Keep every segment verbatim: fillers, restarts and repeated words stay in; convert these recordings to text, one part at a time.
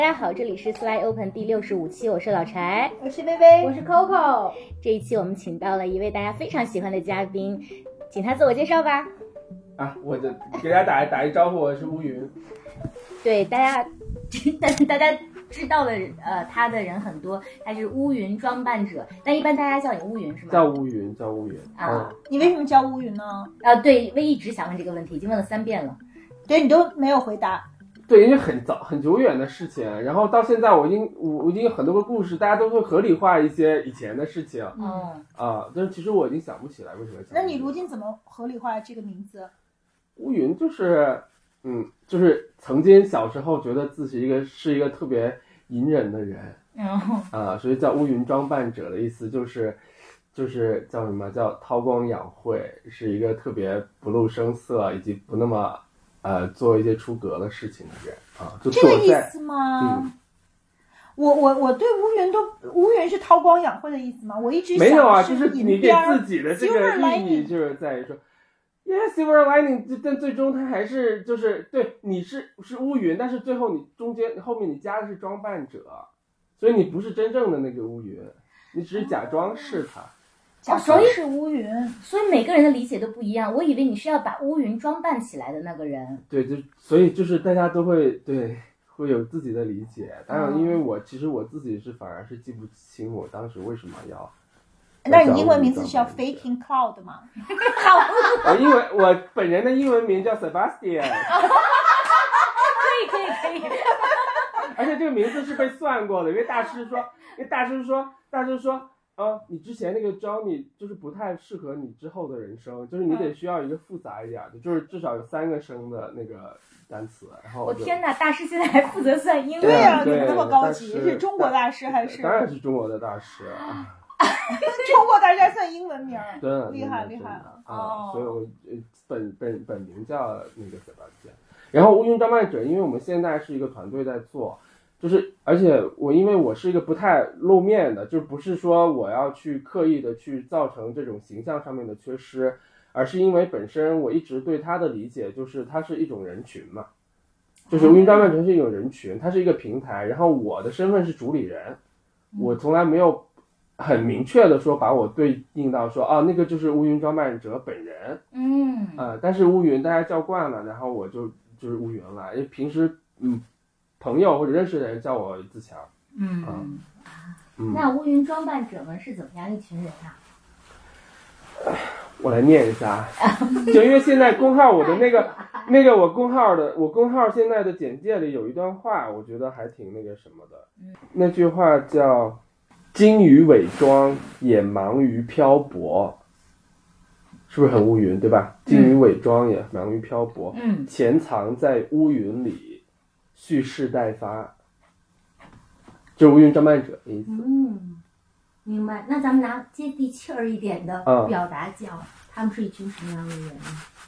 大家好，这里是 Slide Open 第六十五期，我是老柴， 我是薇薇， 我是 Coco。 这一期我们请到了一位大家非常喜欢的嘉宾，请他自我介绍吧。 啊，我的给大家打打一招呼，我是乌云。 对，大家，但是大家知道的呃他的人很多，他是乌云装扮者，但一般大家叫你乌云是吗？ 叫乌云，叫乌云啊、 嗯。你为什么叫乌云呢？ 啊，对，薇一直想问这个问题，已经问了三遍了。 对，你都没有回答。 对，因为很早很久远的事情，然后到现在我已经我我已经有很多个故事，大家都会合理化一些以前的事情。 嗯啊，但是其实我已经想不起来为什么。 那你如今怎么合理化这个名字？ 乌云就是，嗯，就是曾经小时候觉得自己一个是一个特别隐忍的人， 嗯啊，所以叫乌云装扮者的意思就是，就是叫什么叫韬光养晦，是一个特别不露声色以及不那么。呃，做一些出格的事情的人啊，就这个意思吗？嗯、我我我对乌云都乌云是韬光养晦的意思吗？我一直想没有啊，就是你给自己的这个意义就是在于说 ，Yeah, silver lining， 但最终它还是就是对你是是乌云，但是最后你中间后面你加的是装扮者，所以你不是真正的那个乌云，你只是假装是它。 假装是乌云、 哦，所以每个人的理解都不一样。我以为你是要把乌云装扮起来的那个人。 对，就所以就是大家都会对会有自己的理解。当然，因为我、嗯、其实我自己是反而是记不清我当时为什么要。 那你英文名字是叫 Faking Cloud 吗？ 我英文我本人的英文名叫 Sebastian。 可以可以可以。 而且这个名字是被算过的，因为大师说，因为大师说，大师说。啊，你之前那个 Johnny 就是不太适合你之后的人生，就是你得需要一个复杂一点的，就是至少有三个声的那个单词。然后我天哪，大师现在还负责算英文？ 对呀、啊， 你们那么高级，是中国大师还是？ 当然是中国的大师。 中国大师还算英文名， 对， 厉害厉害啊！哦、所以我本本本名叫那个 Sebastian。然后乌云装扮者，因为我们现在是一个团队在做。就是，而且我因为我是一个不太露面的，就不是说我要去刻意的去造成这种形象上面的缺失，而是因为本身我一直对它的理解就是它是一种人群嘛，就是乌云装扮者是一种人群，它是一个平台，然后我的身份是主理人，我从来没有很明确的说把我对应到说啊那个就是乌云装扮者本人， 嗯， 呃，但是乌云大家叫惯了，然后我就就是乌云了，因为平时嗯。朋友或者认识的人叫我自强。 嗯、 啊、 嗯，那乌云装扮者们是怎么样一群人啊？ 我来念一下，就因为现在公号我的那个那个我公号的我公号现在的简介里有一段话，我觉得还挺那个什么的。 嗯、 那句话叫“精于伪装，也忙于漂泊”，是不是很乌云，对吧？精于伪装，也忙于漂泊。 嗯， 潜藏在乌云里。蓄势待发，就是乌云装扮者的意思。 嗯，明白。那咱们拿接地气儿一点的表达讲，嗯、他们是一群什么样的人呢？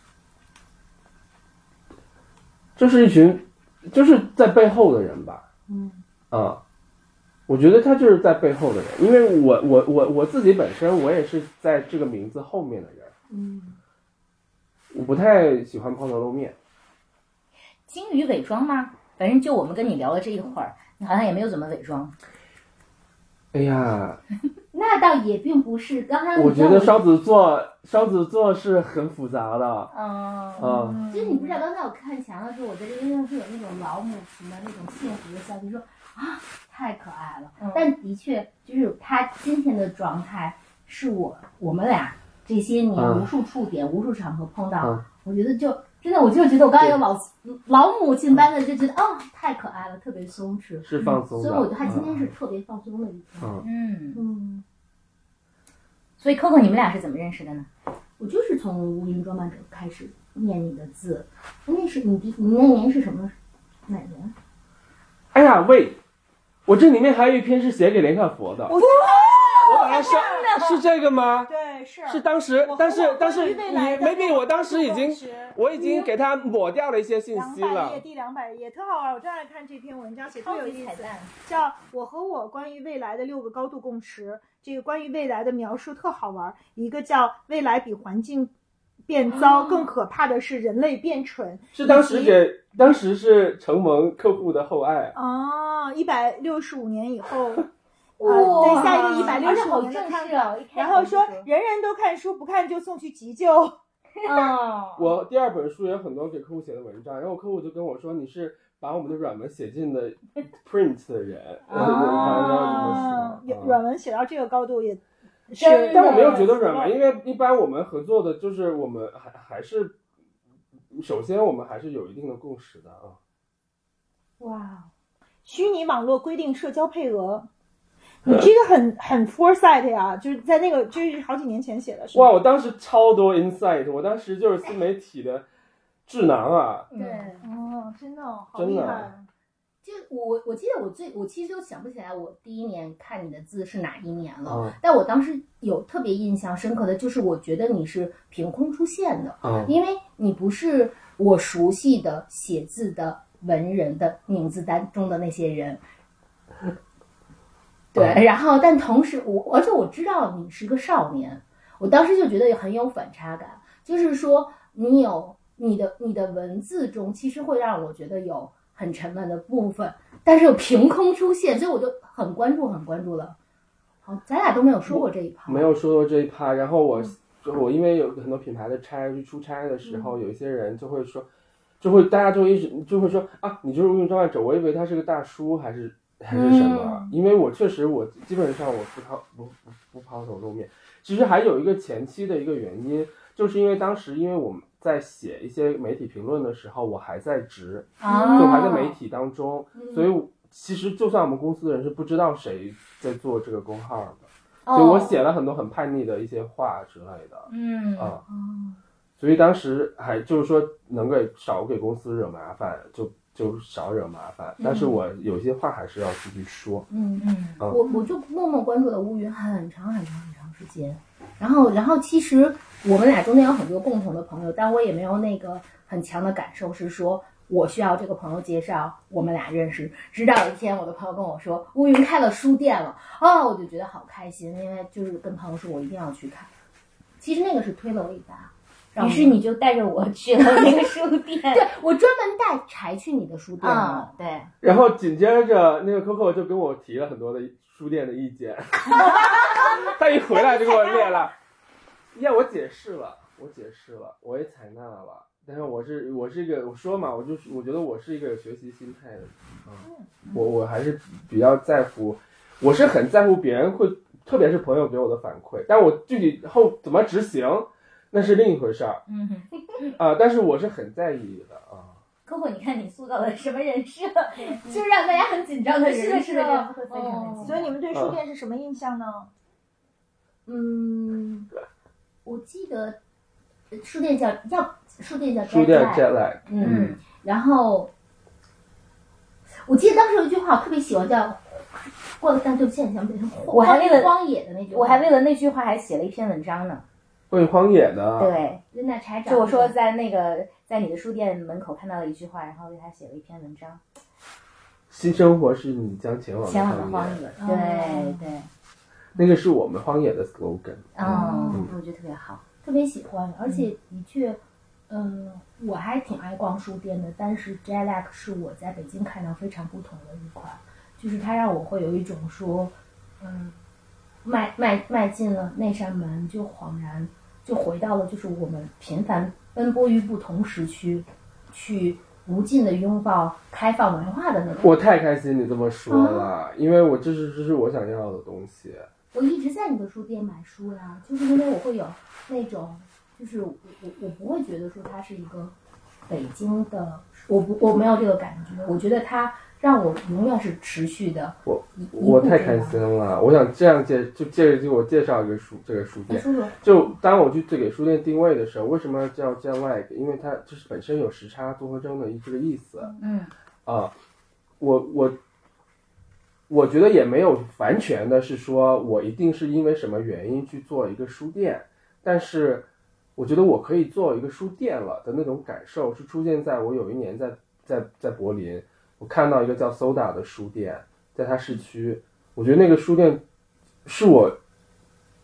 就是一群，就是在背后的人吧。 嗯。 啊，我觉得他就是在背后的人，因为我我我我自己本身我也是在这个名字后面的人。 嗯。 我不太喜欢抛头露面。 精于伪装吗？反正就我们跟你聊了这一会儿，你好像也没有怎么伪装。 哎呀， 那倒也并不是。刚才我觉得双子座，双子座是很复杂的。 嗯嗯。 其实你不知道，刚才我看墙的时候，我在这边是有那种老母亲的那种幸福的笑，就说啊，太可爱了。 嗯、 但的确，就是他今天的状态，是我我们俩这些年无数触点、嗯、无数场合碰到， 嗯、 我觉得就。真的，我就觉得我刚才有老老母亲般的，就觉得哦，太可爱了，特别松弛， 是放松的。 所以我觉得他今天是特别放松的一天。 嗯嗯。 所以 Coco， 你们俩是怎么认识的呢？ 我就是从乌云装扮者开始念你的字，那是你第你那年是什么哪年？ 哎呀喂，我这里面还有一篇是写给连克佛的。 我我把它是是这个吗？ 对，是是当时，但是但是你 maybe 我当时已经我已经给它抹掉了一些信息了。 两百页，第两百页，特好玩。我正在看这篇文章，写特有意思，叫《我和我关于未来的六个高度共识》。这个关于未来的描述特好玩，一个叫未来比环境变糟，更可怕的是人类变蠢。 是当时给当时是承蒙客户的厚爱哦，一百六十五年以后。 哇呃，对，下一个一百六十五而且好年的看正式啊！ 然后说人人都看书，不看就送去急救。 哦， 我第二本书也有很多给客户写的文章，然后客户就跟我说你是把我们的软文写进的 print 的人，我就他要怎么说？ 软文写到这个高度也是， 但我没有觉得软文，因为一般我们合作的就是我们还还是，首先我们还是有一定的共识的啊。 哇，虚拟网络规定社交配额。你这个很很 foresight 呀，就是在那个就是好几年前写的。 哇，我当时超多 insight， 我当时就是新媒体的智囊啊。 对， 哦，真的，好真的厉害。 就我我记得我最我其实都想不起来我第一年看你的字是哪一年了， 嗯、 但我当时有特别印象深刻的就是我觉得你是凭空出现的， 嗯、 因为你不是我熟悉的写字的文人的名字当中的那些人。对，然后但同时我而且我知道你是个少年，我当时就觉得很有反差感，就是说你有你的你的文字中其实会让我觉得有很沉闷的部分，但是又凭空出现，所以我就很关注很关注了。好，咱俩都没有说过这一趴， 没有说过这一趴。然后我、嗯、就我因为有很多品牌的差去出差的时候，嗯、有一些人就会说，就会大家就一直就会说啊，你就是无名专卖者，我以为他是个大叔还是。还是什么、嗯？因为我确实，我基本上我不抛不不不抛头露面。其实还有一个前期的一个原因，就是因为当时因为我们在写一些媒体评论的时候，我还在职， 啊、 就还在媒体当中， 嗯、 所以其实就算我们公司的人是不知道谁在做这个公号的， 哦、 所以我写了很多很叛逆的一些话之类的， 嗯啊、嗯，所以当时还就是说能给少给公司惹麻烦就。就少惹麻烦，但是我有些话还是要继续说。 嗯嗯，嗯我我就默默关注了乌云很长很长很长时间，然后然后其实我们俩中间有很多共同的朋友，但我也没有那个很强的感受是说我需要这个朋友介绍我们俩认识。直到有一天我的朋友跟我说乌云开了书店了，哦，我就觉得好开心，因为就是跟朋友说我一定要去看。其实那个是推了我一把。 于是你就带着我去了那个书店， 对，我专门带柴去你的书店了、 嗯，对。 然后紧接着那个 Coco 就跟我提了很多的书店的意见，他一回来就给我列了，呀，我解释了，我解释了，我也采纳了，但是我是我是一个我说嘛，我就是我觉得我是一个有学习心态的，嗯，我我还是比较在乎，我是很在乎别人会，特别是朋友给我的反馈，但我具体后怎么执行。那是另一回事儿， 嗯哼，啊，但是我是很在意的啊。 Coco，你看你塑造了什么人设，就让大家很紧张的人设，会非常的紧张。 所以你们对书店是什么印象呢？ 嗯，我记得书店叫要书店叫书店 Jet Lag， 嗯，然后我记得当时有一句话我特别喜欢，叫过了但对不起，想不起来， 我还为了荒野的那句话， 我还为了那句话还写了一篇文章呢。 关于荒野的， 对， 那柴长就我说在那个在你的书店门口看到了一句话，然后为他写了一篇文章。 新生活是你将前往的前往的荒野，对、 哦、 对， 那个是我们荒野的 slogan。 嗯，嗯我觉得特别好，特别喜欢，而且的确，嗯、呃，我还挺爱逛书店的，但是 Jet Lag 是我在北京看到非常不同的一款，就是它让我会有一种说，嗯，迈迈迈进了那扇门，就恍然。就回到了就是我们频繁奔波于不同时区，去无尽的拥抱开放文化的那种。 我太开心你这么说了，啊、因为我这是这是我想要的东西。 我一直在你的书店买书呀，就是因为我会有那种，就是我我我不会觉得说它是一个北京的，我不我没有这个感觉，我觉得它让我永远是持续的。 我我太开心了，我想这样介就借着我介绍一个书这个书店。就当我去给书店定位的时候，为什么叫 Jet Lag？ 因为它就是本身有时差综合征的这个意思。 嗯啊、呃，我我我觉得也没有完全的是说我一定是因为什么原因去做一个书店，但是我觉得我可以做一个书店了的那种感受是出现在我有一年在在在柏林。我看到一个叫 Soda 的书店，在它市区，我觉得那个书店是我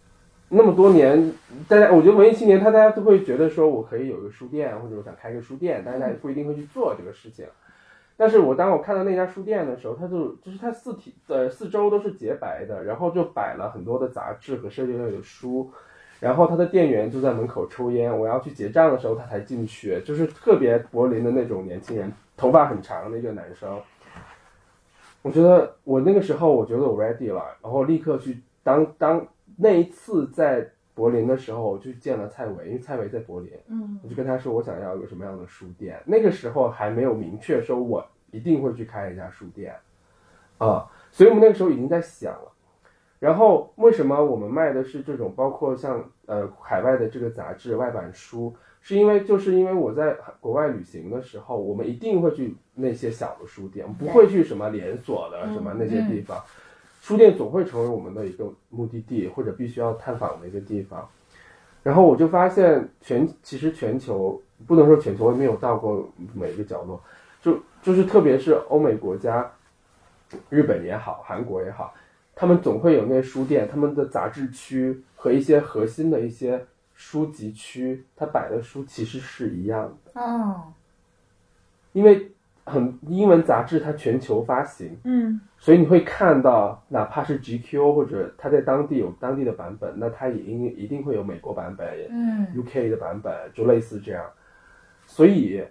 那么多年，大家我觉得文艺青年他大家都会觉得说我可以有个书店，或者我想开个书店，但是他也不一定会去做这个事情。但是我当我看到那家书店的时候，它就就是它四体呃四周都是洁白的，然后就摆了很多的杂志和设计类的书，然后他的店员就在门口抽烟，我要去结账的时候他才进去，就是特别柏林的那种年轻人，头发很长的一个男生。我觉得我那个时候我觉得我 ready 了，然后立刻去当当那一次在柏林的时候，我就见了蔡伟，因为蔡伟在柏林， 嗯， 我就跟他说我想要一个什么样的书店。那个时候还没有明确说我一定会去开一家书店啊，所以我们那个时候已经在想了。然后为什么我们卖的是这种包括像呃海外的这个杂志外版书，是因为就是因为我在国外旅行的时候，我们一定会去那些小的书店，不会去什么连锁的什么那些地方。嗯嗯，书店总会成为我们的一个目的地，或者必须要探访的一个地方。然后我就发现全其实全球不能说全球，我没有到过每一个角落，就就是特别是欧美国家，日本也好，韩国也好，他们总会有那些书店，他们的杂志区和一些核心的一些书籍区，它摆的书其实是一样的。 哦， 因为很英文杂志它全球发行， 嗯， 所以你会看到哪怕是 G Q 或者它在当地有当地的版本，那它也一一定会有美国版本， 嗯 U K 的版本，就类似这样。所以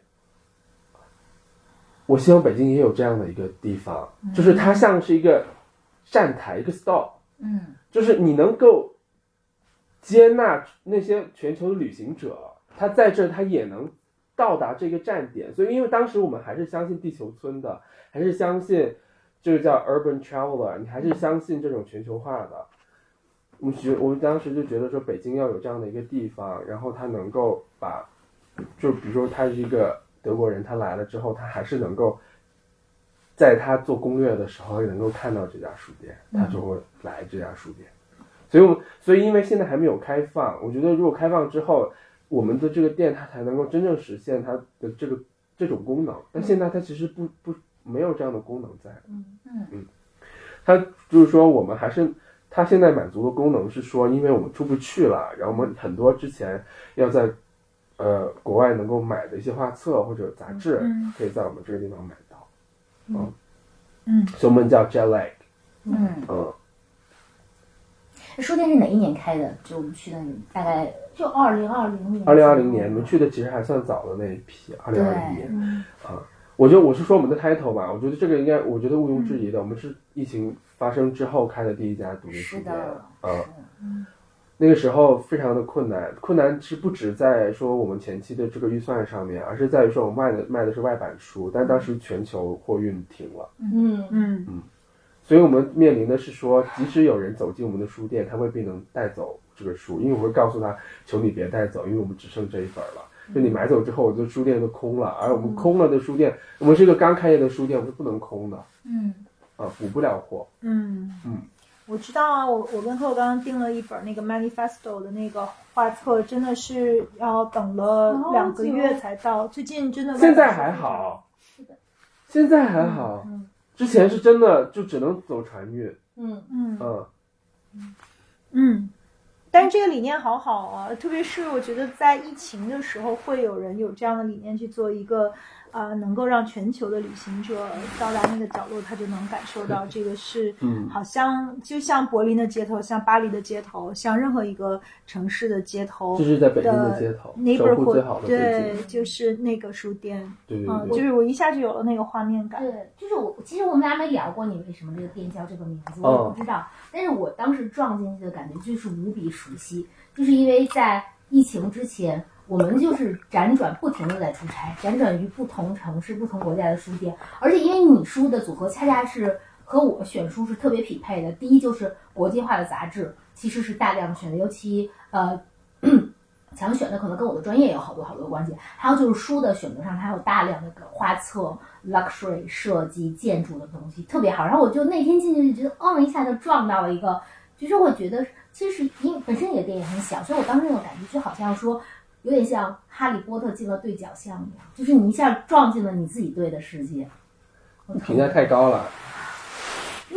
我希望北京也有这样的一个地方，就是它像是一个站台，一个 stop， 嗯， 就是你能够接纳那些全球的旅行者，他在这他也能到达这个站点。所以因为当时我们还是相信地球村的，还是相信这个叫 urban traveler， 你还是相信这种全球化的。我觉我当时就觉得说北京要有这样的一个地方，然后他能够把，就比如说他是一个德国人，他来了之后，他还是能够在他做攻略的时候能够看到这家书店，他就会来这家书店。所以我们所以因为现在还没有开放，我觉得如果开放之后，我们的这个店它才能够真正实现它的这个这种功能。但现在它其实不不没有这样的功能在。 嗯嗯嗯，它就是说我们还是它现在满足的功能是说，因为我们出不去了，然后我们很多之前要在呃国外能够买的一些画册或者杂志， 嗯可以在我们这个地方买到。 嗯嗯， 所以我们叫 jet lag。 嗯嗯。 书店是哪一年开的？就我们去的大概就二零二零年， 二零二零年，我们去的其实还算早的那一批，二零二零年嗯啊。我觉得我是说我们的 title 吧，我觉得这个应该，我觉得毋庸置疑的，我们是疫情发生之后开的第一家独立书店是的， 啊。 是那个时候非常的困难，困难是不止在说我们前期的这个预算上面，而是在于说我们卖的卖的是外版书，但当时全球货运停了， 嗯嗯嗯，所以我们面临的是说，即使有人走进我们的书店，他未必能带走这个书，因为我会告诉他，求你别带走，因为我们只剩这一本了。就你买走之后，我的书店都空了，而我们空了的书店，我们是一个刚开业的书店，我们是不能空的， 嗯啊，补不了货。 嗯嗯， 我知道啊，我我跟贺刚刚订了一本那个 Manifesto 的那个画册，真的是要等了两个月才到。最近真的现在还好， 是的， 现在还好， 嗯之前是真的就只能走船运。 嗯嗯嗯， 嗯，但是这个理念好好啊，特别是我觉得在疫情的时候，会有人有这样的理念去做一个呃，能够让全球的旅行者到达那个角落，他就能感受到这个是， 嗯好像就像柏林的街头，像巴黎的街头，像任何一个城市的街头， 这是在北京的街头，守护最好的对， 北京。 就是那个书店，嗯， 对对对， 就是我一下就有了那个画面感。 对，就是我，其实我们俩没聊过你为什么这个店叫这个名字，我也不知道。但是我当时撞进去的感觉就是无比熟悉，就是因为在疫情之前，我们就是辗转不停的在出差，辗转于不同城市、不同国家的书店，而且因为你书的组合恰恰是和我选书是特别匹配的。第一就是国际化的杂志，其实是大量选的，尤其呃。强选的可能跟我的专业有好多好多关系，还有就是书的选择上，它有大量的画册、luxury 设计、建筑的东西，特别好。然后我就那天进去就觉得，嗯，一下就撞到了一个，就是我觉得其实因为本身你的店也很小，所以我当时那种感觉就好像说，有点像哈利波特进了对角巷一样，就是你一下撞进了你自己对的世界。 评价太高了。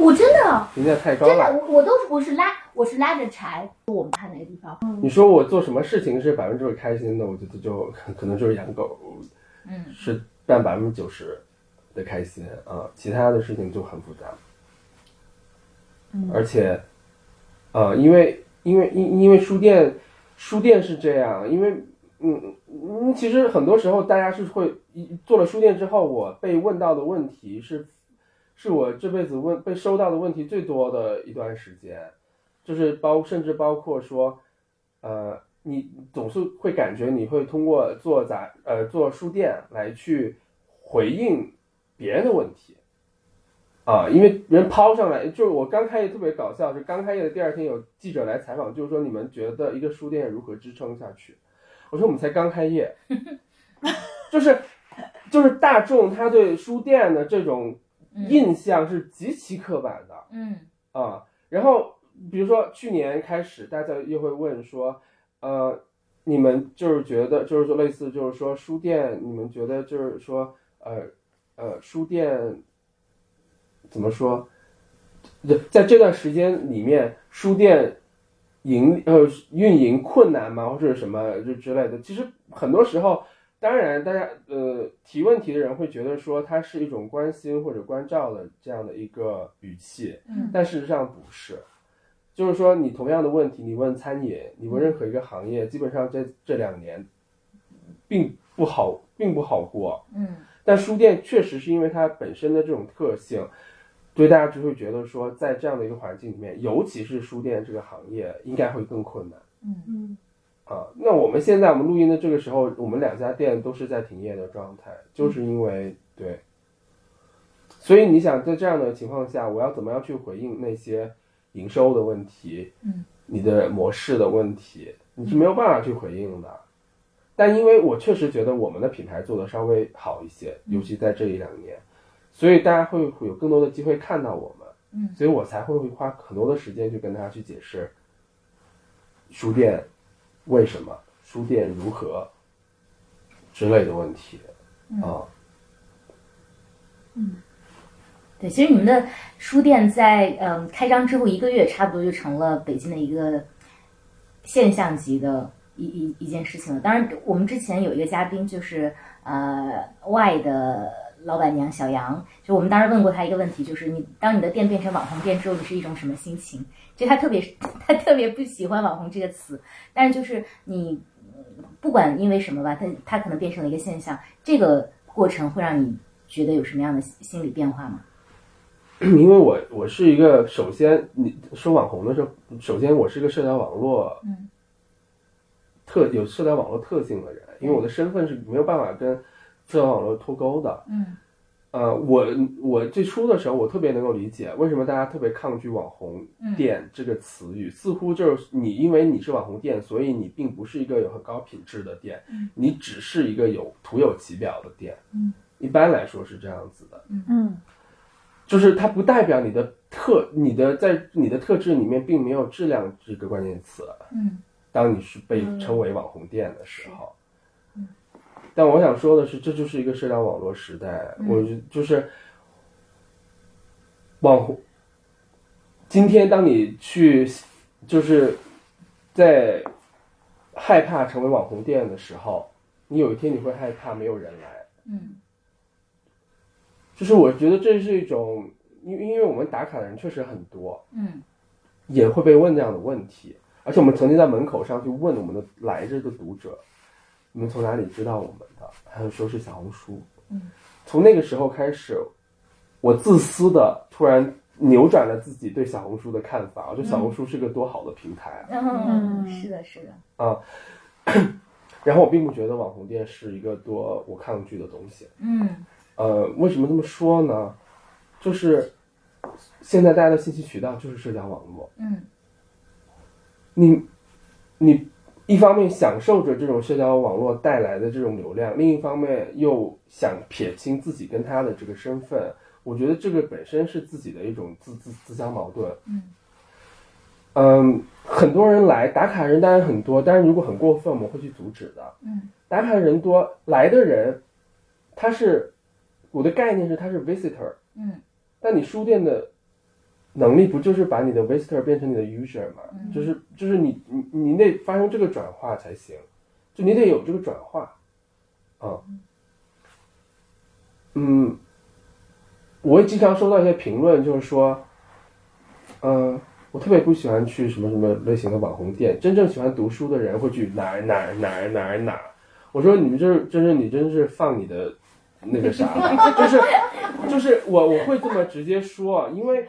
我真的评价太高真的， 了。 我我都是我是拉我是拉着柴，我们看哪个地方， 你说我做什么事情是百分之百开心的，我觉得就可能就是养狗， 嗯， 是占百分之九十的开心啊，其他的事情就很复杂。 嗯， 而且，呃，因为因为因因为书店书店是这样，因为嗯嗯，其实很多时候大家是会做了书店之后，我被问到的问题是，是我这辈子问被收到的问题最多的一段时间，就是包甚至包括说，呃，你总是会感觉你会通过做杂呃做书店来去回应别人的问题。啊，因为人抛上来，就是我刚开业特别搞笑，是刚开业的第二天有记者来采访，就是说你们觉得一个书店如何支撑下去？我说我们才刚开业，就是就是大众他对书店的这种印象是极其刻板的， 嗯啊，然后比如说去年开始，大家又会问说，呃，你们就是觉得就是说类似就是说书店，你们觉得就是说呃呃书店。怎么说？在这段时间里面，书店营呃运营困难吗，或者什么就之类的？其实很多时候，当然大家呃提问题的人会觉得说它是一种关心或者关照的这样的一个语气， 嗯， 但事实上不是。就是说，你同样的问题，你问餐饮，你问任何一个行业，基本上这这两年并不好，并不好过。 嗯， 但书店确实是因为它本身的这种特性。所以大家就会觉得说，在这样的一个环境里面，尤其是书店这个行业，应该会更困难。 嗯嗯啊，那我们现在我们录音的这个时候，我们两家店都是在停业的状态，就是因为对。所以你想在这样的情况下，我要怎么样去回应那些营收的问题， 嗯， 你的模式的问题，你是没有办法去回应的。但因为我确实觉得我们的品牌做的稍微好一些，尤其在这一两年。所以大家会会有更多的机会看到我们， 嗯， 所以我才会会花很多的时间去跟大家去解释书店为什么、书店如何之类的问题啊。 嗯，对，其实你们的书店在嗯开张之后一个月，差不多就成了北京的一个现象级的一一一件事情了。当然，我们之前有一个嘉宾就是呃 Y 的。老板娘小杨，就我们当时问过她一个问题，就是你当你的店变成网红店之后，你是一种什么心情？就她特别她特别不喜欢网红这个词，但是就是你不管因为什么吧，它它可能变成了一个现象，这个过程会让你觉得有什么样的心理变化吗？ 因为我我是一个，首先你说网红的时候，首先我是一个社交网络嗯特有社交网络特性的人，因为我的身份是没有办法跟社交网络脱钩的。 嗯， 呃，我我最初的时候，我特别能够理解为什么大家特别抗拒网红店这个词语，嗯、似乎就是你因为你是网红店，所以你并不是一个有很高品质的店， 嗯、 你只是一个有徒有其表的店。 嗯， 一般来说是这样子的。 嗯嗯， 就是它不代表你的特，你的在你的特质里面并没有质量这个关键词。 嗯， 当你是被称为网红店的时候。 嗯但我想说的是，这就是一个社交网络时代。 嗯、 我就是网红。今天当你去就是在害怕成为网红店的时候，你有一天你会害怕没有人来。 嗯， 就是我觉得这是一种，因为因为我们打卡的人确实很多， 嗯， 也会被问这样的问题，而且我们曾经在门口上去问我们的来着的读者。你们从哪里知道我们的？还有说是小红书。 嗯， 从那个时候开始，我自私的突然扭转了自己对小红书的看法。我觉得小红书是个多好的平台啊！嗯，是的，是的。 啊，然后我并不觉得网红店是一个多我抗拒的东西。 嗯， 呃，为什么这么说呢？就是现在大家的信息渠道就是社交网络。 嗯， 你你。一方面享受着这种社交网络带来的这种流量，另一方面又想撇清自己跟他的这个身份，我觉得这个本身是自己的一种自自自相矛盾。 嗯嗯，很多人来打卡人当然很多，但是如果很过分，我们会去阻止的。 嗯， 打卡人多，来的人，他是我的概念是他是 visitor。 嗯， 但你书店的能力不就是把你的 visitor 变成你的 user 吗？ 嗯、 就是就是你你你得发生这个转化才行，就你得有这个转化，啊，嗯，我也经常收到一些评论，就是说，嗯、呃，我特别不喜欢去什么什么类型的网红店，真正喜欢读书的人会去哪儿哪儿哪儿哪儿哪儿。我说你们这真是你真是放你的那个啥吧，就是就是我我会这么直接说，因为。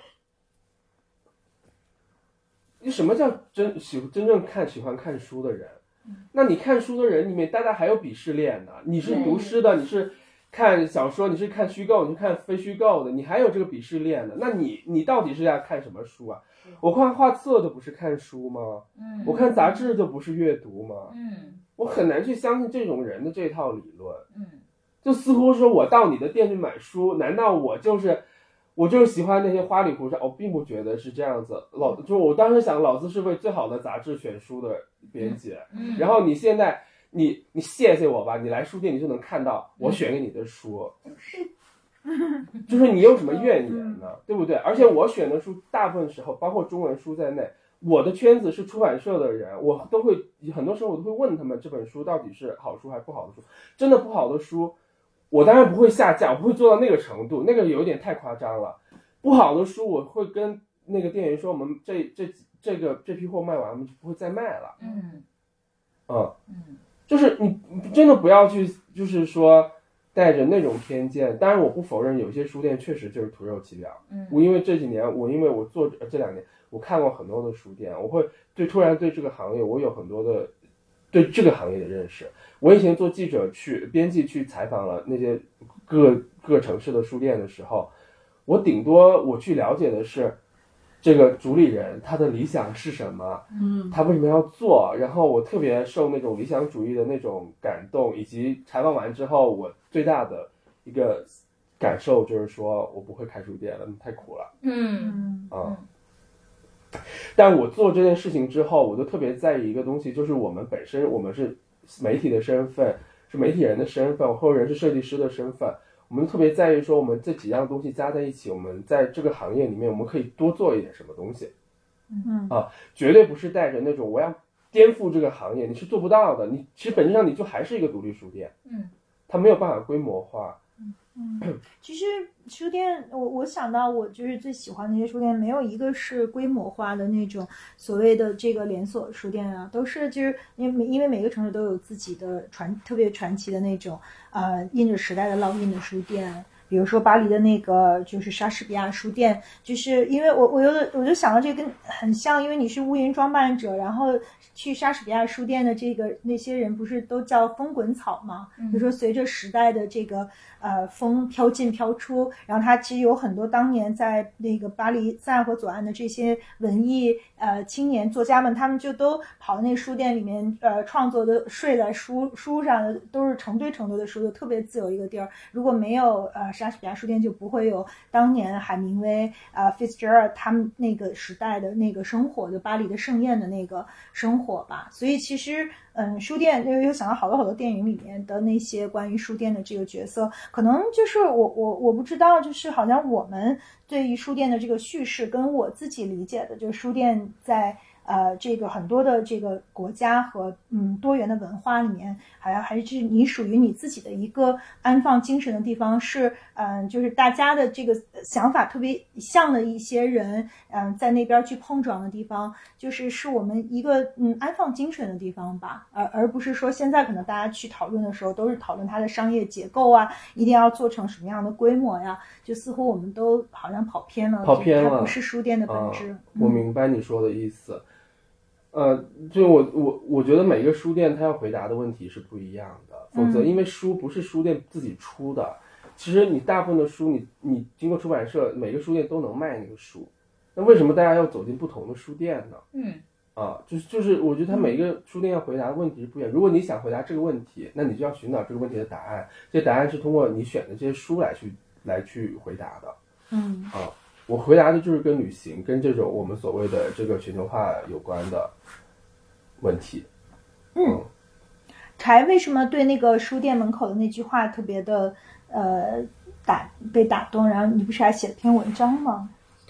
你什么叫真喜真正看喜欢看书的人？那你看书的人里面，大家还有鄙视链呢。你是读诗的，你是看小说，你是看虚构，你是看非虚构的，你还有这个鄙视链呢。那你你到底是要看什么书啊？我看画册都不是看书吗？ 嗯， 我看杂志都不是阅读吗？ 嗯， 我很难去相信这种人的这套理论。 嗯， 就似乎说我到你的店去买书，难道我就是？我就是喜欢那些花里胡哨，我并不觉得是这样子。老就是我当时想，老子是为最好的杂志选书的编辑， 嗯、 然后你现在你你谢谢我吧，你来书店你就能看到我选给你的书， 就是， 就是你有什么怨言呢？对不对？而且我选的书大部分时候，包括中文书在内，我的圈子是出版社的人，我都会很多时候我都会问他们这本书到底是好书还是不好的书，真的不好的书。我当然不会下架，我不会做到那个程度，那个有点太夸张了。不好的书，我会跟那个店员说，我们这这这个这批货卖完，我们就不会再卖了。 嗯， 嗯嗯， 就是你真的不要去，就是说带着那种偏见。当然，我不否认有些书店确实就是徒有其表。 嗯， 我因为这几年，我因为我做这两年，我看过很多的书店，我会对突然对这个行业，我有很多的对这个行业的认识。我以前做记者去编辑去采访了那些各各城市的书店的时候，我顶多我去了解的是这个主理人他的理想是什么， 嗯， 他为什么要做，然后我特别受那种理想主义的那种感动，以及采访完之后我最大的一个感受就是说我不会开书店了，太苦了。 嗯啊、嗯。但我做这件事情之后，我就特别在意一个东西，就是我们本身我们是媒体的身份，是媒体人的身份，或者人是设计师的身份，我们特别在意说我们这几样东西加在一起，我们在这个行业里面我们可以多做一点什么东西。 嗯啊，绝对不是带着那种我要颠覆这个行业，你是做不到的。你其实本质上你就还是一个独立书店， 嗯， 它没有办法规模化。 嗯，其实书店，我我想到我就是最喜欢的那些书店，没有一个是规模化的那种所谓的这个连锁书店啊，都是就是因为因为每个城市都有自己的传特别传奇的那种呃印着时代的烙印的书店。比如说巴黎的那个就是莎士比亚书店，就是因为我我有的我就想到这个跟很像，因为你是乌云装扮者，然后去莎士比亚书店的这个那些人不是都叫风滚草吗？就说随着时代的这个呃风飘进飘出，然后它其实有很多当年在那个巴黎塞纳河左岸的这些文艺呃青年作家们，他们就都跑到那书店里面呃创作的，睡在书书上的都是成堆成堆的书，就特别自由一个地儿。如果没有呃莎士比亚书店，就不会有当年海明威啊、呃、Fitzgerald 他们那个时代的那个生活，就巴黎的盛宴的那个生活吧。所以其实嗯，书店又又想到好多好多电影里面的那些关于书店的这个角色，可能就是我我我不知道，就是好像我们对于书店的这个叙事，跟我自己理解的，就是书店在呃这个很多的这个国家和嗯多元的文化里面，还还是你属于你自己的一个安放精神的地方，是嗯、呃、就是大家的这个想法特别像的一些人嗯、呃、在那边去碰撞的地方，就是是我们一个嗯安放精神的地方吧，而而不是说现在可能大家去讨论的时候都是讨论它的商业结构啊，一定要做成什么样的规模呀，就似乎我们都好像跑偏了， 跑偏了， 它不是书店的本质。 啊嗯、我明白你说的意思。呃，就我我我觉得每个书店它要回答的问题是不一样的，否则因为书不是书店自己出的，其实你大部分的书你你经过出版社，每个书店都能卖那个书，那为什么大家要走进不同的书店呢？ 嗯， 啊，就是就是我觉得它每个书店要回答的问题是不一样。如果你想回答这个问题，那你就要寻找这个问题的答案，这答案是通过你选的这些书来去来去回答的。 嗯， 啊。我回答的就是跟旅行跟这种我们所谓的这个全球化有关的问题。 嗯，柴为什么对那个书店门口的那句话特别的呃打被打动？然后你不是还写了篇文章吗？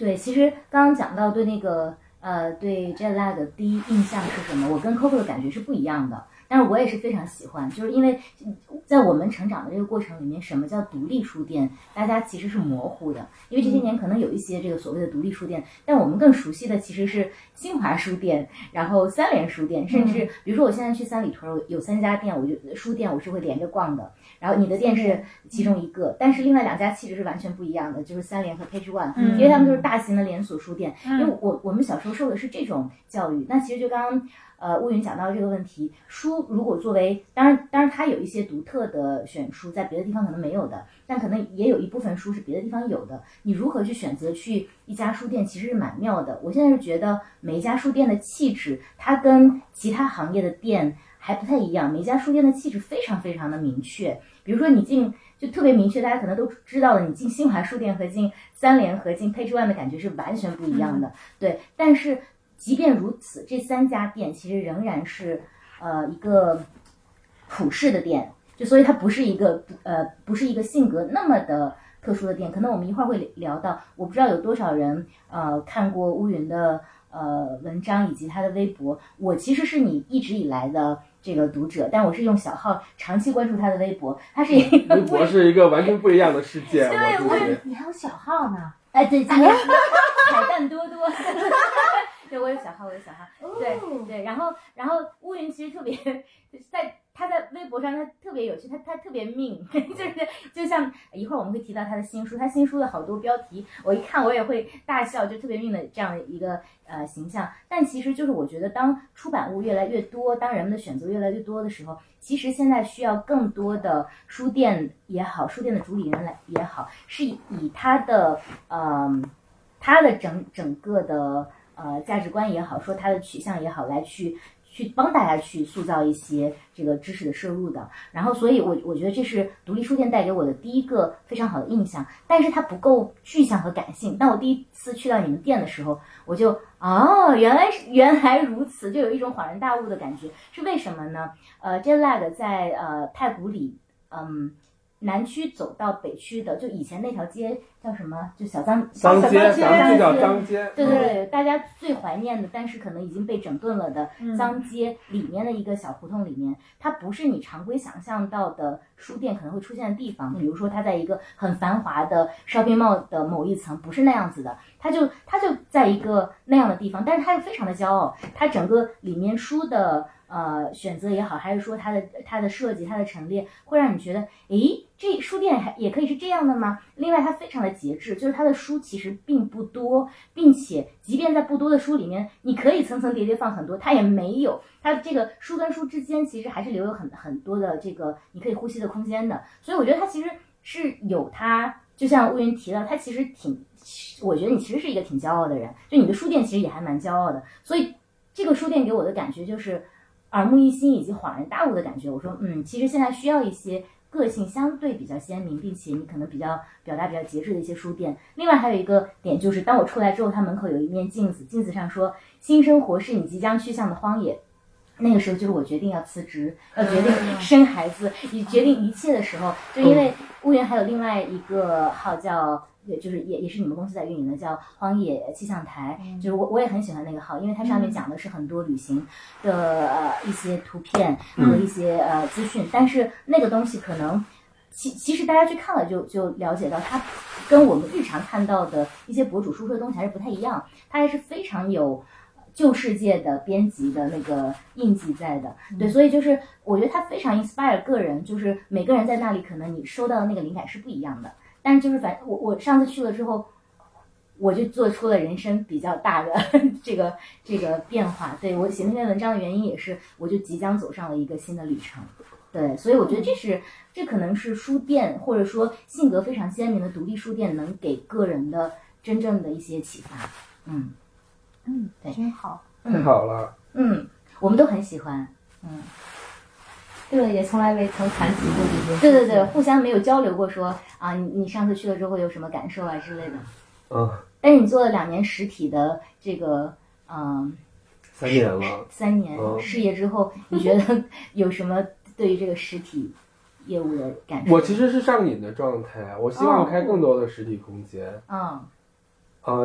对，其实刚刚讲到对那个呃对 jet lag 的第一印象是什么，我跟 Coco 的感觉是不一样的。但是我也是非常喜欢，就是因为在我们成长的这个过程里面，什么叫独立书店，大家其实是模糊的。因为这些年可能有一些这个所谓的独立书店，但我们更熟悉的其实是新华书店，然后三联书店，甚至比如说我现在去三里屯有三家店，我就书店我是会连着逛的。然后你的店是其中一个，但是另外两家气质是完全不一样的，就是三联和 Page One，、嗯、因为他们都是大型的连锁书店。嗯、因为我我们小时候受的是这种教育，那其实就刚刚。呃，乌云讲到这个问题，书如果作为，当然，当然它有一些独特的选书，在别的地方可能没有的，但可能也有一部分书是别的地方有的。你如何去选择去一家书店，其实是蛮妙的。我现在是觉得每一家书店的气质，它跟其他行业的店还不太一样，每一家书店的气质非常非常的明确。比如说你进就特别明确，大家可能都知道的，你进新华书店和进三联和进 Page One 的感觉是完全不一样的。嗯、对，但是。即便如此，这三家店其实仍然是呃一个普世的店，就所以它不是一个呃不是一个性格那么的特殊的店。可能我们一会儿会聊到，我不知道有多少人呃看过乌云的呃文章以及他的微博。我其实是你一直以来的这个读者，但我是用小号长期关注他的微博，他是一个微博是一个完全不一样的世界。 对， 我你还有小号呢？哎，对，今天彩蛋多多。对，我有小号，我有小号，对对，然后然后乌云其实特别在他在微博上他特别有趣，他他特别命，就是就像一会儿我们会提到他的新书，他新书的好多标题，我一看我也会大笑，就特别命的这样的一个呃形象。但其实就是我觉得，当出版物越来越多，当人们的选择越来越多的时候，其实现在需要更多的书店也好，书店的主理人来也好，是以他的呃他的整整个的。呃，价值观也好，说它的取向也好，来去去帮大家去塑造一些这个知识的摄入的。然后，所以我我觉得这是独立书店带给我的第一个非常好的印象。但是它不够具象和感性。当我第一次去到你们店的时候，我就哦，原来原来如此，就有一种恍然大悟的感觉。是为什么呢？呃 jet lag 在呃太古里，嗯。南区走到北区的，就以前那条街叫什么？就小脏脏街， 咱们就叫脏街。 对对对，大家最怀念的，但是可能已经被整顿了的脏街里面的一个小胡同里面，它不是你常规想象到的书店可能会出现的地方。比如说，它在一个很繁华的 shopping mall 的某一层，不是那样子的，它就它就在一个那样的地方，但是它又非常的骄傲，它整个里面书的。呃，选择也好，还是说它的它的设计、它的陈列，会让你觉得，诶，这书店还也可以是这样的吗？另外，它非常的节制，就是它的书其实并不多，并且即便在不多的书里面，你可以层层叠叠放很多，它也没有，它这个书跟书之间其实还是留有很很多的这个你可以呼吸的空间的。所以我觉得它其实是有它，就像乌云提到，它其实挺，我觉得你其实是一个挺骄傲的人，就你的书店其实也还蛮骄傲的。所以这个书店给我的感觉就是。耳目一新以及恍然大悟的感觉，我说，嗯，其实现在需要一些个性相对比较鲜明，并且你可能比较表达比较节制的一些书店。另外还有一个点就是，当我出来之后，它门口有一面镜子，镜子上说“新生活是你即将去向的荒野”。那个时候就是我决定要辞职，要决定生孩子，以决定一切的时候，就因为乌云还有另外一个号叫。也就是也也是你们公司在运营的，叫荒野气象台，嗯、就是我我也很喜欢那个号，因为它上面讲的是很多旅行的呃一些图片和一些呃资讯，但是那个东西可能其其实大家去看了就就了解到，它跟我们日常看到的一些博主输出的东西还是不太一样，它还是非常有旧世界的编辑的那个印记在的，对，所以就是我觉得它非常 inspire 个人，就是每个人在那里可能你收到的那个灵感是不一样的。但是就是反正我我上次去了之后，我就做出了人生比较大的这个这个变化。对，我写那篇文章的原因也是，我就即将走上了一个新的旅程。对，所以我觉得这是这可能是书店或者说性格非常鲜明的独立书店能给个人的真正的一些启发。嗯嗯，对，真好， 太好了。 嗯，我们都很喜欢。嗯。 对，也从来没曾谈起过这件事。 对对对，互相没有交流过说啊，你你上次去了之后有什么感受啊之类的。 嗯。 但是你做了两年实体的这个，嗯， 三年了。 三年、嗯、事业之后，你觉得有什么对于这个实体业务的感受？ 我其实是上瘾的状态，我希望开更多的实体空间。 嗯。 呃，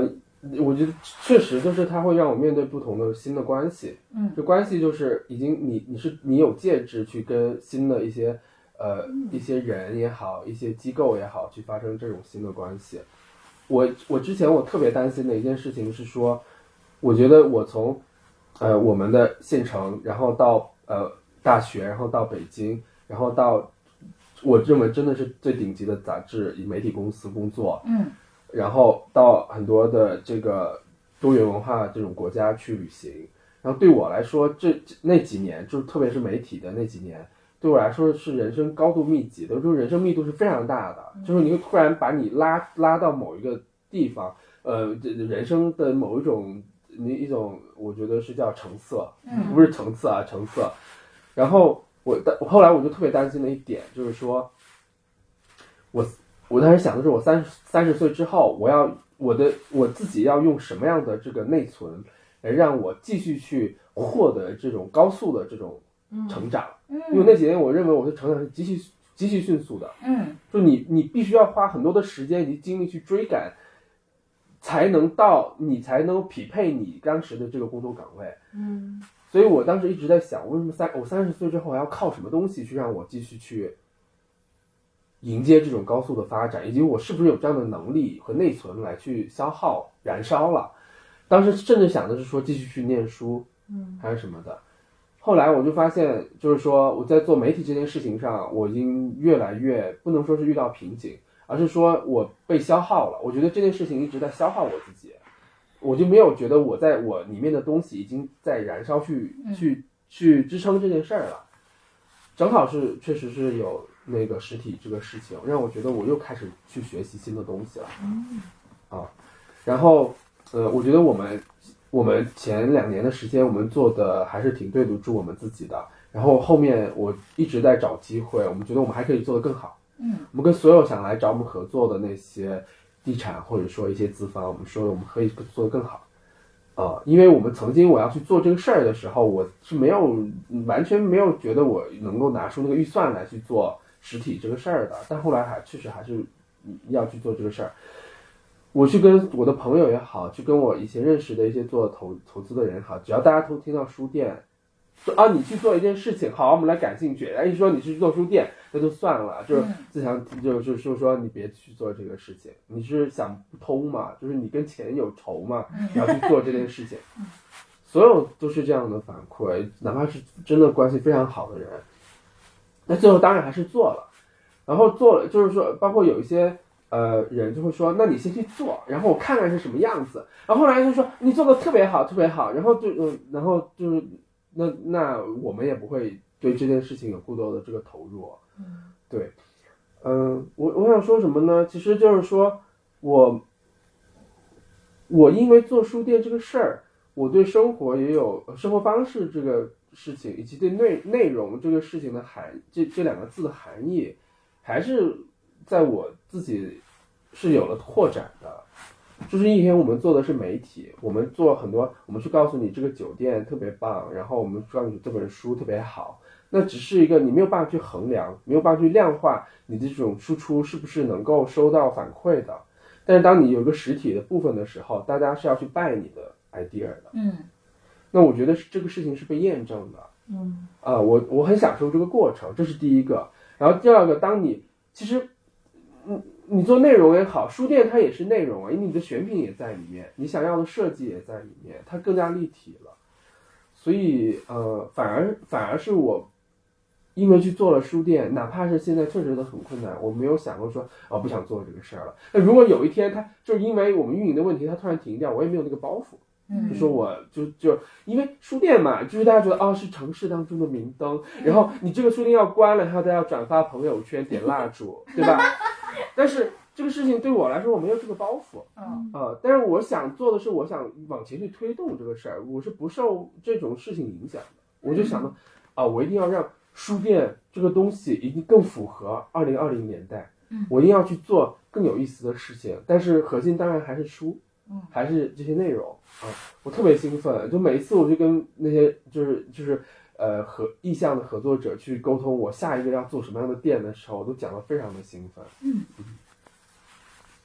我觉得确实就是它会让我面对不同的新的关系， 嗯， 这关系就是已经你你是你有介质去跟新的一些呃一些人也好，一些机构也好，去发生这种新的关系。我我之前我特别担心的一件事情是说，我觉得我从呃我们的县城，然后到呃大学，然后到北京，然后到我认为真的是最顶级的杂志以媒体公司工作， 嗯， 然后到很多的这个多元文化这种国家去旅行，然后对我来说，这那几年就是特别是媒体的那几年，对我来说是人生高度密集的，就是人生密度是非常大的，就是你会突然把你拉拉到某一个地方，呃，人生的某一种你一种，我觉得是叫成色， 嗯， 不是层次啊，成色。然后我我后来我就特别担心的一点就是说，我我当时想的是，我三十三十岁之后，我要我的我自己要用什么样的这个内存，来让我继续去获得这种高速的这种成长。 嗯， 因为那几年我认为我的成长是极其极其迅速的。 嗯， 就你你必须要花很多的时间以及精力去追赶，才能到你才能匹配你当时的这个工作岗位。 嗯， 所以我当时一直在想，为什么三我三十岁之后还要靠什么东西去让我继续去迎接这种高速的发展，以及我是不是有这样的能力和内存来去消耗燃烧了。当时甚至想的是说继续去念书， 嗯， 还是什么的。后来我就发现，就是说我在做媒体这件事情上，我已经越来越不能说是遇到瓶颈，而是说我被消耗了。我觉得这件事情一直在消耗我自己，我就没有觉得我在我里面的东西已经在燃烧去去去支撑这件事儿了。正好是确实是有那个实体这个事情，让我觉得我又开始去学习新的东西了。 嗯， 啊，然后呃，我觉得我们我们前两年的时间，我们做的还是挺对得住我们自己的。然后后面我一直在找机会，我们觉得我们还可以做得更好。 嗯， 我们跟所有想来找我们合作的那些地产或者说一些资方，我们说我们可以做得更好。啊，因为我们曾经我要去做这个事儿的时候，我是没有完全没有觉得我能够拿出那个预算来去做实体这个事儿的，但后来还确实还是要去做这个事儿。我去跟我的朋友也好，去跟我以前认识的一些做投投资的人也好，只要大家都听到书店，说啊你去做一件事情，好，我们来感兴趣。然后一说你是去做书店，那就算了，就是自强就就就说你别去做这个事情，你是想不通嘛？就是你跟钱有仇嘛？你要去做这件事情，所有都是这样的反馈，哪怕是真的关系非常好的人，那最后当然还是做了，然后做了就是说，包括有一些。呃，人就会说，那你先去做，然后我看看是什么样子。然后后来就说你做的特别好，特别好。然后就嗯，然后就是那那我们也不会对这件事情有过多的这个投入。 嗯， 对，嗯、呃，我我想说什么呢？其实就是说我我因为做书店这个事儿，我对生活也有生活方式这个事情，以及对内内容这个事情的含这这两个字的含义，还是。在我自己是有了拓展的，就是以前我们做的是媒体，我们做很多，我们去告诉你这个酒店特别棒，然后我们告诉你这本书特别好，那只是一个你没有办法去衡量，没有办法去量化你的这种输出是不是能够收到反馈的。但是当你有一个实体的部分的时候，大家是要去拜你的 idea 的。 嗯， 那我觉得这个事情是被验证的。 嗯， 啊、呃，我我很享受这个过程，这是第一个。然后第二个，当你其实。你你做内容也好，书店它也是内容啊，因为你的选品也在里面，你想要的设计也在里面，它更加立体了。所以呃，反而反而是我因为去做了书店，哪怕是现在确实都很困难，我没有想过说哦不想做这个事儿了。那如果有一天它就是因为我们运营的问题，它突然停掉，我也没有那个包袱。 嗯， 就说我就就因为书店嘛，就是大家觉得哦是城市当中的明灯，然后你这个书店要关了，然后大家要转发朋友圈、点蜡烛，对吧？但是这个事情对我来说，我没有这个包袱， 嗯， 呃，但是我想做的是，我想往前去推动这个事儿，我是不受这种事情影响的。我就想到，啊、呃，我一定要让书店这个东西一定更符合二零二零年代， 嗯， 我一定要去做更有意思的事情，但是核心当然还是书。 嗯， 还是这些内容啊，我特别兴奋，就每一次我就跟那些就是就是呃和意向的合作者去沟通，我下一个要做什么样的店的时候，我都讲得非常的兴奋。 嗯，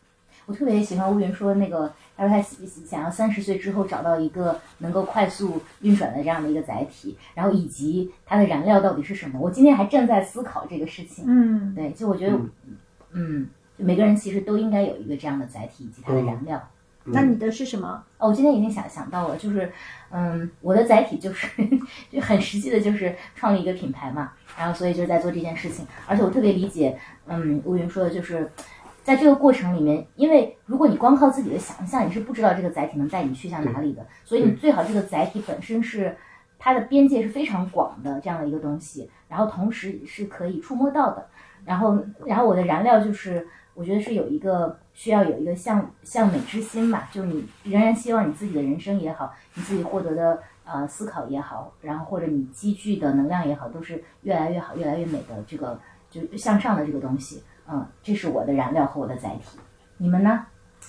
我特别喜欢乌云说那个，他说他想要三十岁之后找到一个能够快速运转的这样的一个载体，然后以及它的燃料到底是什么。我今天还正在思考这个事情。 嗯， 对，就我觉得，嗯，就每个人其实都应该有一个这样的载体以及它的燃料。 嗯、 那你的是什么？ 哦，我今天已经想想到了，就是，嗯，我的载体就是就很实际的，就是创立一个品牌嘛，然后所以就在做这件事情，而且我特别理解，嗯，乌云说的就是，在这个过程里面，因为如果你光靠自己的想象，你是不知道这个载体能带你去向哪里的，所以你最好这个载体本身是它的边界是非常广的这样的一个东西，然后同时是可以触摸到的，然后，然后我的燃料就是。我觉得是有一个需要有一个向向美之心吧，就是你仍然希望你自己的人生也好，你自己获得的呃思考也好，然后或者你积聚的能量也好，都是越来越好、越来越美的这个就向上的这个东西，嗯，这是我的燃料和我的载体。你们呢？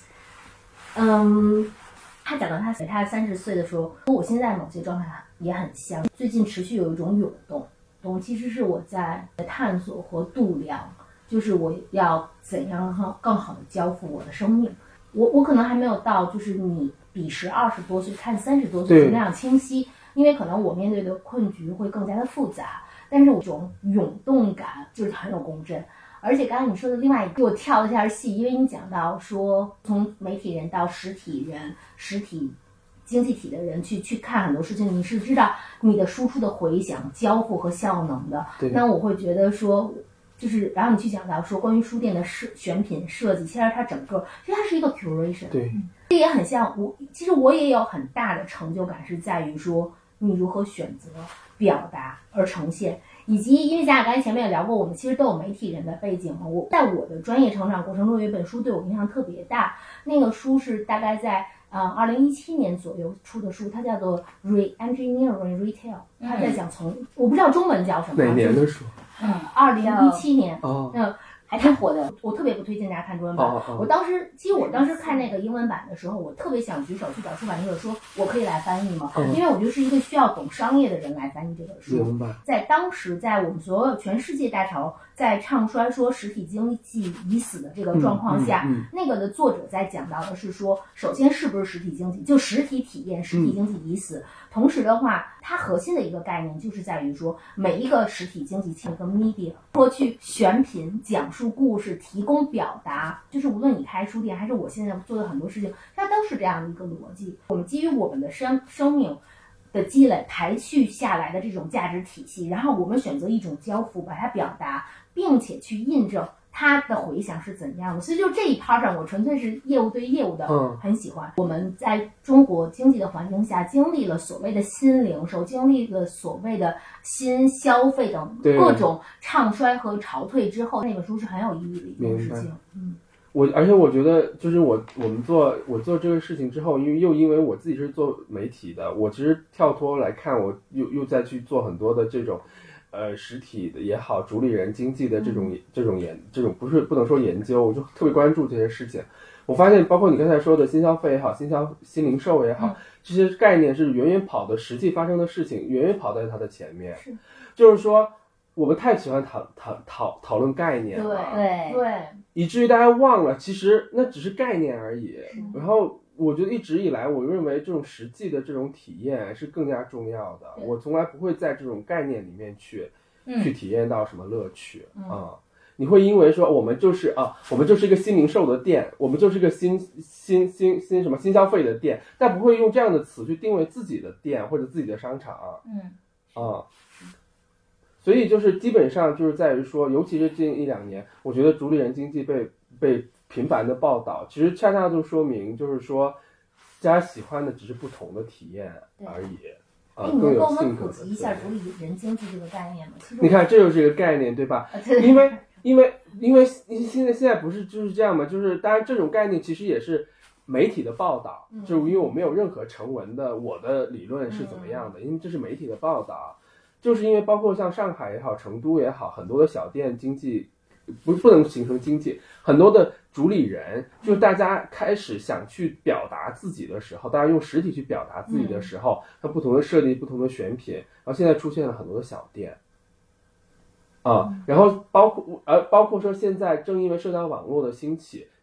嗯，他讲到他他三十岁的时候，和我现在某些状态也很像。最近持续有一种涌动，动其实是我在探索和度量。就是我要怎样好更好的交付我的生命，我我可能还没有到就是你彼时二十多岁看三十多岁那样清晰，因为可能我面对的困局会更加的复杂，但是我这种涌动感就是很有共振。而且刚刚你说的另外一个，我跳了一下戏，因为你讲到说从媒体人到实体人、实体经济体的人去去看很多事情，你是知道你的输出的回响、交付和效能的。那我会觉得说。就是，然后你去讲到说关于书店的设选品设计，其实它整个其实它是一个 curation， 对， 这也很像我。其实我也有很大的成就感，是在于说你如何选择表达而呈现，以及因为咱俩刚才前面也聊过，我们其实都有媒体人的背景嘛。我在我的专业成长过程中，有一本书对我影响特别大，那个书是大概在呃二零一七年左右出的书，它叫做 Re-engineering Retail， 它在讲从、嗯、我不知道中文叫什么， 哪年的书？ 嗯，二零一七年， 哦， 嗯，还挺火的。我特别不推荐大家看中文版。哦哦、我当时，其实我当时看那个英文版的时候，我特别想举手去找出版社说，我可以来翻译吗？嗯、因为我觉得是一个需要懂商业的人来翻译这本书。 明白。 在当时，在我们所有全世界大潮在唱衰说实体经济已死的这个状况下， 嗯嗯嗯、 那个的作者在讲到的是说，首先是不是实体经济，就实体体验，实体经济已死。嗯同时的话，它核心的一个概念就是在于说，每一个实体经济企业跟 media 如何去选品、讲述故事、提供表达，就是无论你开书店还是我现在做的很多事情，它都是这样的一个逻辑。我们基于我们的生生命的积累排序下来的这种价值体系，然后我们选择一种交付，把它表达，并且去印证它的回响是怎样的。所以就这一 part 上，我纯粹是业务对业务的很喜欢。嗯、我们在中国经济的环境下，经历了所谓的新零售，经历了所谓的新消费等各种唱衰和潮退之后，那本书是很有意义的一件事情。嗯， 我而且我觉得就是我我们做我做这个事情之后，因为又因为我自己是做媒体的，我其实跳脱来看，我又又再去做很多的这种。呃，实体的也好，主理人经济的这种、嗯、这种研这种不是不能说研究，我就特别关注这些事情。我发现，包括你刚才说的新消费也好，新消新零售也好，嗯、这些概念是远远跑的实际发生的事情，远远跑在它的前面。 是， 就是说，我们太喜欢讨讨讨讨论概念了， 对对对， 以至于大家忘了，其实那只是概念而已。然后。我觉得一直以来，我认为这种实际的这种体验是更加重要的。我从来不会在这种概念里面去、嗯、去体验到什么乐趣啊、嗯嗯。你会因为说我们就是啊，我们就是一个新零售的店，我们就是一个新新新新什么新消费的店，但不会用这样的词去定位自己的店或者自己的商场。 嗯啊。所以就是基本上就是在于说，尤其是近一两年，我觉得主理人经济被被。频繁的报道，其实恰恰就说明，就是说，大家喜欢的只是不同的体验而已。 啊，你能给我们普及一下主理人经济这个概念吗？其实你看，这就是一个概念，对吧？ 啊、对因为因为因为现在现在不是就是这样嘛？就是当然这种概念其实也是媒体的报道， 嗯、 就是因为我没有任何成文的我的理论是怎么样的，嗯、因为这是媒体的报道，就是因为包括像上海也好，成都也好，很多的小店经济。不不能形成经济，很多的主理人，就大家开始想去表达自己的时候，大家用实体去表达自己的时候，它不同的设计、不同的选品，然后现在出现了很多的小店，啊，然后包括呃包括说现在正因为社交网络的兴起，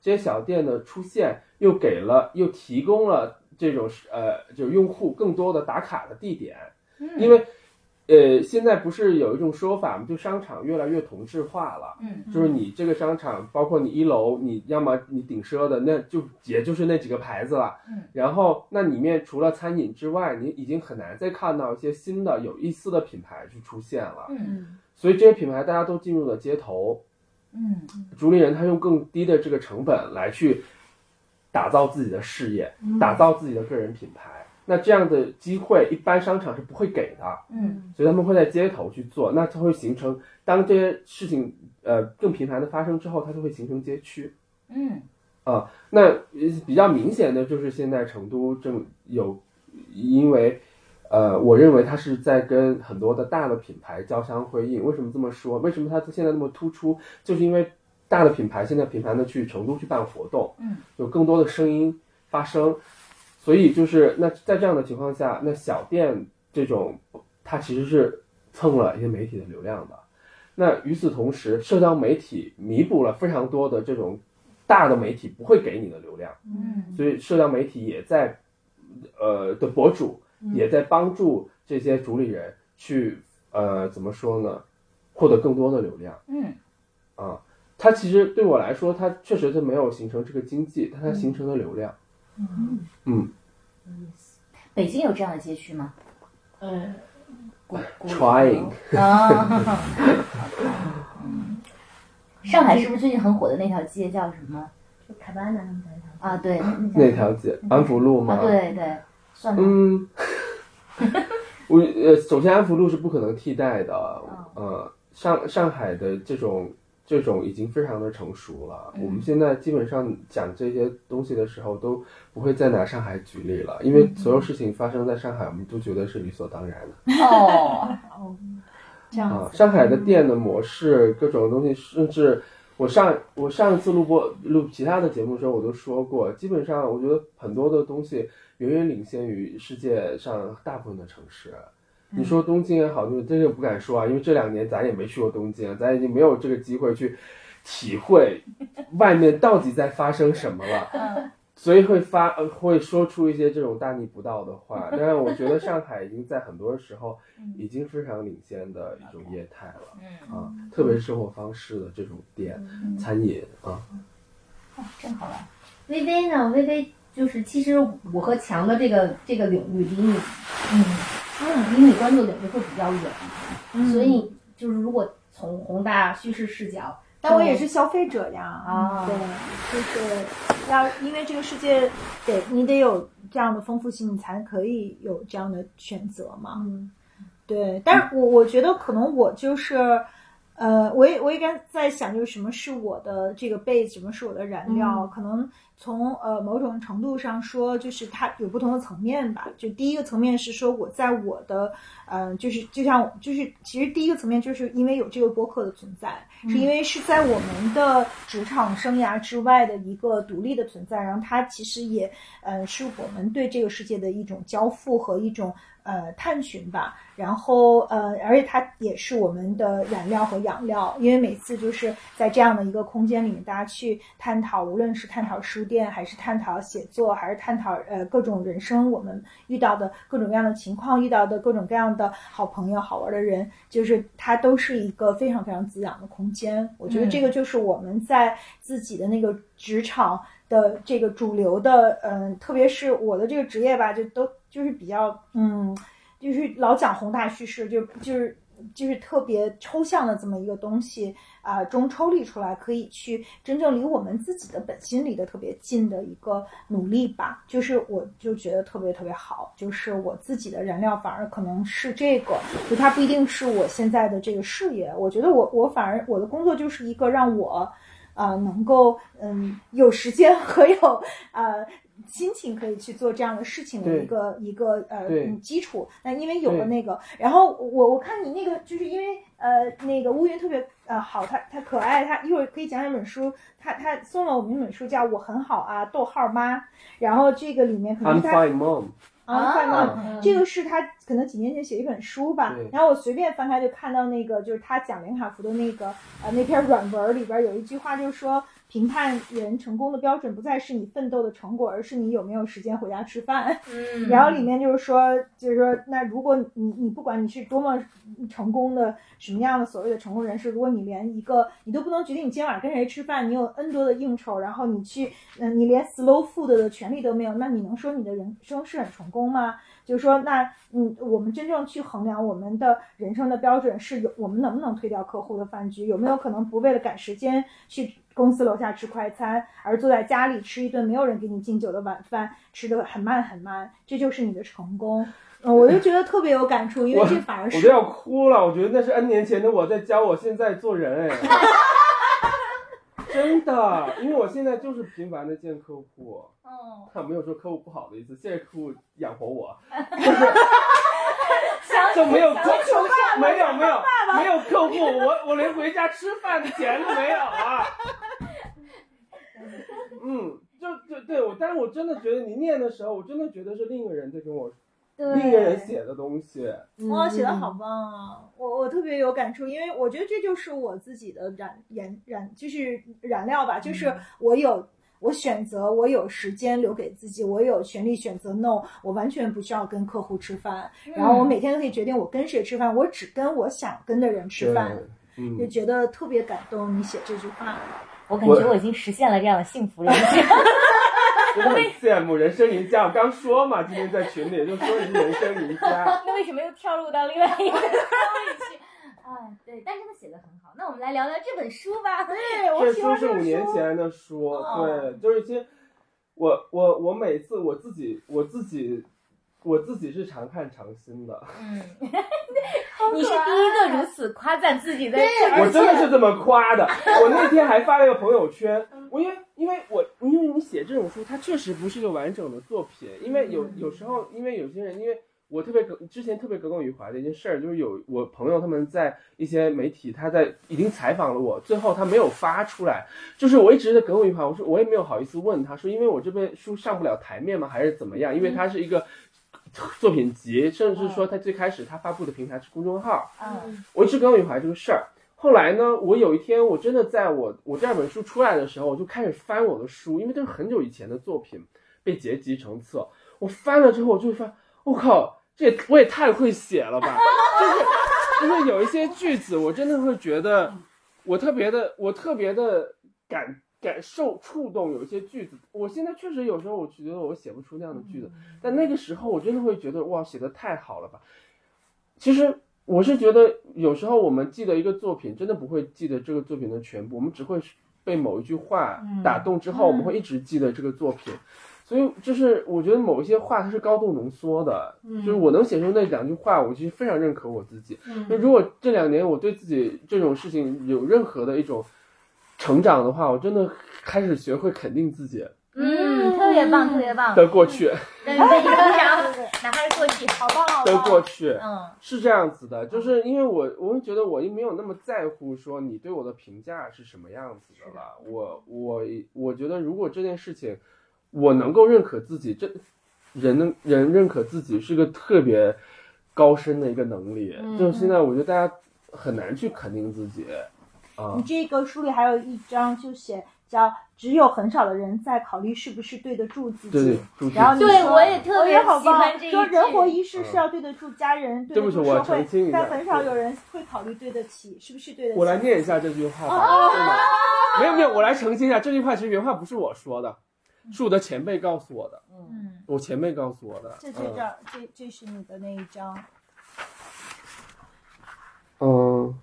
这些小店的出现又给了又提供了这种呃就是用户更多的打卡的地点， 嗯、 因为呃现在不是有一种说法吗？就商场越来越同质化了， 嗯， 就是你这个商场，包括你一楼，你要么你顶奢的，那就也就是那几个牌子了， 嗯， 然后那里面除了餐饮之外，你已经很难再看到一些新的有意思的品牌去出现了， 嗯， 所以这些品牌大家都进入了街头， 嗯， 主理人他用更低的这个成本来去打造自己的事业， 嗯打造自己的个人品牌。那这样的机会一般商场是不会给的， 嗯， 所以他们会在街头去做，那它会形成，当这些事情呃更频繁的发生之后，它就会形成街区。 嗯， 啊，那比较明显的就是现在成都正有，因为呃，我认为它是在跟很多的大的品牌交相辉映。为什么这么说？为什么它现在那么突出？就是因为大的品牌现在频繁的去成都去办活动， 嗯， 有更多的声音发声。所以就是那在这样的情况下，那小店这种它其实是蹭了一些媒体的流量的。那与此同时，社交媒体弥补了非常多的这种大的媒体不会给你的流量， 嗯， 所以社交媒体也在呃的博主也在帮助这些主理人去呃怎么说呢，获得更多的流量。 嗯， 啊，它其实对我来说，它确实是没有形成这个经济，但它形成了流量。 嗯嗯， 北京有这样的街区吗？ 嗯，古古 Trying 啊，嗯，上海是不是最近很火的那条街叫什么？ 就凯巴纳他们那条啊，对， 那条街安福路吗？ 啊，对对，算吗？ 嗯，我呃，首先安福路是不可能替代的，呃，上上海的这种这种已经非常的成熟了。 嗯、 我们现在基本上讲这些东西的时候，都不会再拿上海举例了，因为所有事情发生在上海，我们都觉得是理所当然的。 哦， 哦，这样啊，上海的店的模式，各种东西，甚至我上我上一次录播录其他的节目的时候，我都说过，基本上我觉得很多的东西远远领先于世界上大部分的城市。你说东京也好，就这个不敢说啊，因为这两年咱也没去过东京，咱已经没有这个机会去体会外面到底在发生什么了，所以会发会说出一些这种大逆不道的话。当然，我觉得上海已经在很多时候已经非常领先的一种业态了啊，特别是生活方式的这种店、餐饮啊。 哦，真好玩。 微微呢？微微就是其实我和强的这个这个领域离你，嗯。嗯，离你关注领域会比较远，嗯、所以就是如果从宏大叙事视角， 但我也是消费者呀， 啊， 对，就是要因为这个世界得你得有这样的丰富性，你才可以有这样的选择嘛。 嗯， 对，但是我我觉得可能我就是。呃，我也我也刚在想，就是什么是我的这个 base， 什么是我的燃料？ 嗯、 可能从呃某种程度上说，就是它有不同的层面吧。就第一个层面是说，我在我的呃，就是就像就是其实第一个层面就是因为有这个播客的存在， 嗯、 是因为是在我们的职场生涯之外的一个独立的存在，然后它其实也呃是我们对这个世界的一种交付和一种呃探寻吧。然后呃，而且它也是我们的燃料和养料，因为每次就是在这样的一个空间里面，大家去探讨，无论是探讨书店，还是探讨写作，还是探讨呃各种人生我们遇到的各种各样的情况，遇到的各种各样的好朋友、好玩的人，就是它都是一个非常非常滋养的空间。我觉得这个就是我们在自己的那个职场的这个主流的，嗯、呃，特别是我的这个职业吧，就都就是比较嗯。就是老讲宏大叙事，就就是就是特别抽象的这么一个东西啊、呃，中抽离出来，可以去真正离我们自己的本心离得特别近的一个努力吧。就是我就觉得特别特别好，就是我自己的燃料反而可能是这个，就它不一定是我现在的这个事业。我觉得我我反而我的工作就是一个让我呃能够嗯有时间和有呃。心情可以去做这样的事情的一个一个呃基础。那因为有了那个，然后我我看你那个就是因为呃那个乌云特别呃好，他他可爱，他一会儿可以讲讲本书，他他送了我们一本书叫《我很好啊，逗号妈》，然后这个里面可能是他 I'm fine mom。 啊，翻到这个是他可能几年前写一本书吧，然后我随便翻开就看到那个就是他讲连卡佛的那个呃那篇软文里边有一句话，就是说评判人成功的标准不再是你奋斗的成果，而是你有没有时间回家吃饭。 嗯， 然后里面就是说，就是说，那如果你你不管你是多么成功的什么样的所谓的成功人士，如果你连一个你都不能决定你今天晚上跟谁吃饭，你有 N 多的应酬，然后你去，嗯、呃，你连 slow food 的权利都没有，那你能说你的人生是很成功吗？就是说，那嗯，我们真正去衡量我们的人生的标准是有我们能不能推掉客户的饭局，有没有可能不为了赶时间去公司楼下吃快餐，而坐在家里吃一顿没有人给你敬酒的晚饭，吃得很慢很慢，这就是你的成功。嗯，我就觉得特别有感触，因为这反而是我, 我都要哭了。我觉得那是 N 年前的我在教我现在做人，哎，真的，因为我现在就是频繁的见客户。哦，他没有说客户不好的意思，谢谢客户养活我，就是就没有客户，没有没有没有客户，我我连回家吃饭的钱都没有啊。嗯，就就对我，但是我真的觉得你念的时候，我真的觉得是另一个人在跟我，另一个人写的东西。 哇、哦，写的好棒啊！我我特别有感触，因为我觉得这就是我自己的燃燃燃，就是燃料吧，就是我有。我选择，我有时间留给自己，我有权利选择 no， 我完全不需要跟客户吃饭，嗯、然后我每天都可以决定我跟谁吃饭，我只跟我想跟的人吃饭，嗯、就觉得特别感动。你写这句话， 我感觉我已经实现了这样的幸福人生。 真的很羡慕人生赢家，我刚说嘛，今天在群里就说你是人生赢家。 那为什么又跳入到另外一个方面去？啊，对，但是他写的很好。那我们来聊聊这本书吧。 对，我这书是五年前的书，哦、对，就是其实我我我每次我自己我自己我自己是常看常新的。 嗯，你是第一个如此夸赞自己的人。 我真的是这么夸的。我那天还发了一个朋友圈，我因为因为我因为你写这种书，它确实不是一个完整的作品，因为有有时候因为有些人因为。我特别之前特别耿耿于怀的一件事儿，就是有我朋友他们在一些媒体，他在已经采访了我，最后他没有发出来，就是我一直在耿耿于怀。我说我也没有好意思问他，说因为我这本书上不了台面吗，还是怎么样？因为它是一个作品集，甚至说他最开始他发布的平台是公众号，嗯，我一直耿耿于怀这个事儿。后来呢，我有一天我真的在我我第二本书出来的时候，我就开始翻我的书，因为这是很久以前的作品，被结集成册。我翻了之后，我就会发，我靠！这也我也太会写了吧，就是就是有一些句子我真的会觉得我特别的我特别的感感受触动，有一些句子我现在确实有时候我觉得我写不出那样的句子，但那个时候我真的会觉得哇写得太好了吧。其实我是觉得有时候我们记得一个作品真的不会记得这个作品的全部，我们只会被某一句话打动之后我们会一直记得这个作品。所以就是我觉得某一些话它是高度浓缩的，嗯、就是我能写出那两句话，我其实非常认可我自己。嗯、就如果这两年我对自己这种事情有任何的一种成长的话，我真的开始学会肯定自己。 嗯，特别棒，特别棒。 的过去， 对，哪怕是过去，好棒，好棒。 的过去， 嗯， 是这样子的，就是因为我我会觉得我也没有那么在乎说你对我的评价是什么样子的了。我我我觉得如果这件事情。我能够认可自己，这人能人认可自己是个特别高深的一个能力。嗯、就是现在我觉得大家很难去肯定自己啊。 你这个书里还有一章就写叫只有很少的人在考虑是不是对得住自己。 对对， 然后对我也特别喜欢这一句， 说人活一世是要对得住家人，嗯、对得住社会，但很少有人会考虑对得起，是不是对得起？ 我来念一下这句话吧。哦、对吗？没有没有，我来澄清一下，这句话其实原话不是我说的。是我的前辈告诉我的，嗯，我前辈告诉我的。 这这这、嗯、这这是你的那一章。 嗯，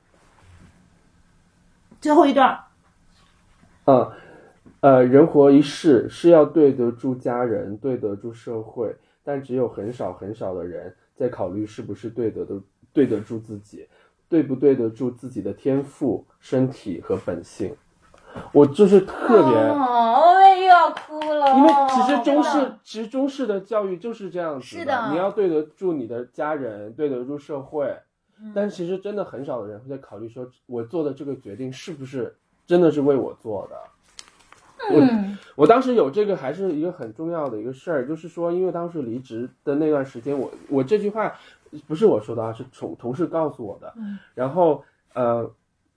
最后一段。 嗯，呃，人活一世是要对得住家人，对得住社会，但只有很少很少的人在考虑是不是对得的对得住自己，对不对得住自己的天赋、身体和本性。我就是特别， 哦，我也又要哭了。 因为其实中式，其实中式的教育就是这样子的， 是的， 你要对得住你的家人，对得住社会，嗯、但其实真的很少的人会在考虑说，我做的这个决定是不是真的是为我做的。 嗯， 我我当时有这个还是一个很重要的一个事儿，就是说，因为当时离职的那段时间，我我这句话不是我说的啊，是同同事告诉我的，嗯、然后呃。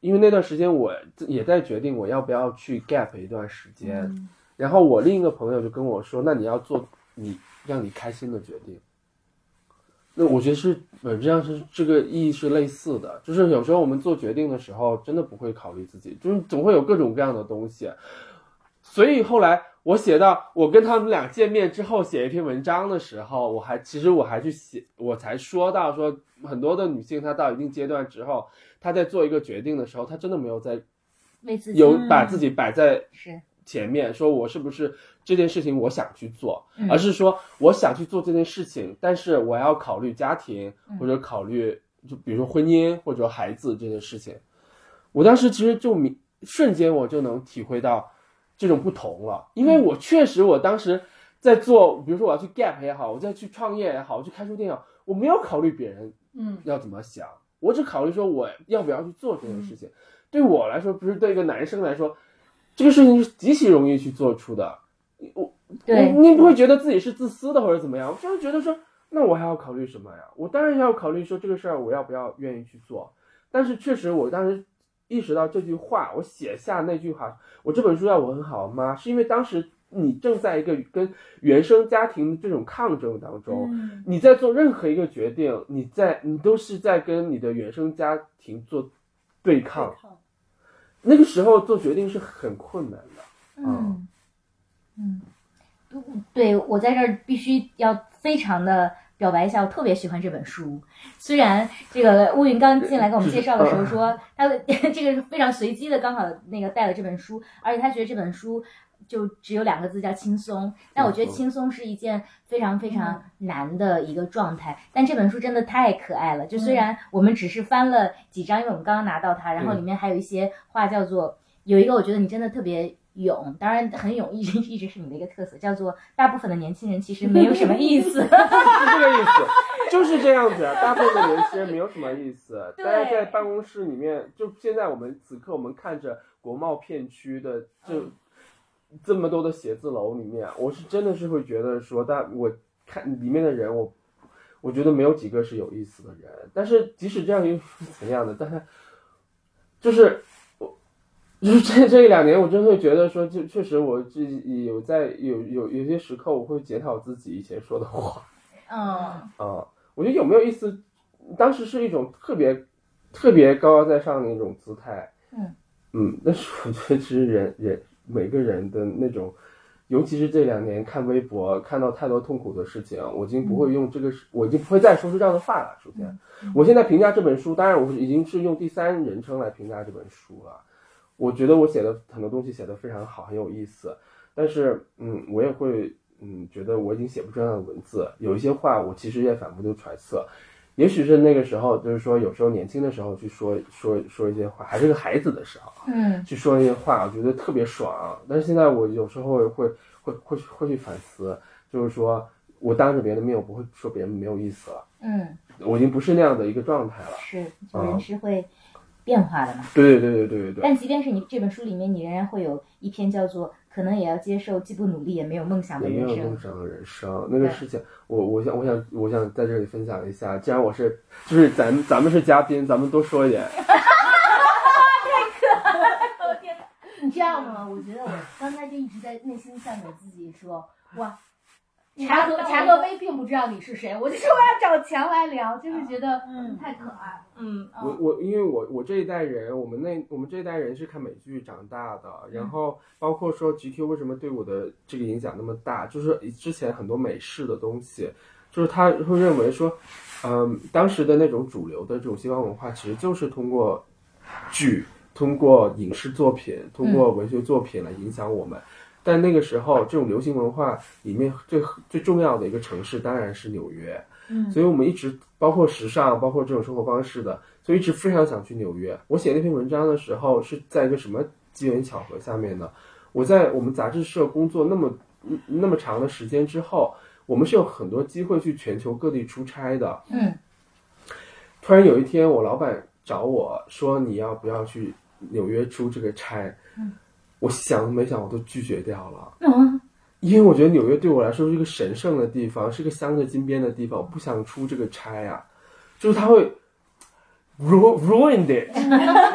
因为那段时间我也在决定我要不要去 gap 一段时间， 嗯、 然后我另一个朋友就跟我说，那你要做你让你开心的决定。那我觉得是本质上是这个意义是类似的，就是有时候我们做决定的时候真的不会考虑自己，就是总会有各种各样的东西。所以后来我写到我跟他们俩见面之后写一篇文章的时候，我还其实我还去写，我才说到说很多的女性她到一定阶段之后，她在做一个决定的时候，她真的没有在为自己有把自己摆在是前面，说我是不是这件事情我想去做， 嗯、 而是说我想去做这件事情，但是我要考虑家庭或者考虑就比如说婚姻或者孩子这件事情。我当时其实就瞬间我就能体会到这种不同了，因为我确实我当时在做，比如说我要去 gap 也好，我再去创业也好，我去开书店也好，我没有考虑别人嗯要怎么想，我只考虑说我要不要去做这件事情。对我来说，不是对一个男生来说，这个事情是极其容易去做出的。我对你你不会觉得自己是自私的或者怎么样，我就是觉得说，那我还要考虑什么呀？我当然要考虑说这个事儿我要不要愿意去做。但是确实我当时意识到这句话，我写下那句话，我这本书叫我很好吗？是因为当时你正在一个跟原生家庭这种抗争当中， 嗯、 你在做任何一个决定，你在你都是在跟你的原生家庭做对抗。 对抗那个时候做决定是很困难的。 嗯嗯，对，我在这儿必须要非常的表白一下，我特别喜欢这本书。虽然这个乌云刚进来给我们介绍的时候说，他这个是非常随机的，刚好那个带了这本书，而且他觉得这本书就只有两个字叫轻松。但我觉得轻松是一件非常非常难的一个状态，但这本书真的太可爱了。就虽然我们只是翻了几章，因为我们刚刚拿到它，然后里面还有一些话叫做，有一个我觉得你真的特别勇，当然很勇一直一直是你的一个特色，叫做大部分的年轻人其实没有什么意思。 是这个意思，就是这样子。大部分的年轻人没有什么意思，大家在办公室里面，就现在我们此刻我们看着国贸片区的这、嗯、这么多的写字楼里面，我是真的是会觉得说，但我看里面的人，我我觉得没有几个是有意思的人。但是即使这样又怎样的，但是就是我就是这这一两年，我真会觉得说，就确实我自己有在有有有些时刻，我会检讨自己以前说的话。 嗯啊、嗯，我觉得有没有意思，当时是一种特别特别高高在上的一种姿态。 嗯嗯，但是我觉得其实人人每个人的那种，尤其是这两年看微博看到太多痛苦的事情，我已经不会用这个，嗯、我已经不会再说出这样的话了。首先，嗯、我现在评价这本书，当然我已经是用第三人称来评价这本书了。我觉得我写的很多东西写得非常好，很有意思，但是嗯，我也会嗯觉得我已经写不出这样的文字，有一些话我其实也反复的揣测。也许是那个时候，就是说有时候年轻的时候去说说说一些话，还是个孩子的时候， 嗯， 去说一些话，我觉得特别爽。但是现在我有时候会会会会去反思，就是说我当着别人的面，我不会说别人没有意思了。 嗯， 我已经不是那样的一个状态了。 是，就人是会变化的嘛。 对对对对对对对。 但即便是你这本书里面，你仍然会有一篇叫做“可能也要接受既不努力也没有梦想的人生”。 也没有梦想的人生，那个事情，我我想我想我想在这里分享一下。既然我是，就是咱咱们是嘉宾，咱们多说一点。 太可爱了，我天哪！ 你知道吗？我觉得我刚才就一直在内心向着自己说，哇，查德查德威并不知道你是谁，我就说我要找强来聊，就是觉得嗯太可爱了。 嗯， 我我因为我我这一代人，我们那我们这一代人是看美剧长大的，然后包括说 G Q 为什么对我的这个影响那么大，就是之前很多美式的东西，就是他会认为说，嗯，当时的那种主流的这种西方文化，其实就是通过剧、通过影视作品、通过文学作品来影响我们。嗯，但那个时候，这种流行文化里面最最重要的一个城市当然是纽约。 嗯， 所以我们一直包括时尚，包括这种生活方式的，所以一直非常想去纽约。我写那篇文章的时候是在一个什么机缘巧合下面呢？我在我们杂志社工作那么那么长的时间之后，我们是有很多机会去全球各地出差的。 嗯， 突然有一天，我老板找我说：“你要不要去纽约出这个差？” 嗯， 我想都没想，我都拒绝掉了。 嗯， 因为我觉得纽约对我来说是一个神圣的地方，是个镶着金边的地方，我不想出这个差啊，就是它会 ruin it。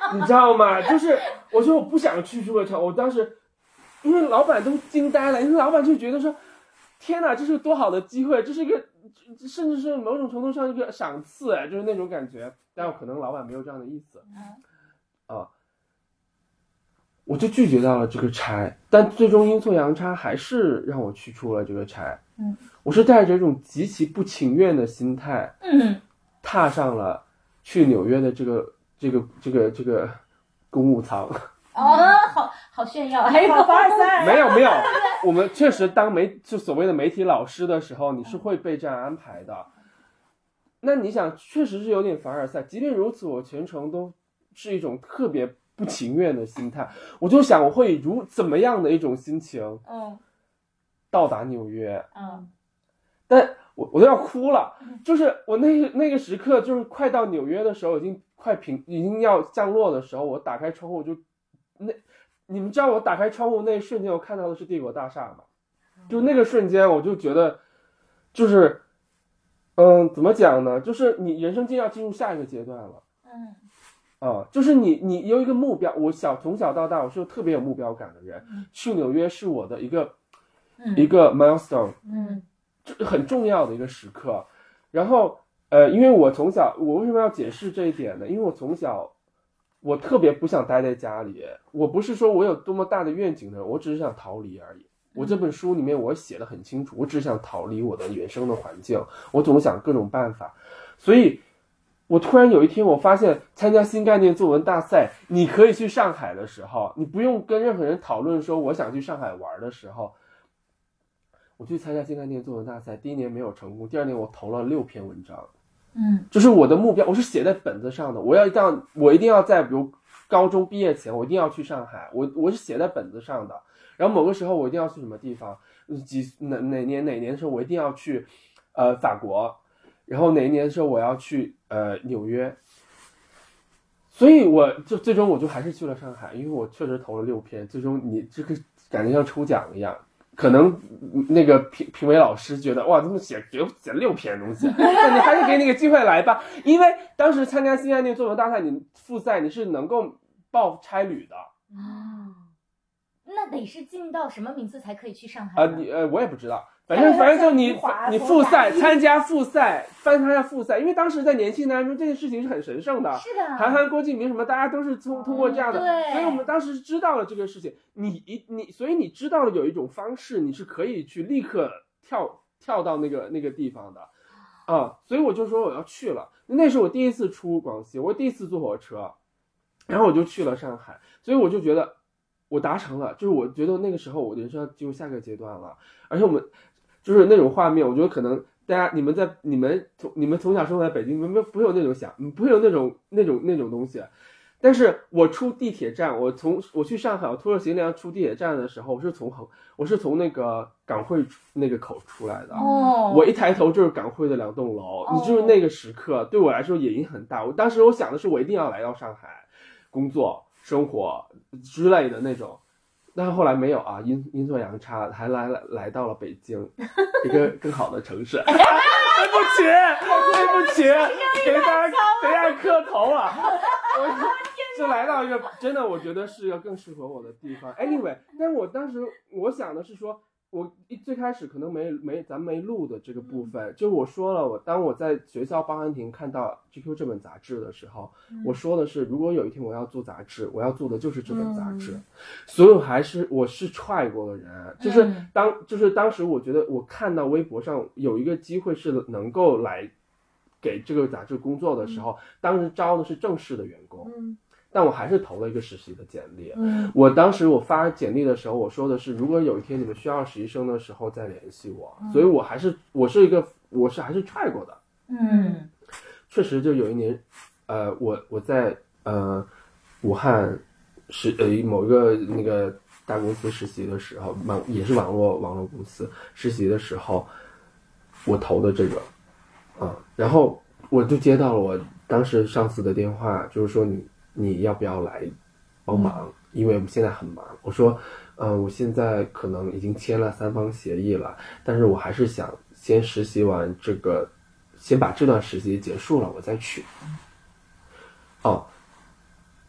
你知道吗？就是我说我不想去这个厂，我当时因为老板都惊呆了，因为老板就觉得说，天哪，这是多好的机会，这是一个甚至是某种程度上一个赏赐，哎，就是那种感觉。但可能老板没有这样的意思，啊，我就拒绝到了这个差，但最终阴错阳差还是让我去出了这个差。 嗯， 我是带着一种极其不情愿的心态， 嗯， 踏上了去纽约的这个这个这个这个公务舱。 哦，好好炫耀，还是好凡尔赛。 没有没有，我们确实当媒就所谓的媒体老师的时候，你是会被这样安排的。那你想，确实是有点凡尔赛。即便如此，我全程都是一种特别不情愿的心态。我就想，我会如怎么样的一种心情， 嗯， 到达纽约， 嗯， 但我我都要哭了。就是我那个那个时刻，就是快到纽约的时候，已经快平，已经要降落的时候，我打开窗户就，那你们知道我打开窗户那一瞬间，我看到的是帝国大厦吗？就那个瞬间，我就觉得，就是。嗯，怎么讲呢？就是你人生就要进入下一个阶段了。 嗯， 啊，就是你你有一个目标。我小从小到大，我是特别有目标感的人。 嗯、 去纽约是我的一个、 嗯、 一个 milestone， 嗯， 很重要的一个时刻。然后呃，因为我从小，我为什么要解释这一点呢？因为我从小我特别不想待在家里。我不是说我有多么大的愿景的人，我只是想逃离而已。我这本书里面我写的很清楚，我只想逃离我的原生的环境，我总想各种办法。所以我突然有一天我发现参加新概念作文大赛，你可以去上海的时候，你不用跟任何人讨论说我想去上海玩的时候，我去参加新概念作文大赛，第一年没有成功，第二年我投了六篇文章。 嗯， 就是我的目标，我是写在本子上的，我要让我一定要在比如高中毕业前我一定要去上海，我我是写在本子上的。然后某个时候我一定要去什么地方，几哪哪年哪年的时候我一定要去呃法国，然后哪一年的时候我要去呃纽约。所以我就最终我就还是去了上海，因为我确实投了六篇，最终你这个感觉像抽奖一样。可能那个评评委老师觉得哇，这么写只有写六篇东西，那你还是给你个机会来吧。因为当时参加新概念作文大赛，你复赛你是能够报差旅的。 啊，那得是进到什么名次才可以去上海啊、呃？你呃，我也不知道，反正反正就你你复赛参加复赛，翻参加复赛，因为当时在年轻男人中这件事情是很神圣的。 是的， 韩寒、郭敬明什么，大家都是通通过这样的， 对， 所以我们当时知道了这个事情。你一你，所以你知道了有一种方式，你是可以去立刻跳跳到那个那个地方的，啊，所以我就说我要去了。那是我第一次出广西，我第一次坐火车，然后我就去了上海，所以我就觉得。我达成了，就是我觉得那个时候我人生要进入下个阶段了，而且我们就是那种画面，我觉得可能大家你们在你们从你们从小生活在北京，你们不会有那种想，不会有那种那种那种东西。但是我出地铁站，我从我去上海，我拖着行李箱出地铁站的时候，我是从我是从那个港汇那个口出来的。 哦， 我一抬头就是港汇的两栋楼， 哦、 你就是那个时刻对我来说野心很大。我当时我想的是，我一定要来到上海工作。生活之类的那种，但是后来没有啊，阴阴错阳差，还来来来到了北京，一个更好的城市。对不起，对不起，给大家给大家磕头了。我就来到一个真的，我觉得是一个更适合我的地方。Anyway， 但是我当时我想的是说。我一最开始可能没没咱没录的这个部分，就我说了，我当我在学校报刊亭看到 G Q 这本杂志的时候，嗯、我说的是，如果有一天我要做杂志，我要做的就是这本杂志。嗯、所以还是我是踹过的人，就是当就是当时我觉得我看到微博上有一个机会是能够来给这个杂志工作的时候，嗯、当时招的是正式的员工。嗯但我还是投了一个实习的简历。嗯，我当时我发简历的时候，我说的是，如果有一天你们需要实习生的时候再联系我。嗯、所以我还是我是一个我是还是try过的。 嗯， 确实就有一年，呃，我我在呃武汉实呃某一个那个大公司实习的时候，网也是网络网络公司实习的时候，我投的这个啊，然后我就接到了我当时上司的电话，就是说你。你要不要来帮忙？因为我们现在很忙。我说，嗯、呃，我现在可能已经签了三方协议了，但是我还是想先实习完这个，先把这段实习结束了，我再去。哦，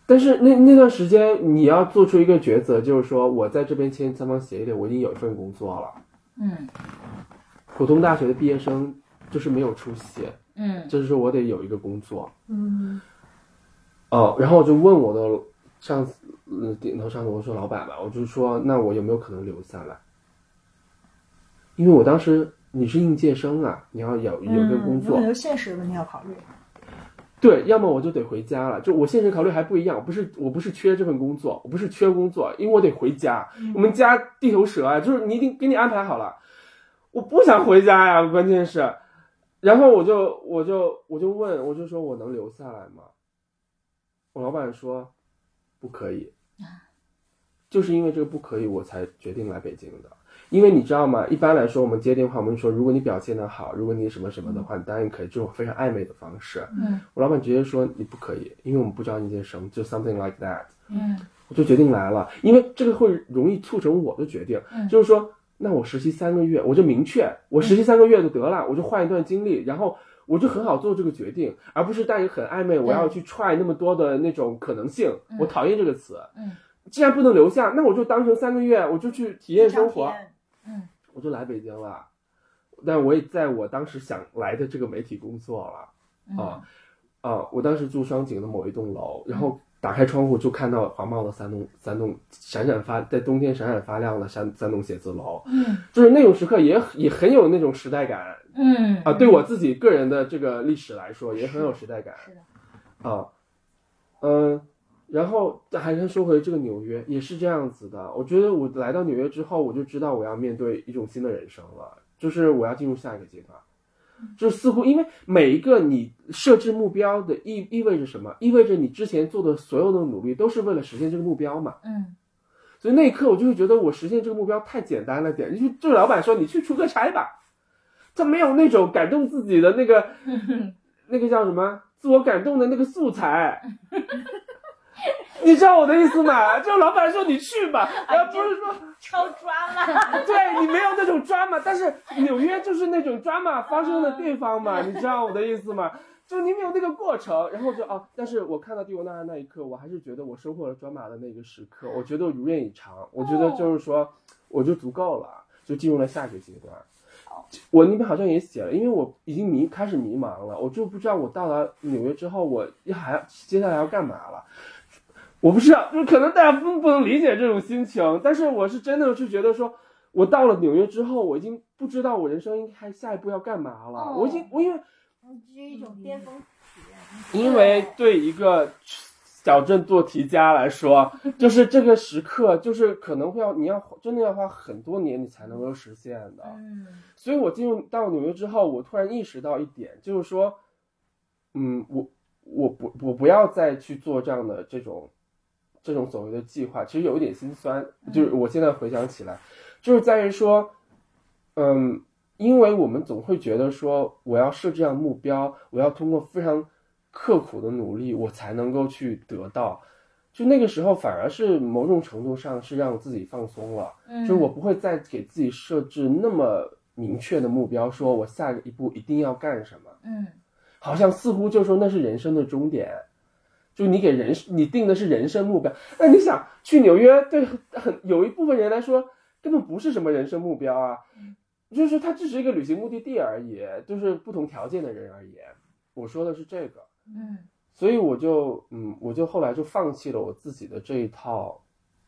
但是那那段时间你要做出一个抉择，就是说我在这边签三方协议里，我已经有一份工作了。 嗯， 普通大学的毕业生就是没有出息。 嗯， 就是说我得有一个工作。 嗯， 哦，然后我就问我的上司，嗯，顶头上司，我说老板吧，我就说那我有没有可能留下来？因为我当时你是应届生啊，你要有有一个工作， 嗯、有很多现实的问题要考虑。 对，要么我就得回家了。就我现实考虑还不一样，不是我不是缺这份工作，我不是缺工作，因为我得回家。嗯、我们家地头蛇啊，就是你一定给你安排好了，我不想回家呀，关键是。然后我就我就我就问，我就说我能留下来吗？我老板说不可以，就是因为这个不可以，我才决定来北京的。因为你知道吗？一般来说，我们接电话，我们说如果你表现得好，如果你什么什么的话，你当然可以，这种非常暧昧的方式。 嗯， 我老板直接说你不可以，因为我们不知道你是什么，就 something like that。 嗯， 我就决定来了，因为这个会容易促成我的决定， 嗯、 就是说。那我实习三个月，我就明确，我实习三个月就得了，我就换一段经历，然后我就很好做这个决定，而不是带着很暧昧，我要去 try 那么多的那种可能性。 嗯、 我讨厌这个词。 嗯， 既然不能留下，那我就当成三个月，我就去体验生活。 嗯， 我就来北京了，但我也在我当时想来的这个媒体工作了。 嗯、 啊啊！我当时住双井的某一栋楼，然后。打开窗户就看到黄茂的三栋三栋闪闪发在冬天闪闪发亮的三三栋写字楼， 嗯，就是那种时刻也也很有那种时代感， 嗯啊，对我自己个人的这个历史来说也很有时代感， 是的， 啊，嗯，然后还是说回这个纽约也是这样子的，我觉得我来到纽约之后，我就知道我要面对一种新的人生了，就是我要进入下一个阶段。就是似乎因为每一个你设置目标的意意味着什么？意味着你之前做的所有的努力都是为了实现这个目标嘛？ 嗯， 所以那一刻我就会觉得我实现这个目标太简单了点。就就是老板说你去出个差吧，他没有那种感动自己的那个那个叫什么自我感动的那个素材。你知道我的意思吗？就老板说你去吧，而不是说超抓马。 对，你没有那种抓马，但是纽约就是那种抓马发生的地方嘛，你知道我的意思吗？就你没有那个过程，然后就哦，但是我看到蒂罗纳尔那一刻，我还是觉得我收获了抓马的那个时刻，我觉得我如愿以偿，我觉得就是说我就足够了，就进入了下一个阶段。我那边好像也写了，因为我已经迷开始迷茫了，我就不知道我到了纽约之后，我要还要接下来要干嘛了。我不知道，就是可能大家不不能理解这种心情，但是我是真的是觉得说，我到了纽约之后，我已经不知道我人生应该下一步要干嘛了。 哦、 我已经我因为这是一种巅峰体验，因为对一个小镇做题家来说，就是这个时刻，就是可能会要你要真的要花很多年你才能够实现的。 嗯， 所以我进入到纽约之后，我突然意识到一点，就是说，嗯，我我不我不要再去做这样的这种。这种所谓的计划其实有一点心酸，就是我现在回想起来，就是在于说，嗯，因为我们总会觉得说，我要设这样目标，我要通过非常刻苦的努力，我才能够去得到。就那个时候，反而是某种程度上是让自己放松了， 嗯， 就是我不会再给自己设置那么明确的目标，说我下一步一定要干什么， 嗯， 好像似乎就说那是人生的终点。就你给人你定的是人生目标，那你想去纽约，对很有一部分人来说根本不是什么人生目标啊，就是它只是一个旅行目的地而已，就是不同条件的人而言。我说的是这个， 嗯， 所以我就嗯，我就后来就放弃了我自己的这一套，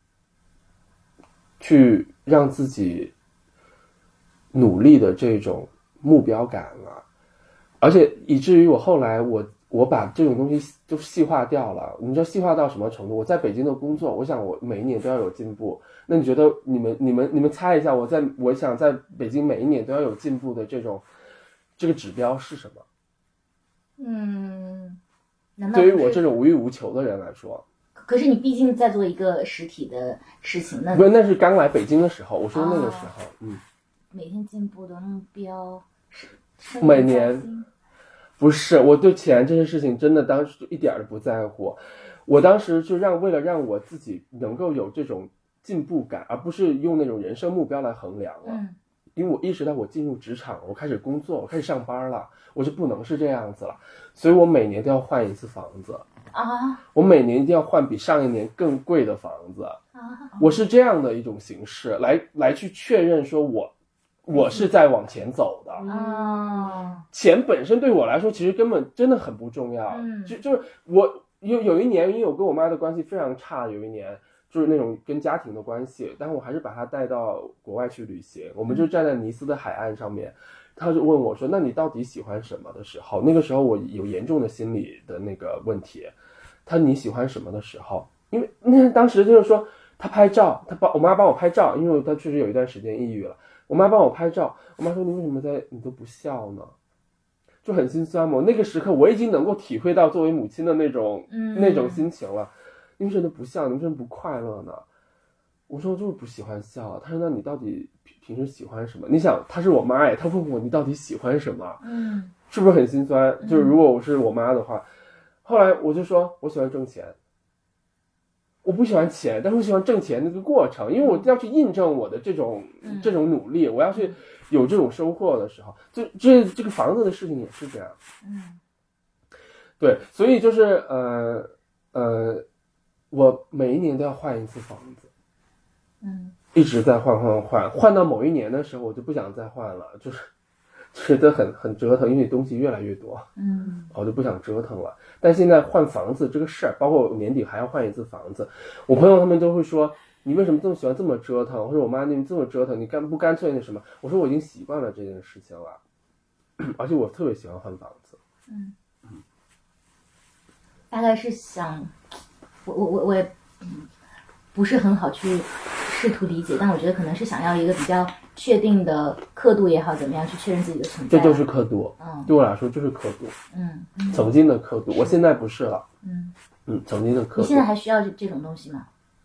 去让自己努力的这种目标感了，而且以至于我后来我。我把这种东西都细化掉了，你知道细化到什么程度？我在北京的工作，我想我每一年都要有进步。那你觉得你们、你们、你们猜一下，我在我想在北京每一年都要有进步的这种这个指标是什么？ 嗯，难道对于我这种无欲无求的人来说， 可是你毕竟在做一个实体的事情，那不是那是刚来北京的时候，我说那个时候，哦、嗯， 每天进步的目标是每年。不是，我对钱这些事情真的当时就一点都不在乎，我当时就让为了让我自己能够有这种进步感，而不是用那种人生目标来衡量了。 嗯， 因为我意识到我进入职场，我开始工作，我开始上班了，我就不能是这样子了，所以我每年都要换一次房子啊， 我每年一定要换比上一年更贵的房子啊， 我是这样的一种形式来来去确认说我我是在往前走的啊， 钱本身对我来说其实根本真的很不重要， 嗯， 就就是我有有一年，因为我跟我妈的关系非常差，有一年就是那种跟家庭的关系，但我还是把她带到国外去旅行，我们就站在尼斯的海岸上面，她就问我说：“那你到底喜欢什么？”的时候，那个时候我有严重的心理的那个问题，她你喜欢什么的时候，因为那当时就是说她拍照，她帮我妈帮我拍照，因为她确实有一段时间抑郁了。我妈帮我拍照，我妈说你为什么在你都不笑呢？就很心酸嘛。那个时刻我已经能够体会到作为母亲的那种、嗯、那种心情了。你为什么不笑？你为什么不快乐呢？我说我就是不喜欢笑。她说那你到底平时喜欢什么？你想，她是我妈哎，她问我你到底喜欢什么？嗯，是不是很心酸？就是如果我是我妈的话，后来我就说我喜欢挣钱。我不喜欢钱，但是我喜欢挣钱那个过程，因为我要去印证我的这种、嗯、这种努力，我要去有这种收获的时候，就这这个房子的事情也是这样。嗯，对，所以就是呃呃，我每一年都要换一次房子，嗯，一直在换换换，换到某一年的时候，我就不想再换了，就是觉得很很折腾，因为东西越来越多，嗯，我就不想折腾了。但现在换房子这个事儿，包括年底还要换一次房子，我朋友他们都会说你为什么这么喜欢这么折腾，或者我妈你这么折腾，你干不干脆那什么？我说我已经习惯了这件事情了，而且我特别喜欢换房子。 嗯，大概是想，我我我我也不是很好去试图理解，但我觉得可能是想要一个比较确定的刻度也好，怎么样去确认自己的存在。 这就是刻度，嗯，对我来说就是刻度，嗯，嗯曾经的刻度，我现在不是了，嗯嗯，曾经的刻度。 你现在还需要这种东西吗？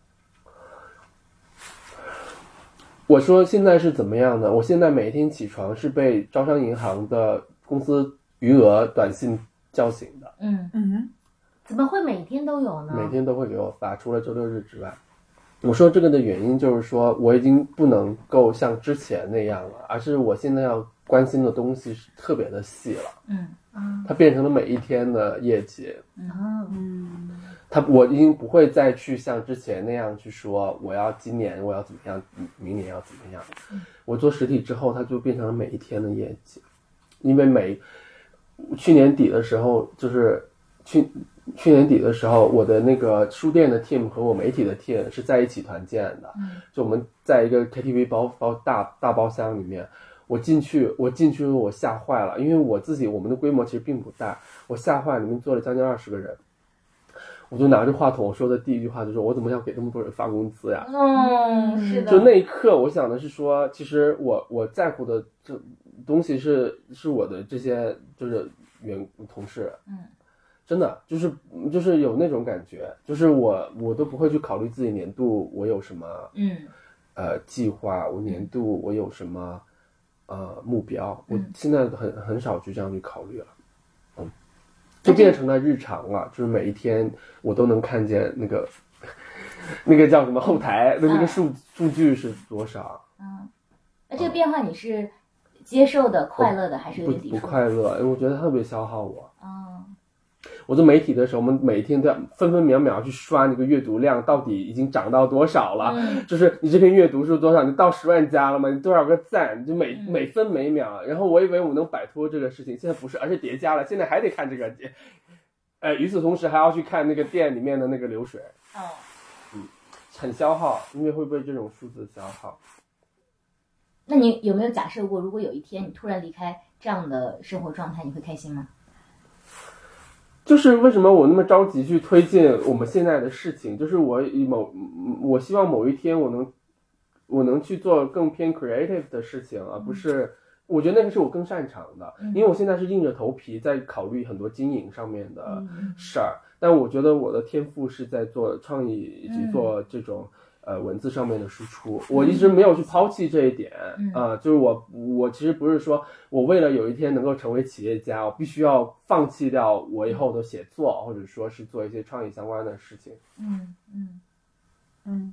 我说现在是怎么样的？我现在每天起床是被招商银行的公司余额短信叫醒的， 嗯嗯，怎么会每天都有呢？ 每天都会给我发，除了周六日之外。我说这个的原因就是说我已经不能够像之前那样了，而是我现在要关心的东西是特别的细了，嗯嗯，它变成了每一天的业绩，嗯嗯，它我已经不会再去像之前那样去说我要今年我要怎么样，明年要怎么样，嗯，我做实体之后它就变成了每一天的业绩，因为每去年底的时候就是去。去年底的时候，我的那个书店的 team 和我媒体的 team 是在一起团建的，嗯，就我们在一个 K T V 包包大大包厢里面，我进去，我进去我吓坏了，因为我自己我们的规模其实并不大，我吓坏了，里面坐了将近二十个人，我就拿着话筒，我说的第一句话就是我怎么要给这么多人发工资呀？ 嗯，是的。 就那一刻，我想的是说，其实我我在乎的这东西是是我的这些就是员同事，嗯。真的就是就是有那种感觉，就是我我都不会去考虑自己年度我有什么嗯呃计划，我年度我有什么呃目标，我现在很很少去这样去考虑了，嗯，就变成了日常了，就是每一天我都能看见那个那个叫什么后台的那个数、嗯、数据是多少， 嗯，那这个变化你是接受的、快乐的还是有点抵触？ 不不快乐，因为我觉得特别消耗我，嗯。我做媒体的时候，我们每天都要分分秒秒去刷那个阅读量到底已经涨到多少了，嗯，就是你这篇阅读是多少，你到十万加了吗？你多少个赞？就每、嗯、每分每秒。然后我以为我能摆脱这个事情，现在不是，而是叠加了，现在还得看这个，呃，与此同时还要去看那个店里面的那个流水，哦，嗯，很消耗，因为会被这种数字消耗。 那你有没有假设过，如果有一天你突然离开这样的生活状态，你会开心吗？ 就是为什么我那么着急去推进我们现在的事情，就是我某我希望某一天我能我能去做更偏 creative 的事情，而不是我觉得那个是我更擅长的，因为我现在是硬着头皮在考虑很多经营上面的事儿，但我觉得我的天赋是在做创意以及做这种呃文字上面的输出，我一直没有去抛弃这一点啊、嗯呃，就是我我其实不是说我为了有一天能够成为企业家，我必须要放弃掉我以后的写作，或者说是做一些创意相关的事情。 嗯嗯嗯，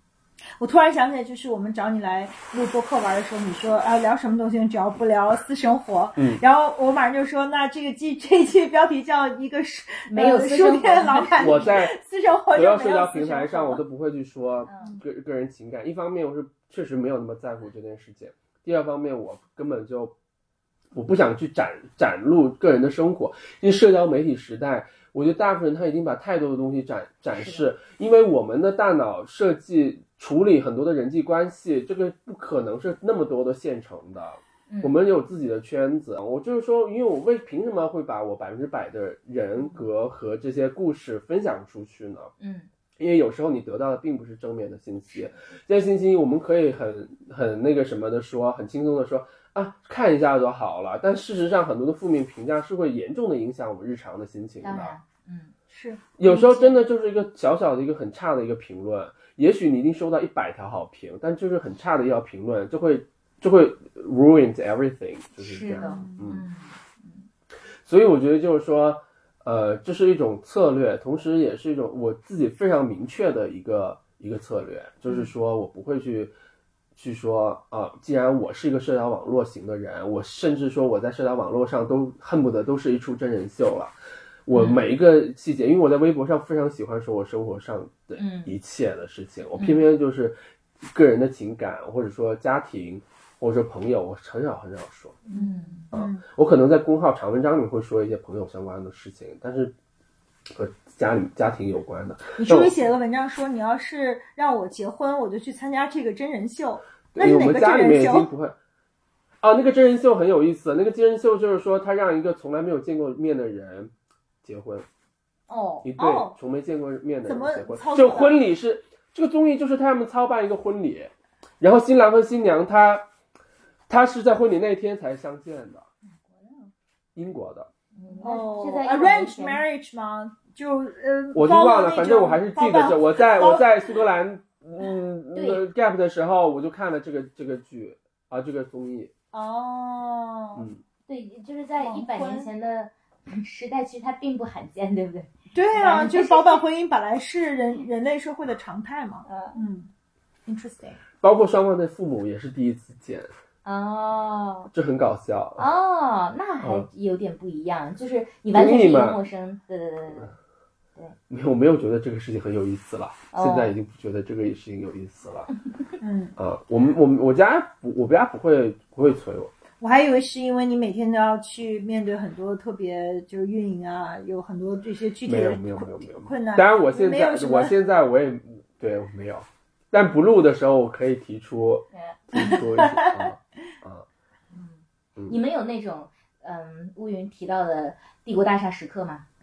我突然想起来，就是我们找你来录播客玩的时候，你说啊聊什么东西，只要不聊私生活， 嗯， 然后我马上就说，那这个季这一期标题叫一个没有私生活书店老板， 我在私生活主要社就没有交平台上， 私生活我都不会去说个个人情感。一方面，我是确实没有那么在乎这件事情；第二方面，我根本就我不想去展展露个人的生活，因为社交媒体时代。我觉得大部分人他已经把太多的东西展展示，因为我们的大脑设计处理很多的人际关系，这个不可能是那么多的现成的。 嗯、 我们有自己的圈子，我就是说，因为我为凭什么会把我百分之百的人格和这些故事分享出去呢？ 嗯， 因为有时候你得到的并不是正面的信息，这些信息我们可以很很那个什么的说，很轻松的说。啊，看一下就好了，但事实上很多的负面评价是会严重的影响我们日常的心情的。 当然，嗯， 是有时候真的就是一个小小的一个很差的一个评论，也许你已经收到一百条好评，但就是很差的一条评论，就会就会 ruin everything， 就是这样。嗯嗯，所以我觉得就是说，呃，这是一种策略，同时也是一种我自己非常明确的一个一个策略，就是说我不会去。去说啊，既然我是一个社交网络型的人，我甚至说我在社交网络上都恨不得都是一出真人秀了。我每一个细节，因为我在微博上非常喜欢说我生活上的一切的事情，我偏偏就是个人的情感或者说家庭或者说朋友，我很少很少说。 嗯啊，我可能在公号长文章里会说一些朋友相关的事情，但是和家里家庭有关的。 你终于写了个文章说，你要是让我结婚，我就去参加这个真人秀。那是哪个真人秀？ 我们家里面已经不会。啊，那个真人秀很有意思。那个真人秀就是说，他让一个从来没有见过面的人结婚。 哦， 一对从没见过面的人结婚。 哦、 就婚礼是这个综艺，就是他们操办一个婚礼，然后新郎和新娘他他是在婚礼那天才相见的。英国的。 哦 ，arranged marriage 吗？就呃， 我就忘了，反正我还是记得这。我在我在苏格兰，嗯，那个 gap 的时候，我就看了这个这个剧啊，这个综艺。 哦， 嗯， 对，就是在一百年前的时代，其实它并不罕见，对不对？ 对啊，就是包办婚姻本来是人人类社会的常态嘛。嗯 ，interesting。 包括双方的父母也是第一次见。 哦， 这很搞笑哦，那还有点不一样，嗯、就是你完全是一个陌生，对对对对对。 没有，我没有觉得这个事情很有意思了，哦、现在已经不觉得这个事情有意思了。 嗯， 啊，我们我们我家不，我家不会不会催我。 我还以为是因为你每天都要去面对很多特别就是运营啊，有很多这些具体的没有没有没有没有困难。 当然，我现在我现在我也对我没有，但不录的时候我可以提出提出一些啊。啊， 嗯，你们有那种嗯乌云提到的帝国大厦时刻吗？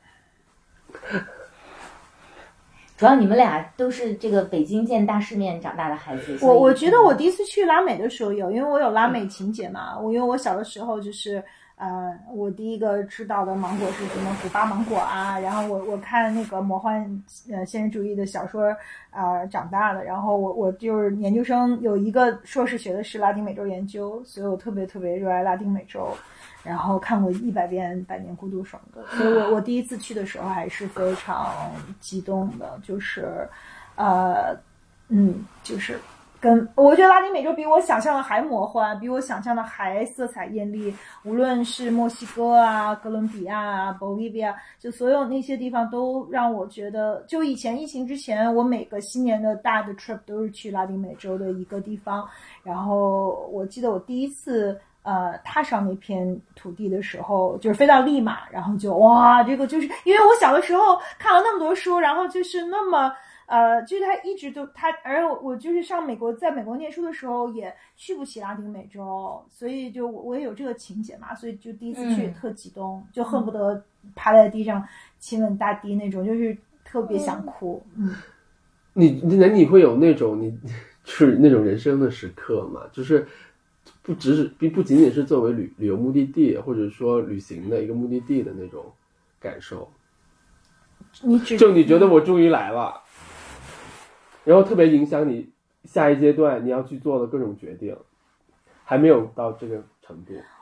主要你们俩都是这个北京见大世面长大的孩子。 我我觉得我第一次去拉美的时候有，因为我有拉美情节嘛。我、嗯、因为我小的时候就是呃，我第一个知道的芒果是什么古巴芒果啊，然后我我看那个魔幻呃现实主义的小说啊、呃、长大的，然后我我就是研究生有一个硕士学的是拉丁美洲研究，所以我特别特别热爱拉丁美洲，然后看过一百遍《百年孤独》什么的，所以我我第一次去的时候还是非常激动的，就是呃嗯就是跟我觉得拉丁美洲比我想象的还魔幻，比我想象的还色彩艳丽，无论是墨西哥啊、哥伦比亚啊、Bolivia，就所有那些地方都让我觉得，就以前疫情之前，我每个新年的大的 trip 都是去拉丁美洲的一个地方，然后我记得我第一次呃踏上那片土地的时候，就是飞到利马，然后就哇，这个就是因为我小的时候看了那么多书，然后就是那么呃，就是他一直都他，而我我就是上美国，在美国念书的时候也去不起拉丁美洲，所以就我也有这个情节嘛，所以就第一次去也特激动，嗯、就恨不得趴在地上亲吻大地那种，就是特别想哭。嗯， 你那你会有那种你就是那种人生的时刻吗？就是不只是不不仅仅是作为旅旅游目的地，或者说旅行的一个目的地的那种感受。 你只就你觉得我终于来了。然后特别影响你下一阶段你要去做的各种决定，还没有到这个程度。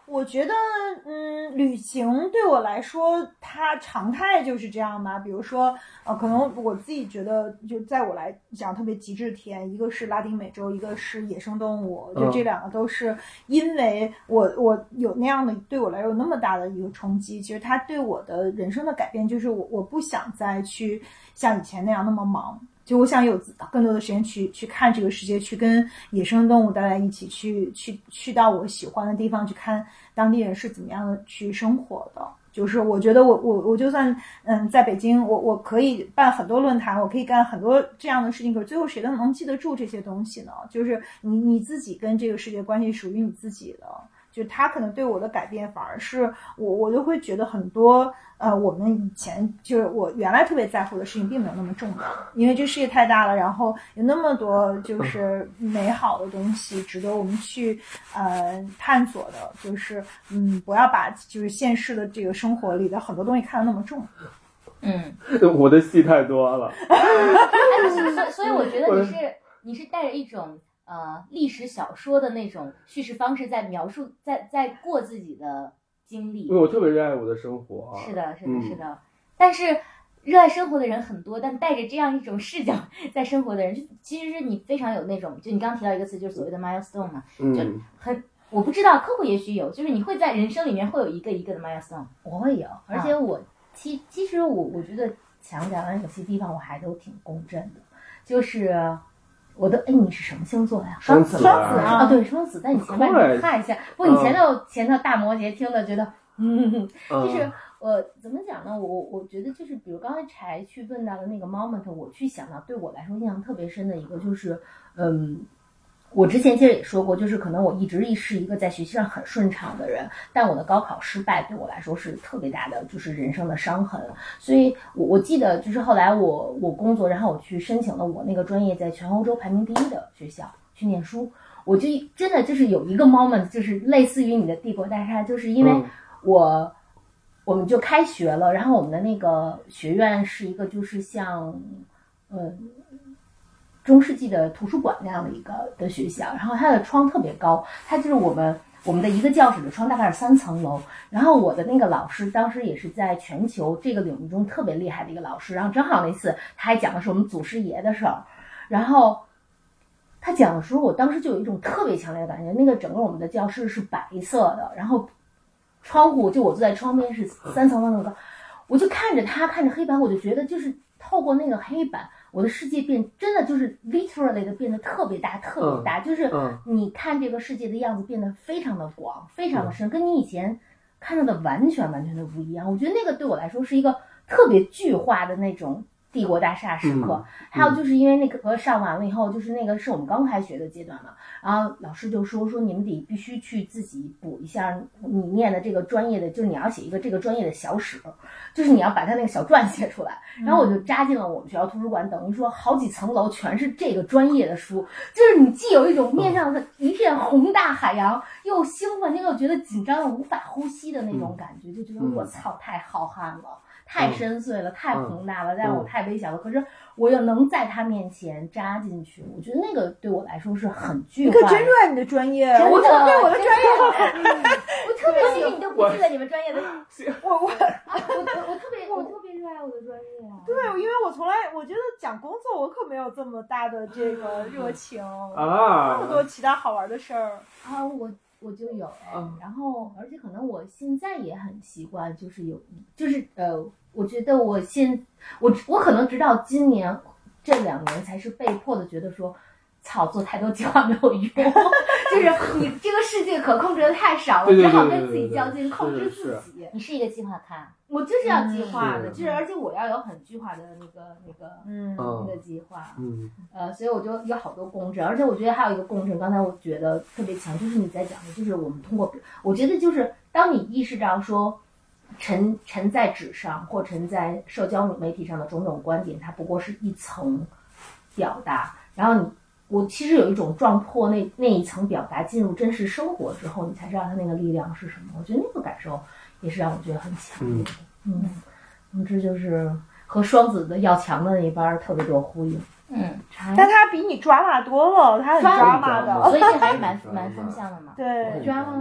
我觉得，嗯，旅行对我来说，它常态就是这样吧。比如说，呃，可能我自己觉得，就在我来讲特别极致体验，一个是拉丁美洲，一个是野生动物，就这两个都是因为我我有那样的对我来说有那么大的一个冲击。其实它对我的人生的改变，就是我我不想再去像以前那样那么忙。就我想有更多的时间去去看这个世界，去跟野生动物大家一起去去去到我喜欢的地方，去看当地人是怎么样的去生活的。就是我觉得我我我就算嗯在北京，我我可以办很多论坛，我可以干很多这样的事情，可是最后谁都能记得住这些东西呢？就是你你自己跟这个世界关系属于你自己的。就他可能对我的改变，反而是我我就会觉得很多呃，我们以前就是我原来特别在乎的事情，并没有那么重要，因为这世界太大了，然后有那么多就是美好的东西值得我们去呃探索的，就是嗯，不要把就是现实的这个生活里的很多东西看得那么重。 嗯， 我的戏太多了。 哎，所以所以我觉得你是你是带着一种。呃，历史小说的那种叙事方式，在描述，在在过自己的经历。 因为我特别热爱我的生活、啊。 是的，是的， 嗯、 是的。但是热爱生活的人很多，但带着这样一种视角在生活的人，就其实是你非常有那种，就你刚刚提到一个词，就是所谓的 milestone 嘛， 嗯、 就很，我不知道客户也许有，就是你会在人生里面会有一个一个的 milestone。 我会有，而且我、啊、其其实我我觉得强讲完有些地方我还都挺公正的，就是。我的哎，你是什么星座呀？ 双子， 双子啊，对，双子。但你前面你看一下，不，你前头、嗯、前头大摩羯听了觉得，嗯，就是我怎么讲呢？我我觉得就是，比如刚才柴去问到的那个 moment， 我去想到，对我来说印象特别深的一个就是，嗯。我之前其实也说过，就是可能我一直是一个在学习上很顺畅的人，但我的高考失败对我来说是特别大的，就是人生的伤痕。所以我我记得就是后来我我工作，然后我去申请了我那个专业在全欧洲排名第一的学校去念书，我就真的就是有一个 moment， 就是类似于你的帝国大厦，就是因为我、嗯、我们就开学了，然后我们的那个学院是一个就是像嗯。中世纪的图书馆那样的一个的学校，然后它的窗特别高，它就是我们我们的一个教室的窗大概是三层楼，然后我的那个老师当时也是在全球这个领域中特别厉害的一个老师，然后正好那次他还讲的是我们祖师爷的事儿，然后他讲的时候我当时就有一种特别强烈的感觉，那个整个我们的教室是白色的，然后窗户就我坐在窗边是三层那么高，我就看着他看着黑板，我就觉得就是透过那个黑板我的世界变真的就是 literally 的变得特别大特别大、嗯、就是你看这个世界的样子变得非常的广非常的深、嗯、跟你以前看到的完全完全的不一样。我觉得那个对我来说是一个特别巨化的那种帝国大厦时刻、嗯、还有就是因为那个课上完了以后，就是那个是我们刚开学的阶段嘛，然后老师就说说你们得必须去自己补一下你念的这个专业的，就是你要写一个这个专业的小史，就是你要把它那个小传写出来。然后我就扎进了我们学校图书馆，等于说好几层楼全是这个专业的书，就是你既有一种面上的一片宏大海洋，又兴奋又觉得紧张的无法呼吸的那种感觉，就觉得我操太浩瀚了，太深邃了，太宏大了，但我太微小了，可是我又能在他面前扎进去，我觉得那个对我来说是很巨化的。 你可真热爱你的专业， 我特别我的专业， 嗯、我特别喜欢你都不记得你们专业的， 我我啊、我我特别我特别热爱我的专业、啊。 对，因为我从来我觉得讲工作我可没有这么大的这个热情啊， 那么多其他好玩的事儿啊，我。我就有哎、嗯，然后而且可能我现在也很习惯，就是有，就是呃，我觉得我现我我可能直到今年这两年才是被迫的觉得说，操，做太多计划没有用，就是你这个世界可控制的太少了，只好跟自己较劲，控制自己。 你是一个计划咖， 我就是要计划的，嗯、就是而且我要有很计划的那个那个嗯那个计划， 嗯呃，所以我就有好多共振，而且我觉得还有一个共振，刚才我觉得特别强，就是你在讲的，就是我们通过，我觉得就是当你意识到说。沉沉在纸上或沉在社交媒体上的种种观点，它不过是一层表达。然后你，我其实有一种撞破那那一层表达，进入真实生活之后，你才知道它那个力量是什么。我觉得那个感受也是让我觉得很强烈的。嗯，总之就是和双子的要强的那一班特别多呼应。 嗯， 但他比你抓马多了，他很抓马的， 所以这还是蛮蛮分项的嘛。 对， 抓马。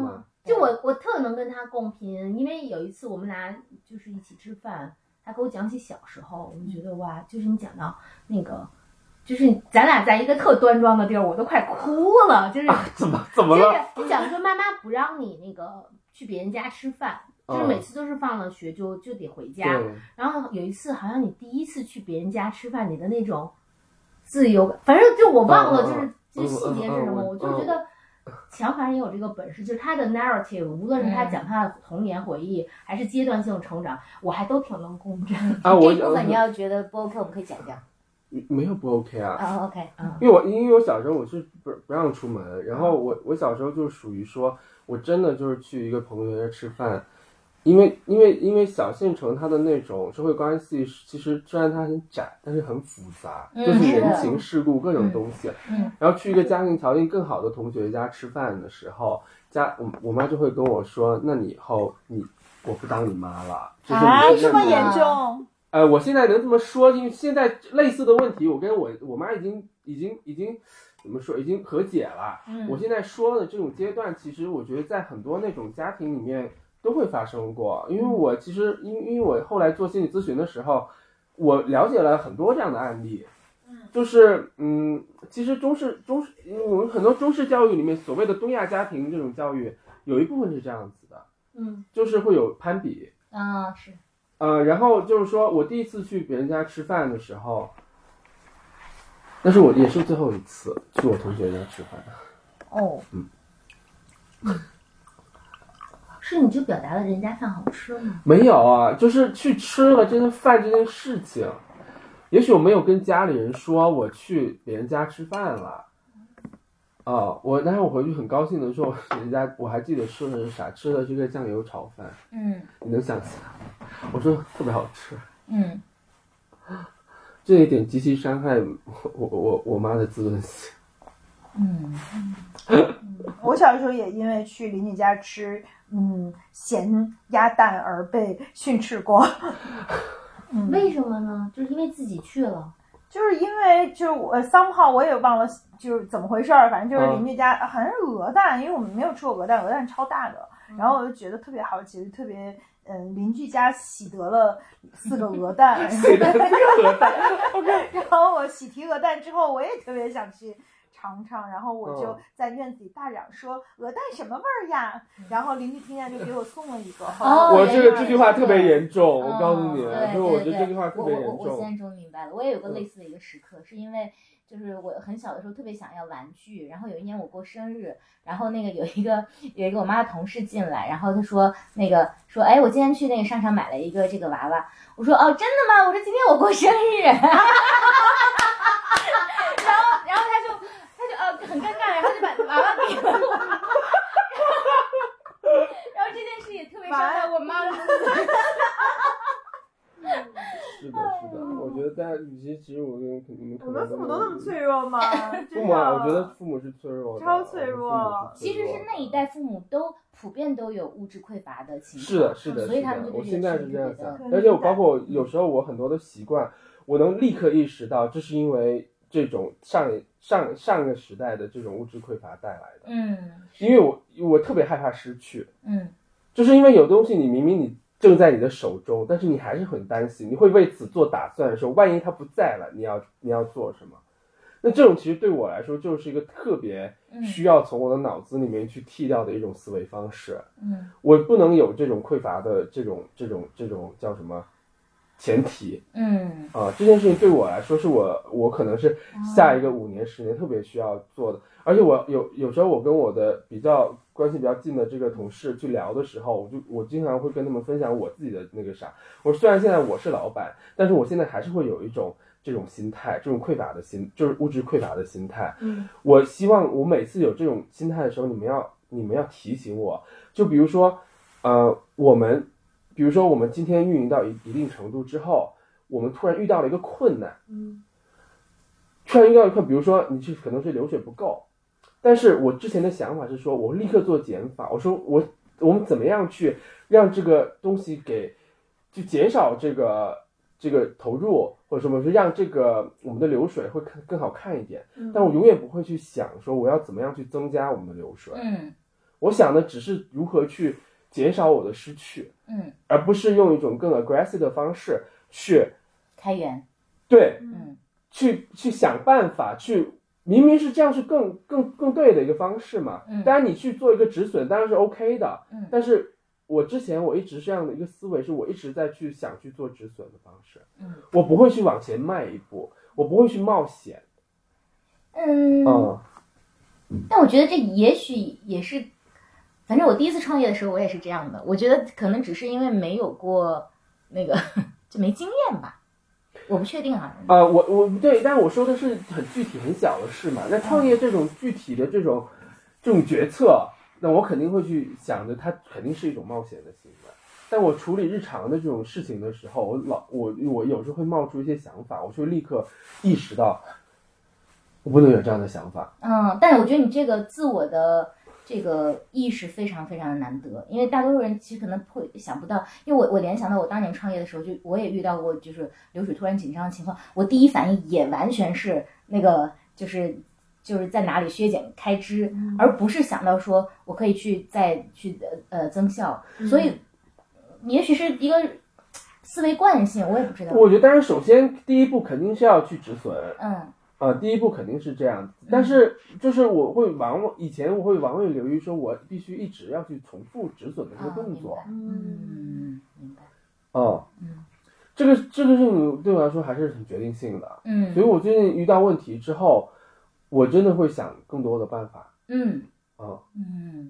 就我我特能跟他共频，因为有一次我们俩就是一起吃饭，他给我讲起小时候，我就觉得哇，就是你讲到那个。就是咱俩在一个特端庄的地儿，我都快哭了。就是、 啊、怎么怎么了？ 就是你讲说妈妈不让你那个去别人家吃饭，就是每次都是放了学就就得回家。然后有一次好像你第一次去别人家吃饭，你的那种自由感，反正就我忘了，就是这细节是什么，我就觉得强反正也有这个本事，就是他的 narrative， 无论是他讲他的童年回忆，嗯、还是阶段性成长，我还都挺能共振。 啊，我这部分你要觉得不 OK， 我们可以讲讲。 没有不 OK 啊！ 啊、oh, OK， 嗯， 因为我因为我小时候我是不不让出门，然后我我小时候就属于说，我真的就是去一个朋友家吃饭，因为因为因为小县城它的那种社会关系，其实虽然它很窄，但是很复杂， 嗯、 就是人情世故各种东西。 嗯， 然后去一个家庭条件更好的同学家吃饭的时候，家我我妈就会跟我说，那你以后你我不当你妈了，就是你啊，这么严重。 呃，我现在能这么说，因为现在类似的问题，我跟我我妈已经已经已经怎么说，已经和解了。 嗯， 我现在说的这种阶段，其实我觉得在很多那种家庭里面都会发生过。因为我其实因因为我后来做心理咨询的时候，我了解了很多这样的案例。 嗯， 就是嗯，其实中式中式，我们很多中式教育里面所谓的东亚家庭这种教育，有一部分是这样子的。 嗯， 就是会有攀比。 啊，是。 呃，然后就是说我第一次去别人家吃饭的时候，那是我也是最后一次去我同学家吃饭。 哦， 嗯， 是你就表达了人家饭好吃吗？ 没有啊，就是去吃了这顿饭这件事情，也许我没有跟家里人说我去别人家吃饭了。啊、哦，我但是我回去很高兴的说，人家我还记得吃的是啥，吃的是个酱油炒饭。 嗯， 你能想象？我说特别好吃。 嗯， 这一点极其伤害我我我我妈的自尊心。 嗯， 嗯我小时候也因为去邻居家吃嗯咸鸭蛋而被训斥过。 嗯，为什么呢？就是因为自己去了。 就是因为就是我 somehow 我也忘了就是怎么回事儿，反正就是邻居家、嗯、好像是鹅蛋，因为我们没有吃过鹅蛋，鹅蛋超大的，然后我就觉得特别好奇，特别嗯邻居家洗得了四个鹅蛋， 洗得四个鹅蛋 ，OK， 然后我洗提鹅蛋之后，我也特别想去尝尝，然后我就在院子里大嚷说、嗯、鹅蛋什么味儿呀，然后邻居听见就给我送了一个。 哦， 我这个这句话特别严重， 哦、 我告诉你， 对说我觉得这句话特别严重。 我我我现在终于明白了，我也有个类似的一个时刻，是因为就是我很小的时候特别想要玩具，然后有一年我过生日，然后那个有一个有一个我妈的同事进来，然后她说那个说哎我今天去那个商场买了一个这个娃娃，我说哦真的吗？我说今天我过生日。然后然后他就他就呃很尴尬，然后就把娃娃给了我。然后这件事也特别伤害我妈的自尊。 是的，是的，我觉得大家其实其实我跟你们可能我们父母都那么脆弱吗？ 父母啊，我觉得父母是脆弱的， 超脆弱。 其实是那一代父母都普遍都有物质匮乏的情况。 是的，是的， 所以他们就我现在是这样想， 而且我包括有时候我很多的习惯，我能立刻意识到，这是因为这种上上上个时代的这种物质匮乏带来的。 嗯， 因为我我特别害怕失去。 嗯， 就是因为有东西你明明你正在你的手中，但是你还是很担心，你会为此做打算的时候，万一它不在了，你要你要做什么？那这种其实对我来说就是一个特别需要从我的脑子里面去剔掉的一种思维方式。 嗯， 我不能有这种匮乏的这种这种这种叫什么前提。 嗯啊，这件事情对我来说是我我可能是下一个五年十年特别需要做的。而且我有有时候我跟我的比较关系比较近的这个同事去聊的时候，我就我经常会跟他们分享我自己的那个啥。我虽然现在我是老板，但是我现在还是会有一种这种心态，这种匮乏的心，就是物质匮乏的心态。 嗯， 我希望我每次有这种心态的时候，你们要你们要提醒我。就比如说，呃，我们比如说我们今天运营到一一定程度之后，我们突然遇到了一个困难。 嗯， 突然遇到一个，比如说你是可能是流水不够。但是我之前的想法是说，我立刻做减法。我说我我们怎么样去让这个东西给就减少这个这个投入，或者什么，是让这个我们的流水会更更好看一点。但我永远不会去想说我要怎么样去增加我们的流水。 嗯， 我想的只是如何去减少我的失去， 嗯， 而不是用一种更 aggressive 的方式去开源， 对， 嗯， 去去想办法去。明明是这样是更更更对的一个方式嘛， 嗯， 当然你去做一个止损当然是 OK 的， 嗯， 但是我之前我一直这样的一个思维是我一直在去想去做止损的方式， 嗯， 我不会去往前迈一步，我不会去冒险， 嗯， 嗯， 但我觉得这也许也是，反正我第一次创业的时候我也是这样的，我觉得可能只是因为没有过那个就没经验吧。我不确定啊。 啊、呃，我我对，但我说的是很具体、很小的事嘛。那创业这种具体的这种、嗯、这种决策，那我肯定会去想着，它肯定是一种冒险的行为。但我处理日常的这种事情的时候，我老我我有时候会冒出一些想法，我就立刻意识到，我不能有这样的想法。 嗯，但是我觉得你这个自我的。这个意识非常非常的难得，因为大多数人其实可能会想不到，因为我我联想到我当年创业的时候，就我也遇到过就是流水突然紧张的情况，我第一反应也完全是那个就是就是在哪里削减开支， 嗯、 而不是想到说我可以去再去呃增效， 嗯、 所以也许是一个思维惯性，我也不知道。 我觉得当然首先第一步肯定是要去止损， 嗯。 呃，第一步肯定是这样子，但是就是我会往往以前我会往往留意说，我必须一直要去重复止损的这个动作。 嗯，明白。 哦， 嗯， 这个这个事情对我来说还是很决定性的。 嗯， 所以我最近遇到问题之后，我真的会想更多的办法。 嗯， 哦， 嗯。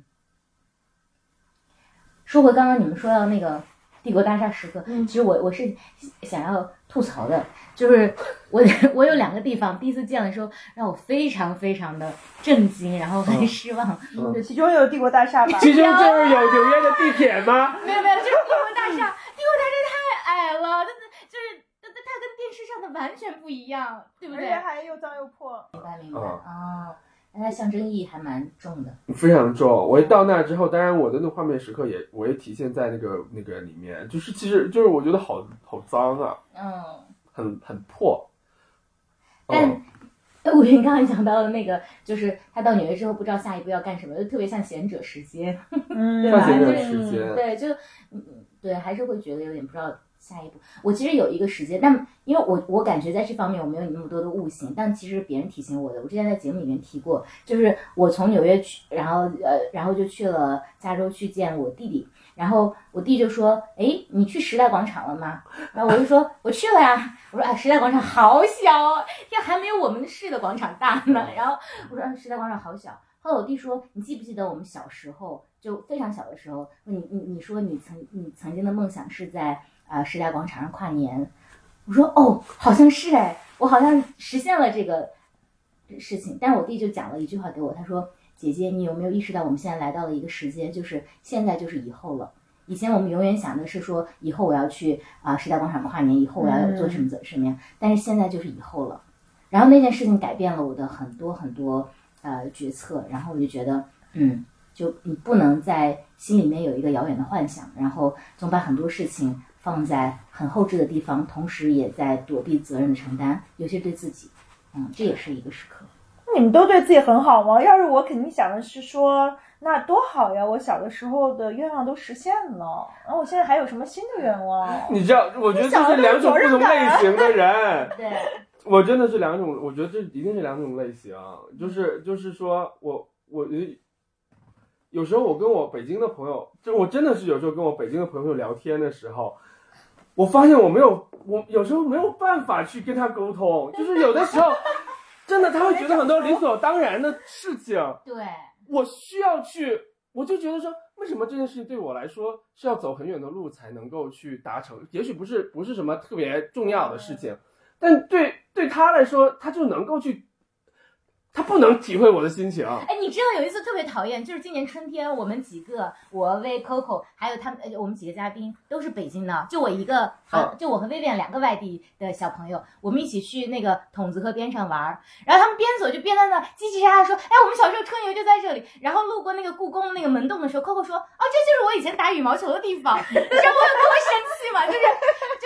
说回刚刚你们说到那个帝国大厦时刻， 嗯， 其实我我是想要吐槽的。就是我我有两个地方，第一次见的时候让我非常非常的震惊，然后很失望。 嗯嗯、其中有帝国大厦吧？ 其中就是有纽约的地铁吗？ 没有没有，就是帝国大厦。帝国大厦太矮了，它就是它它跟电视上的完全不一样，对不对？ 而且还又脏又破。 明白明白啊，但它象征意义还蛮重的。 非常重。我一到那之后，当然我的那画面时刻也我也体现在那个那个里面，就是其实就是我觉得好好脏啊。 嗯。 很很破， 但吴云刚刚讲到的那个，就是他到纽约之后不知道下一步要干什么，就特别像贤者时间， 嗯， 对吧？ 像贤者时间， 对，就嗯对，还是会觉得有点不知道下一步。我其实有一个时间，但因为我我感觉在这方面我没有你那么多的悟性，但其实别人提醒我的，我之前在节目里面提过，就是我从纽约去，然后呃，然后就去了加州去见我弟弟。然后我弟就说：“哎，你去时代广场了吗？”然后我就说：“我去了呀。”我说：“哎，时代广场好小，这还没有我们市的广场大呢。”然后我说：“啊，时代广场好小。”后来我弟说：“你记不记得我们小时候，就非常小的时候，你你你说你曾你曾经的梦想是在啊、呃、时代广场上跨年？”我说：“哦，好像是哎，我好像实现了这个事情。”但是我弟就讲了一句话给我，他说：“姐姐，你有没有意识到我们现在来到了一个时间，就是现在就是以后了。以前我们永远想的是说，以后我要去啊、呃、时代广场跨年，以后我要做什么怎什么样，但是现在就是以后了。然后那件事情改变了我的很多很多呃决策，然后我就觉得，嗯，就你不能在心里面有一个遥远的幻想，然后总把很多事情放在很后置的地方，同时也在躲避责任的承担，尤其是对自己，嗯，这也是一个时刻。 你们都对自己很好吗？要是我肯定想的是说，那多好呀！我小的时候的愿望都实现了，然后我现在还有什么新的愿望？ 你知道，我觉得这是两种不同类型的人。 对， 我真的是两种，我觉得这一定是两种类型。就是就是说我我有时候我跟我北京的朋友，就我真的是有时候跟我北京的朋友聊天的时候，我发现我没有，我有时候没有办法去跟他沟通，就是有的时候。真的，他会觉得很多理所当然的事情， 对， 我需要去，我就觉得说，为什么这件事情对我来说是要走很远的路才能够去达成？也许不是不是什么特别重要的事情，但对对他来说，他就能够去，他不能体会我的心情。 哎，你知道有一次特别讨厌，就是今年春天，我们几个，我、薇、Coco， 还有他们，我们几个嘉宾都是北京的，就我一个， 啊、 就我和薇薇两个外地的小朋友，我们一起去那个筒子河边上玩，然后他们边走就边在那叽叽喳喳说，哎，我们小时候春游就在这里，然后路过那个故宫那个门洞的时候 ，Coco 说，哦，这就是我以前打羽毛球的地方，你知道我有多生气吗？就是就是，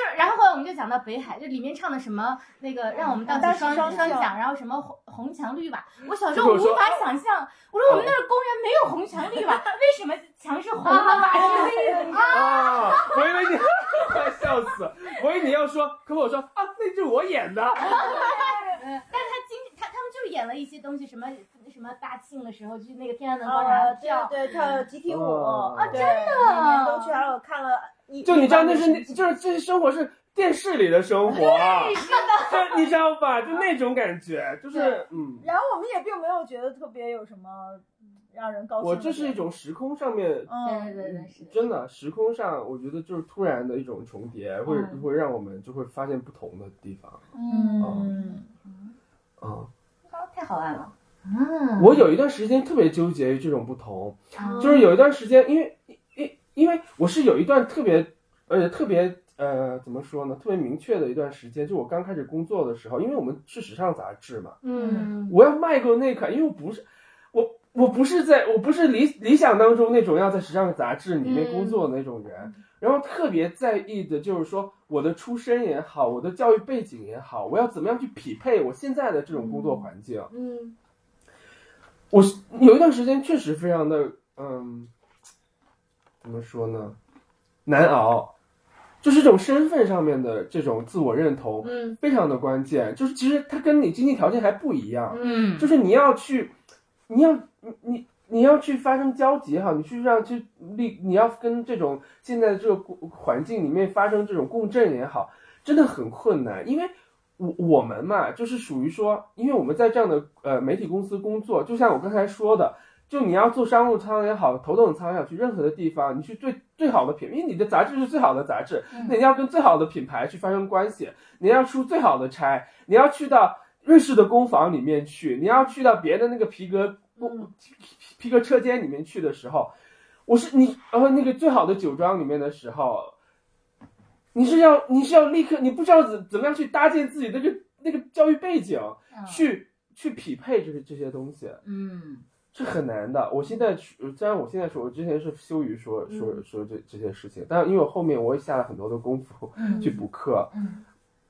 然后后来我们就讲到北海，就里面唱的什么那个让我们荡起双双双桨，然后什么红红墙绿瓦，我小时候无法想象，我说我们那儿公园没有红墙绿瓦，为什么墙是红的，瓦是绿的啊？我以为你笑死，我以为你要说，可我说啊，那就是我演的。 但是他今他他们就演了一些东西，什么什么大庆的时候去那个天安门广场跳， 对对跳集体舞啊， 真的，每年都去，还有看了一， 就你知道那是就是这些生活是电视里的生活啊，是的，就你知道吧？就那种感觉，就是嗯。 然后我们也并没有觉得特别有什么让人高兴。 我这是一种时空上面， 嗯，对对对，是真的时空上，我觉得就是突然的一种重叠，会嗯会让我们就会发现不同的地方。 嗯嗯， 太好玩了。嗯， 我有一段时间特别纠结于这种不同， 嗯就是有一段时间，因为因因为我是有一段特别呃特别呃怎么说呢，特别明确的一段时间，就我刚开始工作的时候，因为我们是时尚杂志嘛， 嗯， 我要迈过那坎，因为我不是我我不是在我不是理理想当中那种要在时尚杂志里面工作的那种人， 嗯、 然后特别在意的就是说我的出身也好，我的教育背景也好，我要怎么样去匹配我现在的这种工作环境。 嗯， 我有一段时间确实非常的嗯，怎么说呢，难熬。就是这种身份上面的这种自我认同， 嗯， 非常的关键。就是其实它跟你经济条件还不一样， 嗯， 就是你要去，你要你你你要去发生交集哈，你去让去立，你要跟这种现在的这个环境里面发生这种共振也好，真的很困难。因为我我们嘛，就是属于说，因为我们在这样的呃媒体公司工作，就像我刚才说的。就你要做商务舱也好，头等舱也好，去任何的地方，你去最最好的品，因为你的杂志是最好的杂志，那你要跟最好的品牌去发生关系，你要出最好的差，你要去到瑞士的工坊里面去，你要去到别的那个皮革皮革车间里面去的时候，我是你然后那个最好的酒庄里面的时候，你是要你是要立刻，你不知道怎怎么样去搭建自己的那个那个教育背景，去去匹配这些这些东西， 嗯。 是很难的。我现在虽然我现在说，我之前是羞于说说说这这些事情，但因为我后面我也下了很多的功夫去补课。 嗯，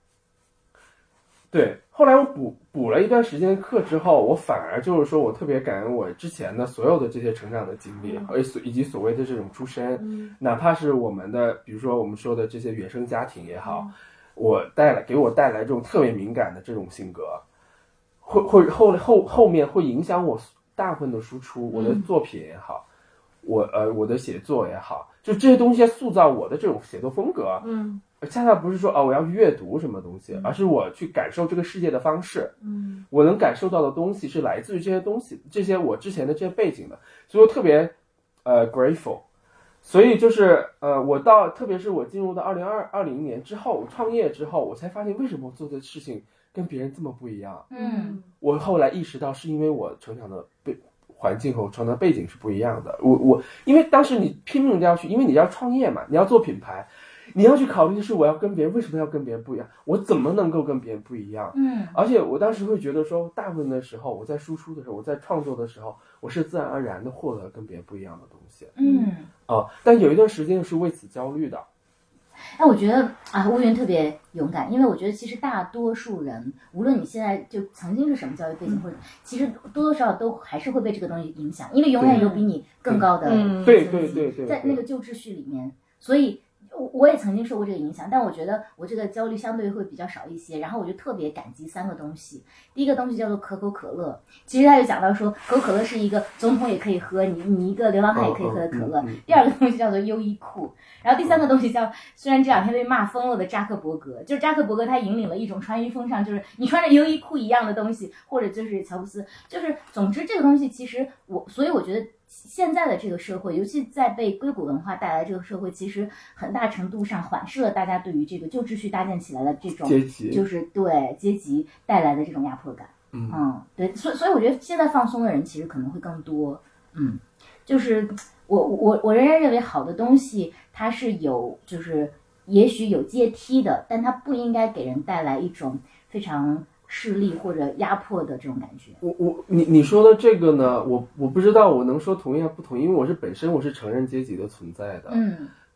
对，后来我补补了一段时间课之后，我反而就是说我特别感恩我之前的所有的这些成长的经历，而以及所谓的这种出身，哪怕是我们的，比如说我们说的这些原生家庭也好，我带来给我带来这种特别敏感的这种性格，会会后后后面会影响我。大部分的输出，我的作品也好，嗯、我呃我的写作也好，就这些东西塑造我的这种写作风格。 嗯， 恰恰不是说哦我要阅读什么东西，嗯、而是我去感受这个世界的方式。 嗯， 我能感受到的东西是来自于这些东西，这些我之前的这些背景的，所以我特别呃 grateful。所以就是呃我到特别是我进入到二零二二零年之后，我创业之后，我才发现为什么我做的事情。跟别人这么不一样， 嗯， 我后来意识到是因为我成长的背环境和成长的背景是不一样的。我我因为当时你拼命的要去，因为你要创业嘛，你要做品牌，你要去考虑的是我要跟别人为什么要跟别人不一样，我怎么能够跟别人不一样？ 嗯， 而且我当时会觉得说，大部分的时候我在输出的时候，我在创作的时候，我是自然而然的获得跟别人不一样的东西。 嗯， 啊、呃，但有一段时间是为此焦虑的。 哎，我觉得啊，乌云特别勇敢，因为我觉得其实大多数人，无论你现在就曾经是什么教育背景，或者其实多多少少都还是会被这个东西影响，因为永远有比你更高的嗯对对对对， 在那个旧秩序里面，所以。我也曾经受过这个影响，但我觉得我这个焦虑相对会比较少一些。然后我就特别感激三个东西。第一个东西叫做可口可乐，其实他就讲到说，可口可乐是一个总统也可以喝，你你一个流浪汉也可以喝的可乐。第二个东西叫做优衣库，然后第三个东西叫虽然这两天被骂疯了的扎克伯格，就是扎克伯格他引领了一种穿衣风尚，就是你穿着优衣库一样的东西，或者就是乔布斯，就是总之这个东西其实我，所以我觉得。现在的这个社会，尤其在被硅谷文化带来这个社会，其实很大程度上反射了大家对于这个旧秩序搭建起来的这种阶级， 就是对阶级带来的这种压迫感。 嗯, 嗯，对，所以所以我觉得现在放松的人其实可能会更多。嗯，就是我我我仍然认为好的东西它是有就是也许有阶梯的，但它不应该给人带来一种非常。势力或者压迫的这种感觉， 我我你你说的这个呢，我我不知道我能说同意还不同意，因为我是本身我是承认阶级的存在的， 嗯，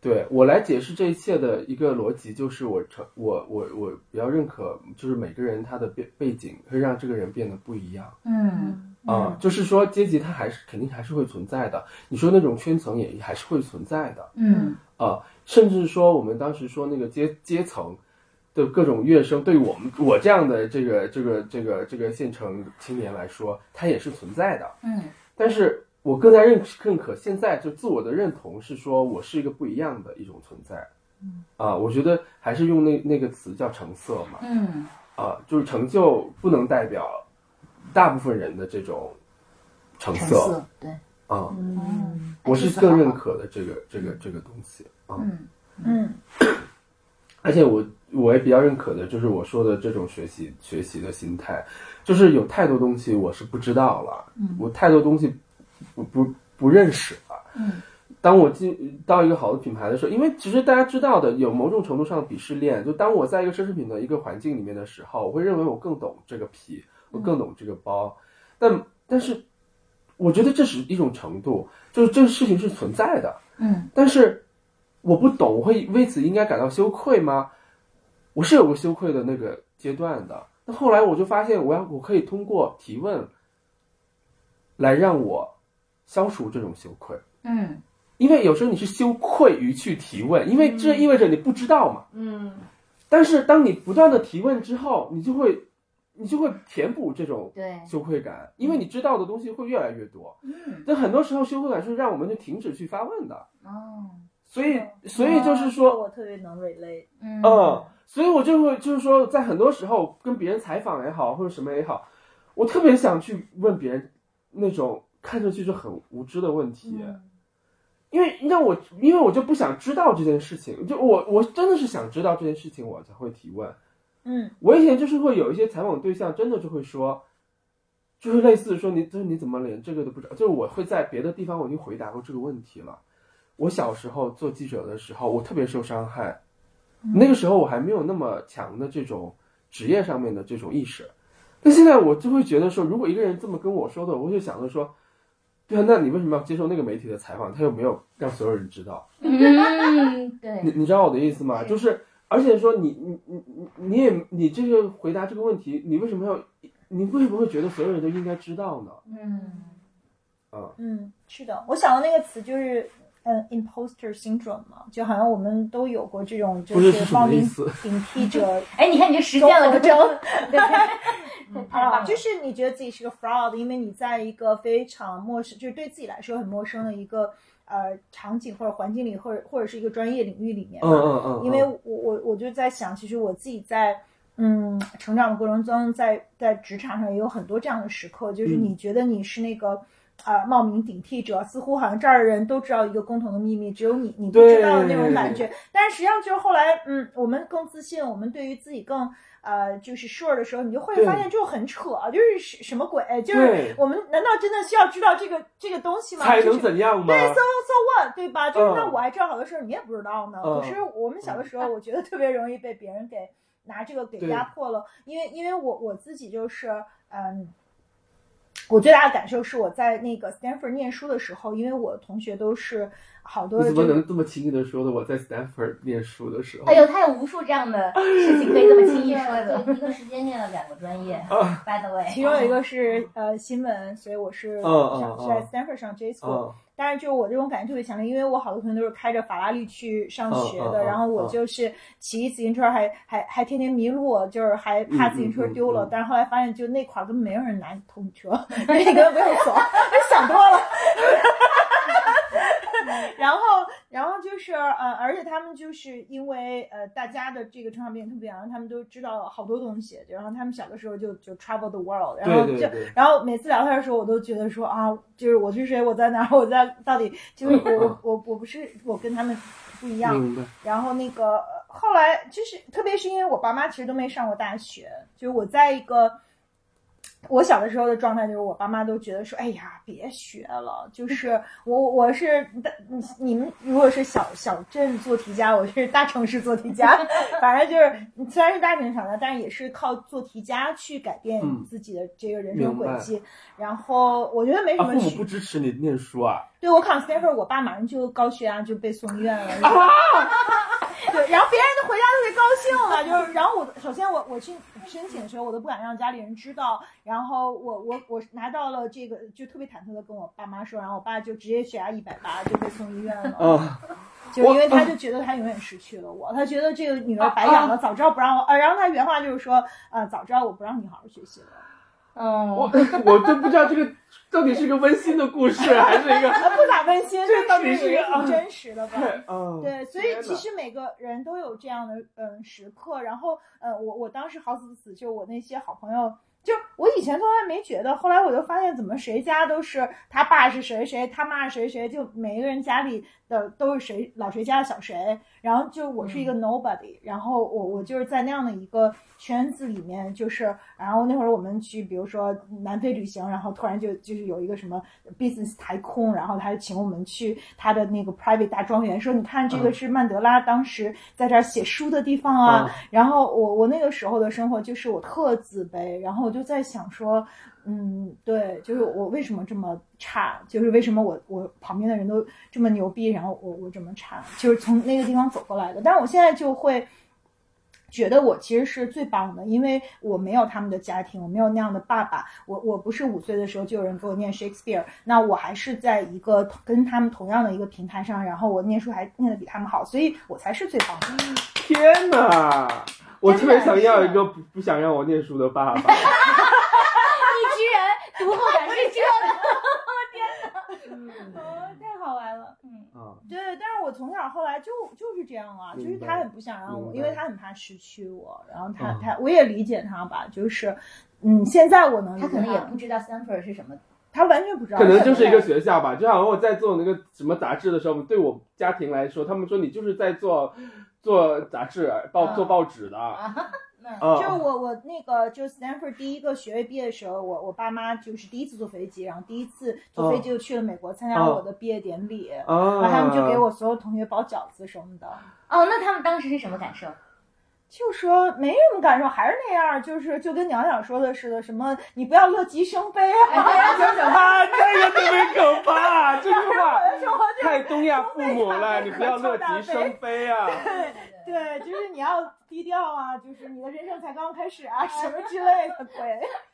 对我来解释这一切的一个逻辑，就是我成我我我比较认可，就是每个人他的背背景会让这个人变得不一样。 嗯啊、 嗯就是说阶级它还是肯定还是会存在的，你说那种圈层也还是会存在的。 嗯啊、甚至说我们当时说那个阶阶层的各种乐声，对于我们我这样的这个这个这个这个县城青年来说，它也是存在的。 嗯但是我更加认认可现在就自我的认同是说我是一个不一样的一种存在。 嗯啊、我觉得还是用那那个词叫成色嘛。 嗯啊、就是成就不能代表大部分人的这种成橙色。 色对啊、 嗯我是更认可的这个这个这个东西啊。 嗯嗯而且我我也比较认可的就是我说的这种学习学习的心态，就是有太多东西我是不知道了， 嗯我太多东西不不不认识了。 嗯当我进到一个好的品牌的时候，因为其实大家知道的有某种程度上的鄙视链，就当我在一个奢侈品的一个环境里面的时候，我会认为我更懂这个皮，我更懂这个包，但但是我觉得这是一种程度，就是这个事情是存在的， 嗯但是我不懂，我会为此应该感到羞愧吗？我是有个羞愧的那个阶段的。那后来我就发现，我要我可以通过提问来让我消除这种羞愧， 嗯因为有时候你是羞愧于去提问，因为这意味着你不知道嘛。 嗯但是当你不断的提问之后，你就会你就会填补这种对羞愧感，因为你知道的东西会越来越多。 嗯但很多时候羞愧感是让我们就停止去发问的。 哦所以所以就是说， 我特别能 relate。 嗯嗯，所以我就会就是说，在很多时候跟别人采访也好，或者什么也好，我特别想去问别人那种看上去就很无知的问题，因为让我因为我就不想知道这件事情，就我我真的是想知道这件事情，我才会提问。 嗯我以前就是会有一些采访对象，真的就会说，就是类似说你就是你怎么连这个都不知道，就是我会在别的地方我已经回答过这个问题了。我小时候做记者的时候，我特别受伤害，那个时候我还没有那么强的这种职业上面的这种意识，但现在我就会觉得说，如果一个人这么跟我说的，我就想着说，对啊，那你为什么要接受那个媒体的采访？他又没有让所有人知道。 嗯对你你知道我的意思吗？ 是就是而且说你你你你你也你这个回答这个问题，你为什么要你为什么会觉得所有人都应该知道呢？ 嗯嗯，是的，我想到那个词就是嗯 imposter syndrome 嘛，就好像我们都有过这种就不是是什么冒名意思顶替者哎你看你这实践了个综合征对太棒啊， 了就是你觉得自己是个 fraud，因为你在一个非常陌生，就是对自己来说很陌生的一个呃场景或者环境里，或者或者是一个专业领域里面嘛。 嗯嗯嗯， 因为我我我就在想，其实我自己在嗯成长的过程中，在在职场上也有很多这样的时刻，就是你觉得你是那个。呃，冒名顶替者，似乎好像这儿的人都知道一个共同的秘密，只有你你不知道的那种感觉。但是实际上就是后来，嗯，我们更自信，我们对于自己更呃就是 sure 的时候，你就会发现就很扯，就是什么鬼？就是我们难道真的需要知道这个这个东西吗？ 才能怎样吗？ 对 ，so so what， 对吧？就是那嗯我还知道好多事儿，你也不知道呢。 嗯可是我们小的时候，我觉得特别容易被别人给拿这个给压迫了，因为因为我我自己就是嗯。我最大的感受是我在那个 Stanford 念书的时候，因为我的同学都是好多你怎么的这个能这么轻易的说的？我在 Stanford 念书的时候， 哎呦他有无数这样的事情可以这么轻易说的对一个时间念了两个专业啊 by the way 其中有一个是呃新闻，所以我是嗯上是嗯在 Stanford 上 J School， 嗯但是就我这种感觉特别强烈，因为我好多同学都是开着法拉利去上学的， 嗯嗯嗯然后我就是骑自行车还还还天天迷路，就是还怕自行车丢了， 嗯嗯嗯嗯但是后来发现就那块儿根本没有人拿偷车，因为根本没有锁，就想多了。然后，然后就是呃，而且他们就是因为呃，大家的这个成长背景特别然后他们都知道好多东西，然后他们小的时候就就 travel the world， 然后就对对对然后每次聊天的时候，我都觉得说啊，就是我是谁，我在哪儿，我在到底就是我我我我不是我跟他们不一样。 明白。 然后那个呃后来就是，特别是因为我爸妈其实都没上过大学，就是我在一个我小的时候的状态就是我爸妈都觉得说，哎呀，别学了。就是我我是你们如果是小小镇做题家，我是大城市做题家。反正就是虽然是大城市长大，但是也是靠做题家去改变自己的这个人生轨迹。嗯、然后我觉得没什么、 啊。父母不支持你念书啊？ 对，我考 Stanford， 我爸马上就高血压就被送医院了。啊对，然后别人都回家特别高兴了，就是，然后我首先我我去申请的时候，我都不敢让家里人知道，然后我我我拿到了这个，就特别忐忑的跟我爸妈说，然后我爸就直接血压一百八就被送医院了， 嗯， 就是因为他就觉得他永远失去了我，他觉得这个女儿白养了，早知道不让我，呃，然后他原话就是说，呃，早知道我不让你好好学习了。 嗯， 我我就不知道这个到底是个温馨的故事还是一个不咋温馨， 这到底是一个挺真实的吧？ 嗯， 对，所以其实每个人都有这样的嗯时刻。然后呃，我我当时好死不死，就我那些好朋友。就我以前从来没觉得，后来我就发现怎么谁家都是他爸是谁谁，他妈是谁谁，就每个人家里的都是谁老谁家的小谁，然后就我是一个 nobody，、嗯、然后我我就是在那样的一个圈子里面，就是然后那会儿我们去比如说南非旅行，然后突然就就是有一个什么 business 台空，然后他就请我们去他的那个 private 大庄园，说你看这个是曼德拉当时在这儿写书的地方啊，嗯、然后我我那个时候的生活就是我特自卑，然后我就在想说，嗯，对，就是我为什么这么差，就是为什么我我旁边的人都这么牛逼，然后我我这么差，就是从那个地方走过来的。但是我现在就会觉得我其实是最棒的，因为我没有他们的家庭，我没有那样的爸爸，我我不是五岁的时候就有人给我念 Shakespeare， 那我还是在一个跟他们同样的一个平台上，然后我念书还念得比他们好，所以我才是最棒的。 天哪！我特别想要一个不不想让我念书的爸爸。 你居然读后感是这样的，天哪！哦，太好玩了。嗯啊，对，但是我从小后来就就是这样啊，就是他很不想让我，因为他很怕失去我，然后他、嗯、他我也理解他吧，就是嗯，现在我能理解他可能也不知道 Stanford 是什么。 他完全不知道， 可能就是一个学校吧。就好像我在做那个什么杂志的时候，对我家庭来说，他们说你就是在做做杂志、报做报纸的。 啊嗯、就我我那个就 Stanford 第一个学位毕业的时候，我我爸妈就是第一次坐飞机，然后第一次坐飞机就去了美国参加我的毕业典礼， 哦、 然后他们就给我所有同学包饺子什么的。 哦，那他们当时是什么感受？ 就说没什么感受，还是那样，就是就跟娘娘说的似的，什么你不要乐极生悲啊， 真可怕，这个特别可怕，这句话太东亚父母了，你不要乐极生悲啊。 对对，就是你要低调啊，就是你的人生才刚开始啊，什么之类的鬼。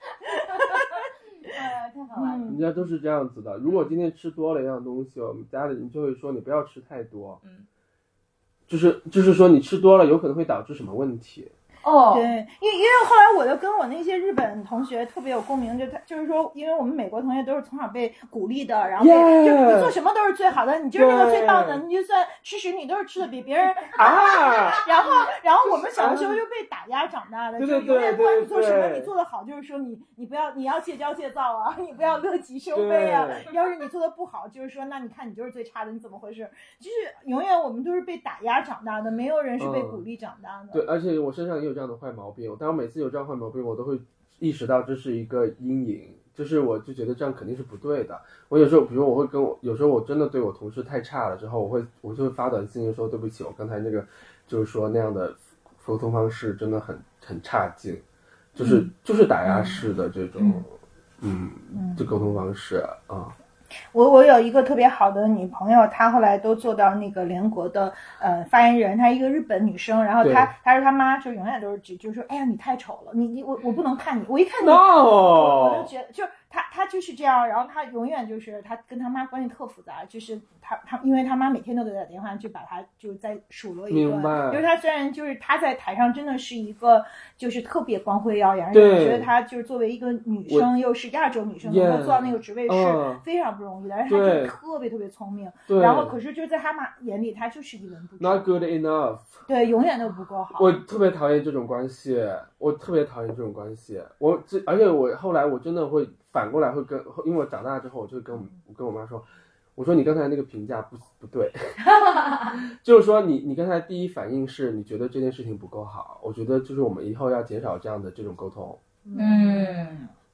哎，太好玩了。 人家都是这样子的，如果今天吃多了一样东西，我们家里人就会说你不要吃太多。 嗯。 就是就是说你吃多了有可能会导致什么问题？ 哦，对，因为因为后来我就跟我那些日本同学特别有共鸣，就他就是说，因为我们美国同学都是从小被鼓励的，然后被、yeah, 就你做什么都是最好的，你就是那个最棒的，你就算吃屎你都是吃的比别人啊。 然后然后我们小的时候就被打压长大的， 对就永远不管你做什么，你做的好就是说你你不要你要戒骄戒躁啊，你不要乐极生悲啊。要是你做的不好，就是说那你看你就是最差的，你怎么回事？就是永远我们都是被打压长大的，没有人是被鼓励长大的。 嗯、对，而且我身上也有这样的坏毛病，但我每次有这样坏毛病，我都会意识到这是一个阴影，就是我就觉得这样肯定是不对的。我有时候，比如我会跟我，有时候我真的对我同事太差了之后，我会我就会发短信说对不起，我刚才那个就是说那样的沟通方式真的很很差劲，就是、嗯、就是打压式的这种嗯嗯这沟通方式啊。嗯我我有一个特别好的女朋友，她后来都做到那个联合国的呃发言人，她一个日本女生，然后她她说她妈就永远都是只就说哎呀你太丑了，你你我我不能看你，我一看你、 no! 我, 我就觉得就她她就是这样，然后她永远就是她跟她妈关系特复杂，就是她她因为她妈每天都给她打电话，就把她就再数落一顿，就是她虽然就是她在台上真的是一个就是特别光辉耀眼，而且我觉得她就是作为一个女生又是亚洲女生能够做到那个职位是非常不容易的，而且她就特别特别聪明，然后可是就在她妈眼里她就是一文不值 ，not good enough， 对，永远都不够好。 我特别讨厌这种关系，我特别讨厌这种关系，我这而且我后来我真的会反过来会跟，因为我长大之后我就跟我跟我妈说，我说你刚才那个评价不不对，就是说你你刚才第一反应是你觉得这件事情不够好，我觉得就是我们以后要减少这样的这种沟通。 嗯，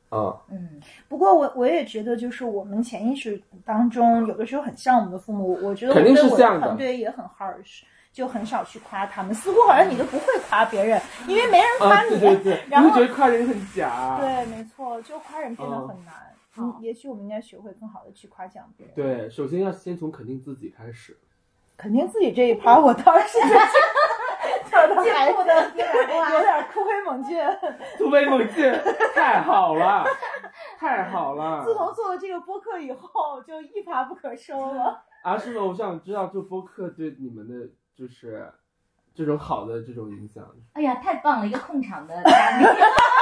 啊， 嗯， 不过我我也觉得，就是我们潜意识当中有的时候很像我们的父母，我觉得我肯定是对我像的的团队也很 harsh，就很少去夸他们，似乎好像你都不会夸别人，因为没人夸啊， 你。 对对对， 然后你会觉得夸人很假。 对，没错，就夸人变得很难。嗯， 哦也许我们应该学会更好的去夸奖别人。 对，首先要先从肯定自己开始。 肯定自己这一趴，我倒是跳的还进步的有点快有点突飞猛进。 突飞猛进，太好了，太好了。 自从做了这个播客以后，就一发不可收了。 啊，是吗？我想知道做播客对你们的就是这种好的这种影响。 哎呀，太棒了，一个控场的嘉宾。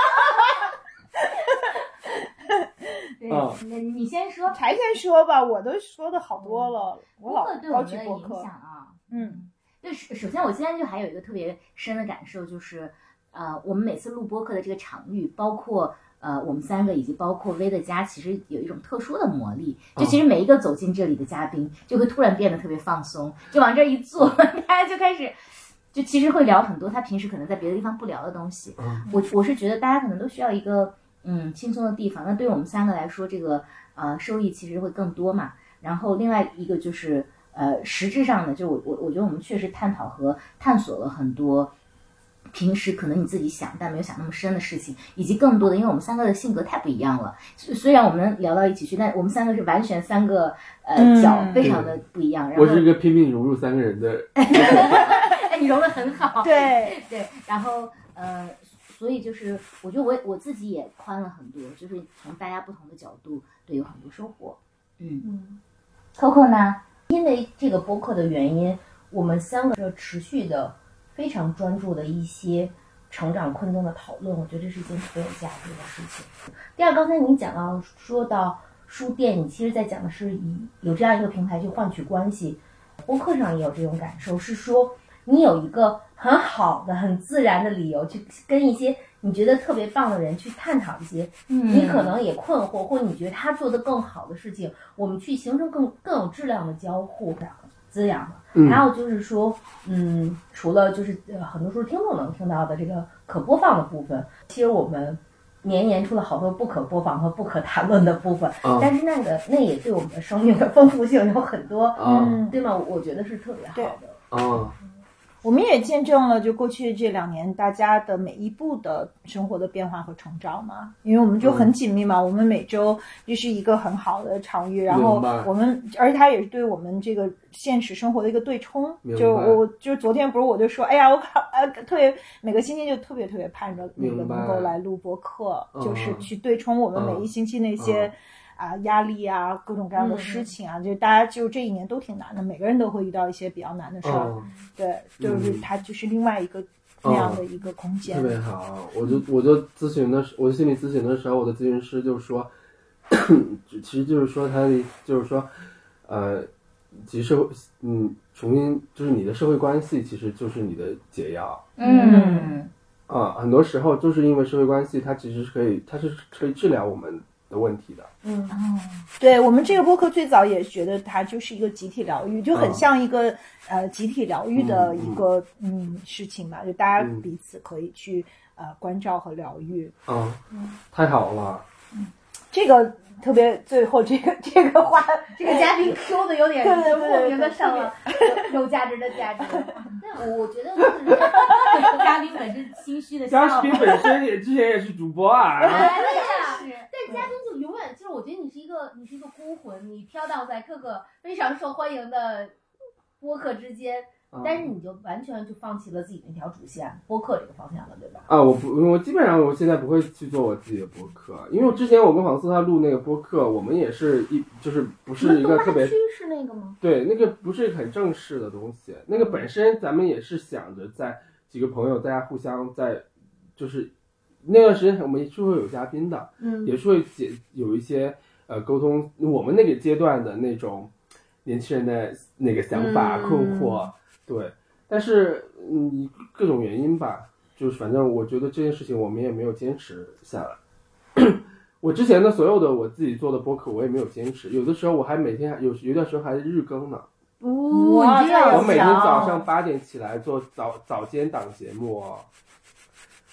对， 嗯你你先说。 柴先说吧，我都说的好多了，我老播客对我高们的影举播客响。啊， 嗯， 对，首首先我现在就还有一个特别深的感受，就是呃，我们每次录播客的这个场域，包括呃我们三个以及包括薇的家，其实有一种特殊的魔力。就其实每一个走进这里的嘉宾，就会突然变得特别放松，就往这一坐，大家就开始。就其实会聊很多他平时可能在别的地方不聊的东西。 嗯， 我我是觉得大家可能都需要一个嗯轻松的地方。那对于我们三个来说，这个呃收益其实会更多嘛。然后另外一个就是呃实质上的，就我我我觉得我们确实探讨和探索了很多平时可能你自己想但没有想那么深的事情，以及更多的，因为我们三个的性格太不一样了。虽然我们聊到一起去，但我们三个是完全三个呃嗯角非常的不一样。然后我是一个拼命融入三个人的。 哎，你融得很好。 对对，然后呃，所以就是我觉得我我自己也宽了很多，就是从大家不同的角度，对，有很多收获。嗯嗯 ，Coco 呢？ 因为这个播客的原因，我们三个是持续的、非常专注的一些成长困境的讨论，我觉得这是一件特别有价值的事情。第二，刚才你讲到说到书店，你其实在讲的是以有这样一个平台去换取关系，播客上也有这种感受，是说你有一个很好的、很自然的理由去跟一些你觉得特别棒的人去探讨一些嗯你可能也困惑，或你觉得他做的更好的事情，我们去形成更更有质量的交互滋养的。 嗯还有就是说，嗯，除了就是呃很多时候听众能听到的这个可播放的部分，其实我们年年出了好多不可播放和不可谈论的部分， 啊但是那个那也对我们的生命的丰富性有很多， 啊嗯， 对吗？我觉得是特别好的。 啊！ 我们也见证了就过去这两年大家的每一步的生活的变化和成长嘛，因为我们就很紧密嘛，我们每周就是一个很好的场域，然后明白我们而且它也是对我们这个现实生活的一个对冲。 明白就我就是昨天不是我就说，哎呀，我靠，呃，特别每个星期就特别特别盼着那个明白能够来录播课， 嗯就是去对冲我们每一星期那些。 嗯啊，压力啊，各种各样的事情啊，就大家就这一年都挺难的，每个人都会遇到一些比较难的事儿。 嗯， 对，就是它就是另外一个、那样的一个空间。 特别好。我就我就咨询的时，我心理咨询的时候，我的咨询师就说，其实就是说他的就是说，呃，其实社会，嗯，重新就是你的社会关系，其实就是你的解药。 嗯啊，很多时候就是因为社会关系，它其实是可以，它是可以治疗我们的问题的。 嗯， 哦， 对，我们这个播客最早也觉得它就是一个集体疗愈，就很像一个、呃集体疗愈的一个嗯事情嘛，就大家嗯彼此可以去呃关照和疗愈。 啊，太好了。 这个特别最后这个这个话， 这个嘉宾 Q 的有点对对对对莫名的上了有有价值的价值。 对，我我觉得就是嘉宾本身心虚的笑。 嘉宾本身也之前也是主播啊。 来了呀！ 是但嘉宾就永远就是，我觉得你是一个你是一个孤魂，你飘荡在各个非常受欢迎的播客之间，但是你就完全就放弃了自己那条主线，播客这个方向了，对吧？ 啊，我不，我基本上我现在不会去做我自己的播客，因为我之前我跟黄思他录那个播客，我们也是一就是不是一个特别区是那个吗？ 对，那个不是很正式的东西，那个本身咱们也是想着在几个朋友大家互相在就是那段时间我们是会有嘉宾的， 嗯， 也是会解有一些呃沟通我们那个阶段的那种年轻人的那个想法、 嗯、 困惑，对。但是嗯，各种原因吧，就是反正我觉得这件事情我们也没有坚持下来。我之前的所有的我自己做的播客，我也没有坚持，有的时候我还每天还有有一段时候还日更呢。 哇， 这样我每天早上八点起来做早早间档节目哦。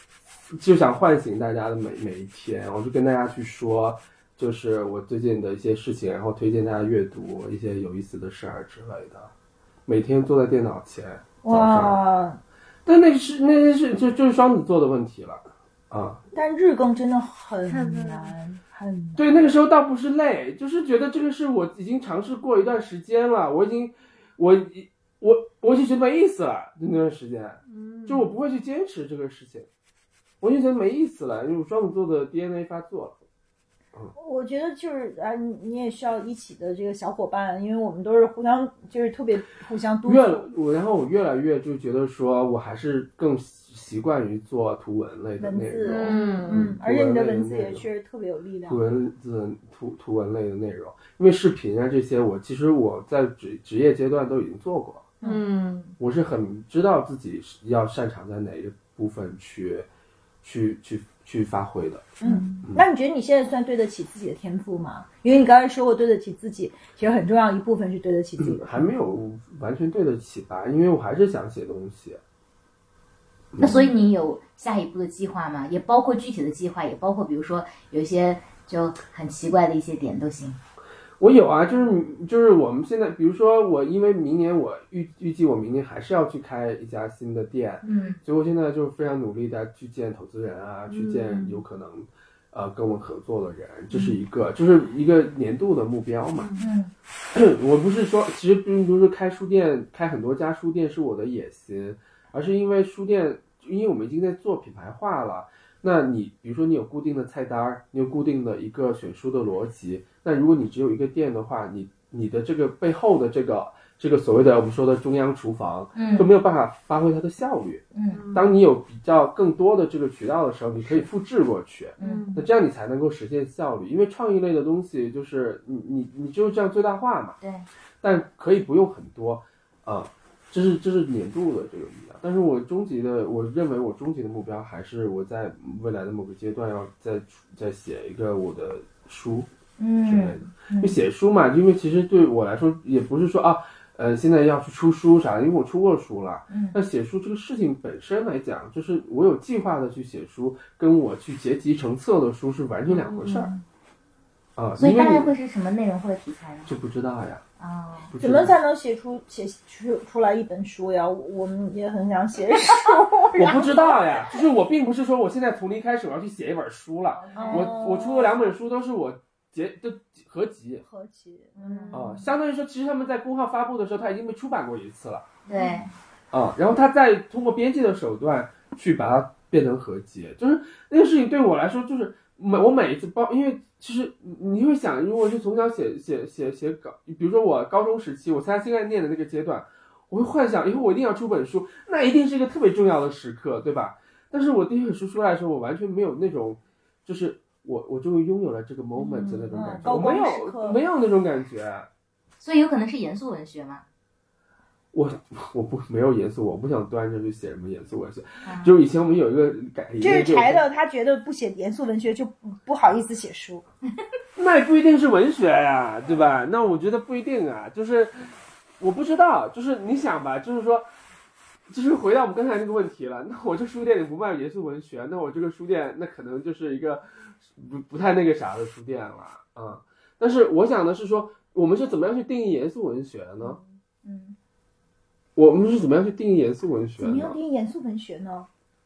就想唤醒大家的每每一天，我就跟大家去说，就是我最近的一些事情，然后推荐大家阅读一些有意思的事儿之类的。每天坐在电脑前，早上。 哇！ 但那是那是就就是双子座的问题了啊。 但日更真的很难，很难。 对，那个时候倒不是累，就是觉得这个是我已经尝试过一段时间了，我已经我我我已经觉得没意思了，那段时间，嗯，就我不会去坚持这个事情，我就觉得没意思了，因为我双子座的 D N A 发作了。嗯， 我觉得就是啊，你你也需要一起的这个小伙伴，因为我们都是互相就是特别互相督促。 越我然后我越来越就觉得说我还是更习惯于做图文类的内容， 嗯嗯，而且你的文字也确实特别有力量。 图文字图图文类的内容，因为视频啊这些，我其实我在职职业阶段都已经做过， 嗯， 我是很知道自己要擅长在哪一个部分去去去去发挥的。 嗯，那你觉得你现在算对得起自己的天赋吗？因为你刚才说过对得起自己，其实很重要一部分是对得起自己的、 嗯、还没有完全对得起吧，因为我还是想写东西。 那所以你有下一步的计划吗？也包括具体的计划，也包括比如说有一些就很奇怪的一些点都行。 我有啊，就是就是我们现在，比如说我，因为明年我预预计我明年还是要去开一家新的店， 嗯， 所以我现在就非常努力的去见投资人啊， 嗯、 去见有可能呃跟我合作的人，这是一个，就是一个年度的目标嘛。 嗯， 我不是说，其实并不是开书店，开很多家书店是我的野心，而是因为书店，因为我们已经在做品牌化了。那你比如说你有固定的菜单，你有固定的一个选书的逻辑，那如果你只有一个店的话，你你的这个背后的这个这个所谓的我们说的中央厨房， 嗯， 就没有办法发挥它的效率。 嗯， 当你有比较更多的这个渠道的时候，你可以复制过去， 嗯， 那这样你才能够实现效率。因为创意类的东西就是你你你只有这样最大化嘛， 对， 但可以不用很多啊。这是这是年度的这个力量，但是我终极的，我认为我终极的目标还是我在未来的某个阶段要再再写一个我的书之类的。 嗯， 因为写书嘛，因为其实对我来说也不是说啊，呃，现在要去出书啥的，因为我出过书了。 嗯， 那写书这个事情本身来讲，就是我有计划的去写书，跟我去结集成册的书是完全两回事儿。 嗯啊， 所以大概会是什么内容或者题材呢？ 就不知道呀。 哦， 怎么才能写出写出出来一本书呀？我们也很想写书。 我不知道呀，就是我并不是说我现在从零开始我要去写一本书了。 哦、 我我出的两本书都是我结的合集。 合集，嗯啊，相当于说，其实他们在公号发布的时候，它已经被出版过一次了。 对。 啊，然后他再通过编辑的手段去把它变成合集，就是那个事情对我来说，就是每我每一次包，因为。其实你会想，如果是从小写写写写稿，比如说我高中时期，我参加新概念的那个阶段，我会幻想以后我一定要出本书，那一定是一个特别重要的时刻，对吧？但是我第一本书出来的时候，我完全没有那种，就是我我终于拥有了这个 moment 的那种感觉， 嗯、 我没有没有那种感觉。 所以有可能是严肃文学吗？ 我我不没有严肃，我不想端着去写什么严肃文学。 啊、 就是以前我们有一个改， 这是柴的，他觉得不写严肃文学就不好意思写书。 那也不一定是文学呀，对吧？那我觉得不一定啊，就是我不知道，就是你想吧，就是说，就是回到我们刚才那个问题了。那我这书店里不卖严肃文学，那我这个书店那可能就是一个不不太那个啥的书店了啊、嗯。但是我想的是说，我们是怎么样去定义严肃文学呢？ 嗯。 我们是怎么样去定义严肃文学呢？ 怎么样定义严肃文学呢？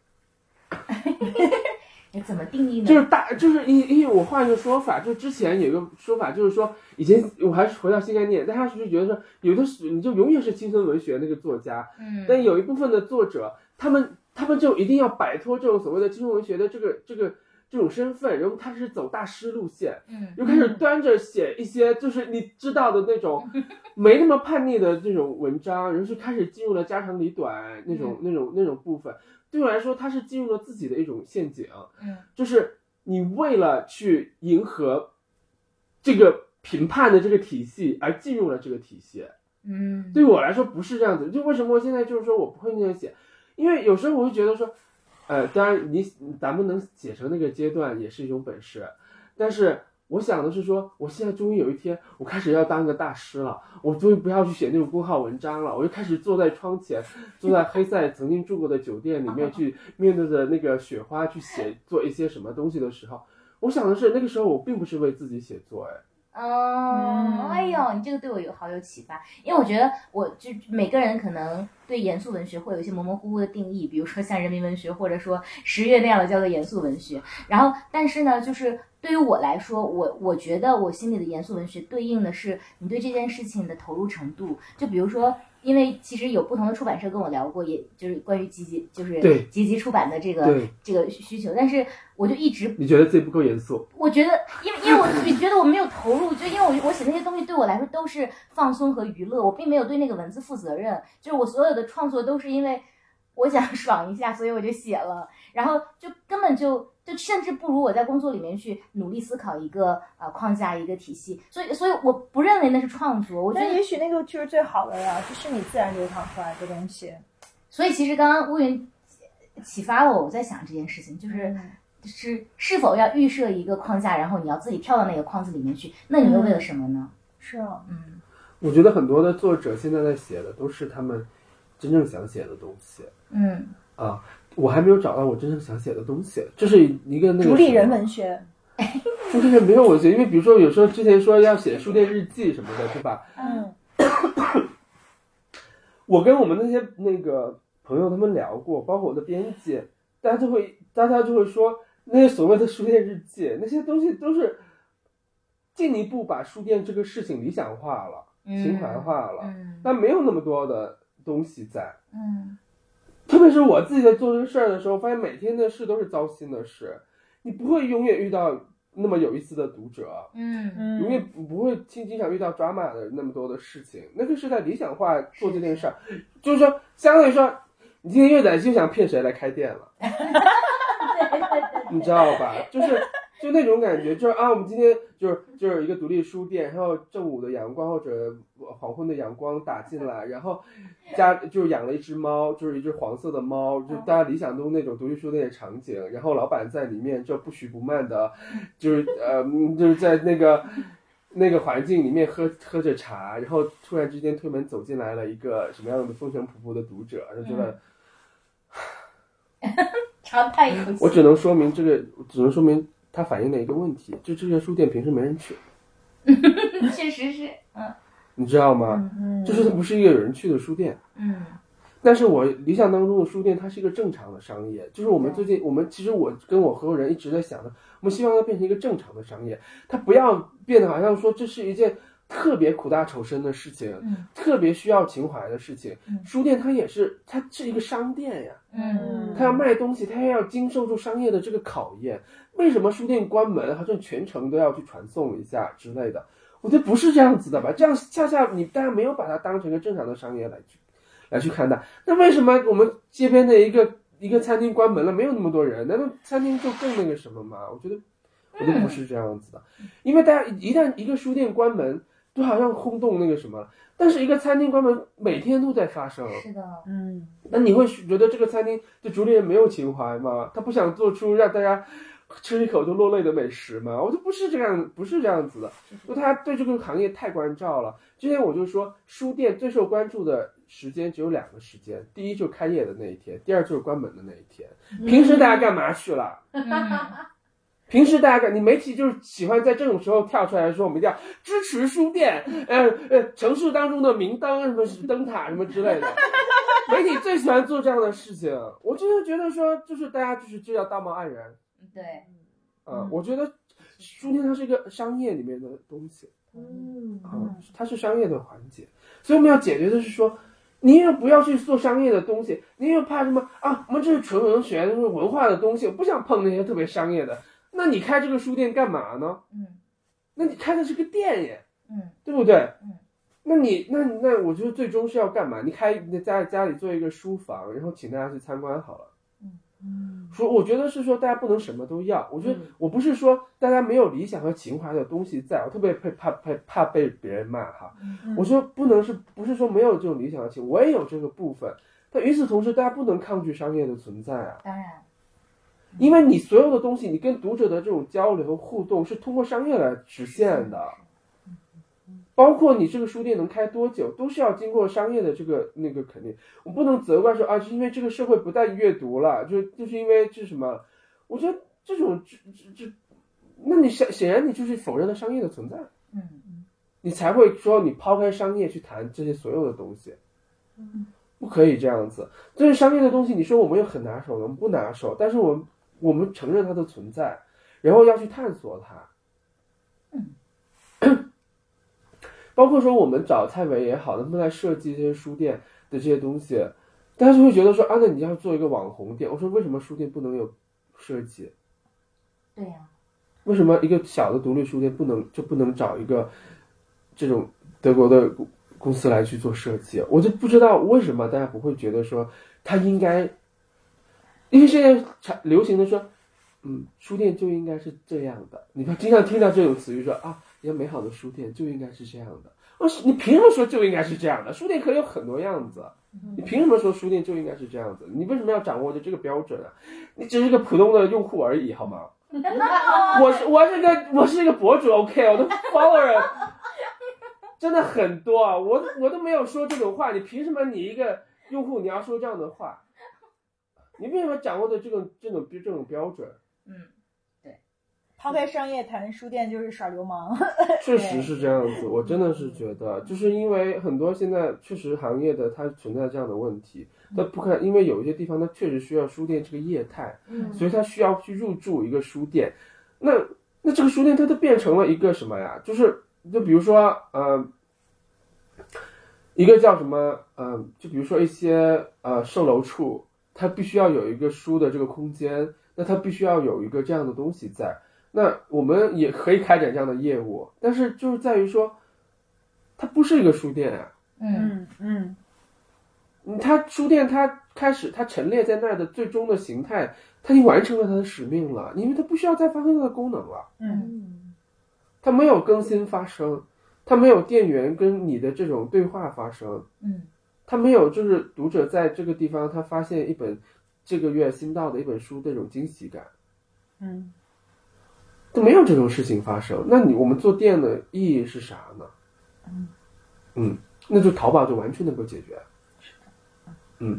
你怎么定义呢？ 就是大，就是因因为我换一个说法，就是之前有一个说法，就是说以前我还是回到新概念，大家是觉得说有的是你就永远是青春文学那个作家， 嗯， 但有一部分的作者，他们他们就一定要摆脱这种所谓的青春文学的这个这个这种身份，然后他是走大师路线， 嗯， 又开始端着写一些就是你知道的那种没那么叛逆的这种文章，然后就开始进入了家长里短那种、嗯、那种那种部分。对我来说，他是进入了自己的一种陷阱， 嗯， 就是你为了去迎合这个评判的这个体系而进入了这个体系， 嗯， 对我来说不是这样子。就为什么我现在就是说我不会那样写，因为有时候我会觉得说，呃，当然你咱们能写成那个阶段也是一种本事，但是我想的是说，我现在终于有一天，我开始要当一个大师了，我终于不要去写那种公号文章了，我就开始坐在窗前，坐在黑塞曾经住过的酒店里面去面对着那个雪花去写做一些什么东西的时候，我想的是那个时候我并不是为自己写作，哎。 哦，哎呦，你这个对我有好有启发，因为我觉得我就每个人可能对严肃文学会有一些模模糊糊的定义，比如说像人民文学或者说十月那样的叫做严肃文学，然后但是呢，就是对于我来说，我我觉得我心里的严肃文学对应的是你对这件事情的投入程度，就比如说。因为其实有不同的出版社跟我聊过，也就是关于集集就是集集出版的这个这个需求，但是我就一直你觉得自己不够严肃？ 我觉得，因为因为我觉得我没有投入，就因为我我写那些东西对我来说都是放松和娱乐，我并没有对那个文字负责任，就是我所有的创作都是因为我想爽一下，所以我就写了，然后就根本就。就甚至不如我在工作里面去努力思考一个呃框架一个体系，所以所以我不认为那是创作，我觉得也许那个就是最好的呀，就是你自然流淌出来的东西。 所以其实刚刚乌云启发了我，我在想这件事情，就是、嗯、是是否要预设一个框架，然后你要自己跳到那个框子里面去，那你又为了什么呢？ 嗯、是啊， 嗯， 我觉得很多的作者现在在写的都是他们真正想写的东西， 嗯啊。我还没有找到我真正想写的东西，这是一个那个主理人文学， 就是没有我写，因为比如说有时候之前说要写书店日记什么的，对吧？ 嗯， 我跟我们那些那个朋友他们聊过，包括我的编辑，大家就会大家就会说，那些所谓的书店日记，那些东西都是进一步把书店这个事情理想化了， 嗯、 情怀化了， 嗯， 但没有那么多的东西在， 嗯。 特别是我自己在做这个事儿的时候，发现每天的事都是糟心的事，你不会永远遇到那么有意思的读者， 嗯， 永远不会经经常遇到 drama 的那么多的事情，那个是在理想化做这件事儿，就是说，相当于说，你今天月仔就想骗谁来开店了，你知道吧？就是就那种感觉，就是啊，我们今天就是就是一个独立书店，然后正午的阳光或者黄昏的阳光打进来，然后家就是养了一只猫，就是一只黄色的猫，就大家理想中那种独立书店的场景，然后老板在里面就不许不慢的，就是呃就是在那个那个环境里面喝喝着茶，然后突然之间推门走进来了一个什么样的风尘仆仆的读者，就觉得。 长叹一口气。 我只能说明这个，只能说明它反映了一个问题，就这些书店平时没人去。 确实是，嗯， 你知道吗？ 嗯， 就是它不是一个有人去的书店。 嗯， 但是我理想当中的书店，它是一个正常的商业。就是我们最近，我们其实我跟我合伙人一直在想的，我们希望它变成一个正常的商业，它不要变得好像说这是一件特别苦大仇深的事情， 嗯， 特别需要情怀的事情。 嗯， 书店它也是，它是一个商店呀。 嗯， 它要卖东西，它也要经受住商业的这个考验。为什么书店关门，好像全程都要去传送一下之类的？我觉得不是这样子的吧？这样恰恰你大家没有把它当成一个正常的商业来去来去看待。那为什么我们街边的一个一个餐厅关门了，没有那么多人？难道餐厅就更那个什么吗？我觉得，我觉得不是这样子的。因为大家一旦一个书店关门，都好像轰动那个什么，但是一个餐厅关门每天都在发生。 是的， 嗯， 那你会觉得这个餐厅对主理人没有情怀吗？他不想做出让大家吃一口就落泪的美食吗？我就不是这样，不是这样子的。就他对这个行业太关照了。之前我就说，书店最受关注的时间只有两个时间，第一就是开业的那一天，第二就是关门的那一天。平时大家干嘛去了？ 嗯平时大家感，你媒体就是喜欢在这种时候跳出来说，我们一定要支持书店，呃呃，城市当中的明灯什么灯塔什么之类的，媒体最喜欢做这样的事情。我真的觉得说，就是大家就是就要道貌岸然。 对， 啊、呃，我觉得书店它是一个商业里面的东西， 嗯啊、呃，它是商业的环节，所以我们要解决的是说。你也不要去做商业的东西，你又怕什么啊？我们这是纯文学，这是文化的东西，我不想碰那些特别商业的。那你开这个书店干嘛呢？ 嗯， 那你开的是个店耶， 嗯， 对不对？ 嗯， 那你那那我觉得最终是要干嘛？你开你在家里做一个书房，然后请大家去参观好了。 嗯， 说我觉得是说大家不能什么都要。我觉得、 嗯、 我不是说大家没有理想和情怀的东西在，我特别怕怕怕怕被别人骂哈。 嗯、 我说不能是不是说没有这种理想的情，我也有这个部分。但与此同时，大家不能抗拒商业的存在啊。 当然。 因为你所有的东西，你跟读者的这种交流互动是通过商业来实现的，包括你这个书店能开多久，都是要经过商业的这个那个肯定。我不能责怪说啊，是因为这个社会不再阅读了，就就是因为这什么？我觉得这种这这这，那你显显然你就是否认了商业的存在， 嗯， 你才会说你抛开商业去谈这些所有的东西，不可以这样子。这是商业的东西，你说我们又很拿手，我们不拿手，但是我们我们承认它的存在，然后要去探索它。 嗯， 包括说我们找蔡伟也好，他们来设计这些书店的这些东西，大家就会觉得说啊，那你要做一个网红店。我说为什么书店不能有设计？ 对呀、啊， 为什么一个小的独立书店不能就不能找一个这种德国的公司来去做设计？我就不知道为什么大家不会觉得说它应该，因为现在流行的说，嗯，书店就应该是这样的。你看经常听到这种词语说啊，一个美好的书店就应该是这样的。我你凭什么说就应该是这样的？书店可以有很多样子，你凭什么说书店就应该是这样子？你为什么要掌握着这个标准啊？你只是个普通的用户而已，好吗？我是我是个我是一个博主 ，OK， 我的 follower 真的很多啊，我我都没有说这种话，你凭什么你一个用户你要说这样的话？你为什么掌握的这种这种这种标准？ 嗯，对， 抛开商业谈书店就是耍流氓。 确实是这样子，我真的是觉得，就是因为很多现在确实行业的它存在这样的问题，它不可因为有一些地方它确实需要书店这个业态， 嗯所以它需要去入驻一个书店，那那这个书店它都变成了一个什么呀？就是就比如说呃，一个叫什么呃，就比如说一些呃售楼处，它必须要有一个书的这个空间，那它必须要有一个这样的东西在。那我们也可以开展这样的业务，但是就是在于说，它不是一个书店啊。 嗯嗯嗯，它书店它开始它陈列在那儿的最终的形态，它已经完成了它的使命了，因为它不需要再发挥它的功能了。 嗯它没有更新发生，它没有店员跟你的这种对话发生， 嗯， 它没有就是读者在这个地方他发现一本这个月新到的一本书这种惊喜感。 嗯都没有这种事情发生，那你我们做店的意义是啥呢？ 嗯嗯，那就淘宝就完全能够解决。嗯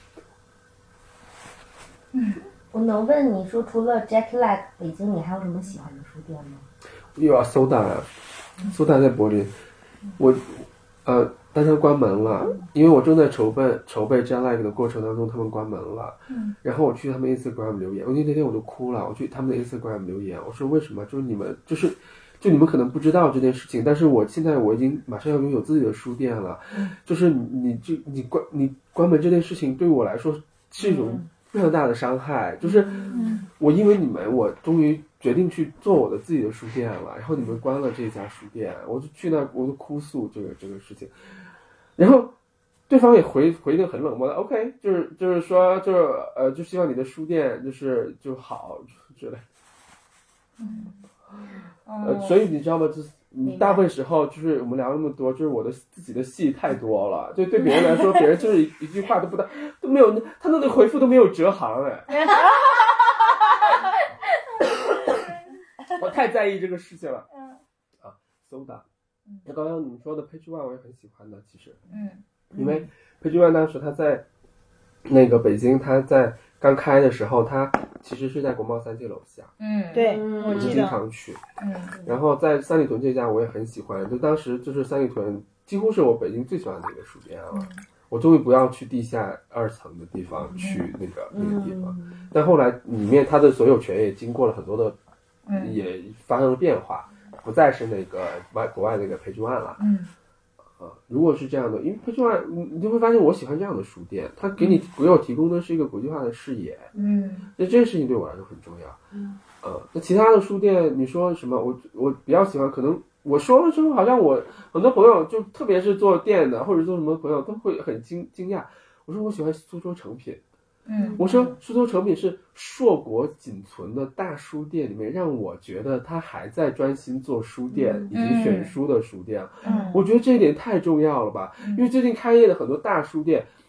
嗯，我能问你说，除了 Jack Lack 北京，你还有什么喜欢的书店吗？ 又要搜大呀，搜大在柏林，我呃，但它关门了，因为我正在筹备筹备 Jack Lack 的过程当中，他们关门了。 嗯， 然后我去他们 Instagram 留言，我那天我都哭了，我去他们的 Instagram 留言，我说为什么？就是你们就是。就你们可能不知道这件事情，但是我现在我已经马上要拥有自己的书店了，就是你你这你关你关门这件事情对我来说是一种非常大的伤害，就是我因为你们我终于决定去做我的自己的书店了，然后你们关了这家书店，我就去那我就哭诉这个这个事情，然后对方也回回的很冷漠的 OK， 就是就是说就是呃就希望你的书店就是就好之类的。 嗯呃，所以你知道吗？就是大部分时候，就是我们聊那么多，就是我的自己的戏太多了。就对别人来说，别人就是一一句话都不到，都没有，他那个回复都没有折行哎。我太在意这个事情了。啊，搜的。那刚刚你们说的 Page One 我也很喜欢的，其实。 嗯。 因为 Page One 当时他在那个北京，他在刚开的时候，他其实是在国贸三街楼下。 嗯， 对， 嗯我我经记得。 常去。 嗯然后在三里屯这家我也很喜欢，就当时就是三里屯几乎是我北京最喜欢的一个书店了。我终于不要去地下二层的地方去那个、那个地方，但后来里面它的所有权也经过了很多的， 嗯也发生了变化，不再是那个外国外那个 Page One 了。 嗯啊，如果是这样的，因为 Page One 你你就会发现我喜欢这样的书店，它给你给我提供的是一个国际化的视野， 嗯那这件事情对我来说很重要。嗯，呃，那其他的书店，你说什么？我我比较喜欢，可能我说了之后，好像我很多朋友就特别是做店的或者做什么朋友都会很惊惊讶。我说我喜欢苏州诚品， 嗯， 我说苏州诚品是硕果仅存的大书店里面，让我觉得他还在专心做书店以及选书的书店。 嗯， 我觉得这一点太重要了吧，因为最近开业的很多大书店。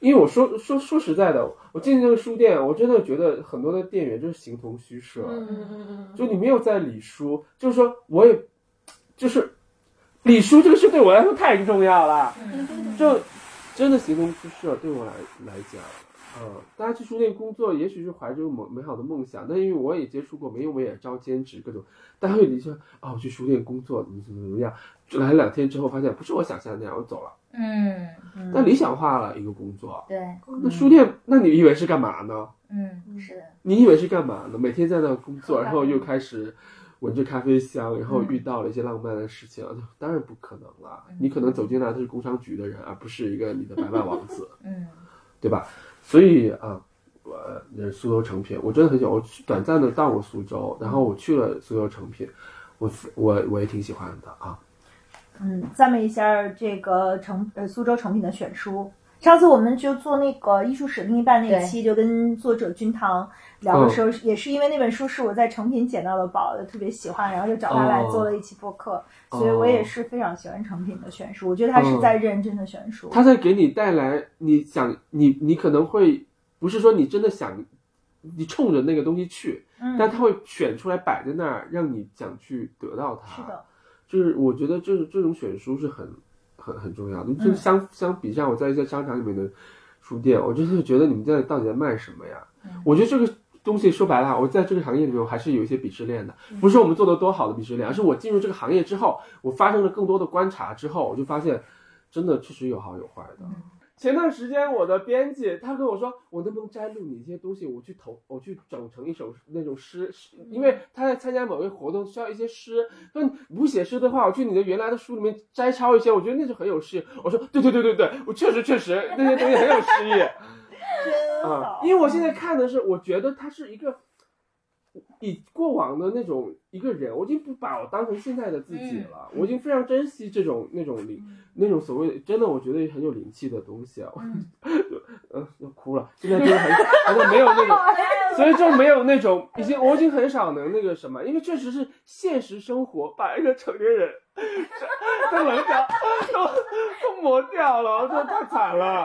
因为我说说说实在的，我进那个书店，我真的觉得很多的店员就是形同虚设， 嗯嗯嗯嗯， 就你没有在理书，就是说我也就是理书这个事对我来说太重要了，就真的形同虚设对我来来讲。嗯，大家去书店工作，也许是怀着美美好的梦想，但因为我也接触过，因为我也招兼职，各种，大家会理解啊，我去书店工作，怎么怎么怎么样，来两天之后发现不是我想象那样，我走了。 嗯， 但理想化了一个工作， 对， 那书店，那你以为是干嘛呢？ 嗯，是的， 你以为是干嘛呢？每天在那工作，然后又开始闻着咖啡香，然后遇到了一些浪漫的事情，嗯、当然不可能了。你可能走进来的是工商局的人，而不是一个你的百万王子， 嗯， 对吧？所以啊，我呃苏州成品，我真的很喜欢。我短暂的到过苏州，然后我去了苏州成品，我我我也挺喜欢的啊。 嗯，赞美一下这个成呃苏州成品的选书。上次我们就做那个艺术史另一半那一期，就跟作者君堂聊的时候，嗯、也是因为那本书是我在成品捡到的宝，特别喜欢，然后就找他来做了一期播客，哦、所以我也是非常喜欢成品的选书。我觉得他是在认真的选书， 嗯、他在给你带来你想你你可能会不是说你真的想你冲着那个东西去，嗯、但他会选出来摆在那儿，让你想去得到它。 是的， 就是我觉得这这种选书是很。很很重要的，就相、嗯、相比上我在一些商场里面的书店，我就是觉得你们在到底在卖什么呀？嗯、我觉得这个东西说白了，我在这个行业里面我还是有一些鄙视链的，不是我们做的多好的鄙视链，而是我进入这个行业之后，我发生了更多的观察之后，我就发现真的确实有好有坏的。嗯前段时间我的编辑他跟我说，我能不能摘录你这些东西，我去投，我去整成一首那种诗，因为他在参加某个活动需要一些诗，说你不写诗的话，我去你的原来的书里面摘抄一些，我觉得那就很有诗意。我说对对对对对，我确实确实那些东西很有诗意。 真好、 啊，因为我现在看的是，我觉得他是一个以过往的那种一个人，我已经不把我当成现在的自己了，嗯、我已经非常珍惜这种那种灵、嗯、那种所谓真的我觉得很有灵气的东西啊，嗯，呃，要哭了，现在真的很好像没有那种，所以就没有那种已经我已经很少能那个什么，因为确实是现实生活把一个成年人的棱角都都磨掉了，真的太惨了。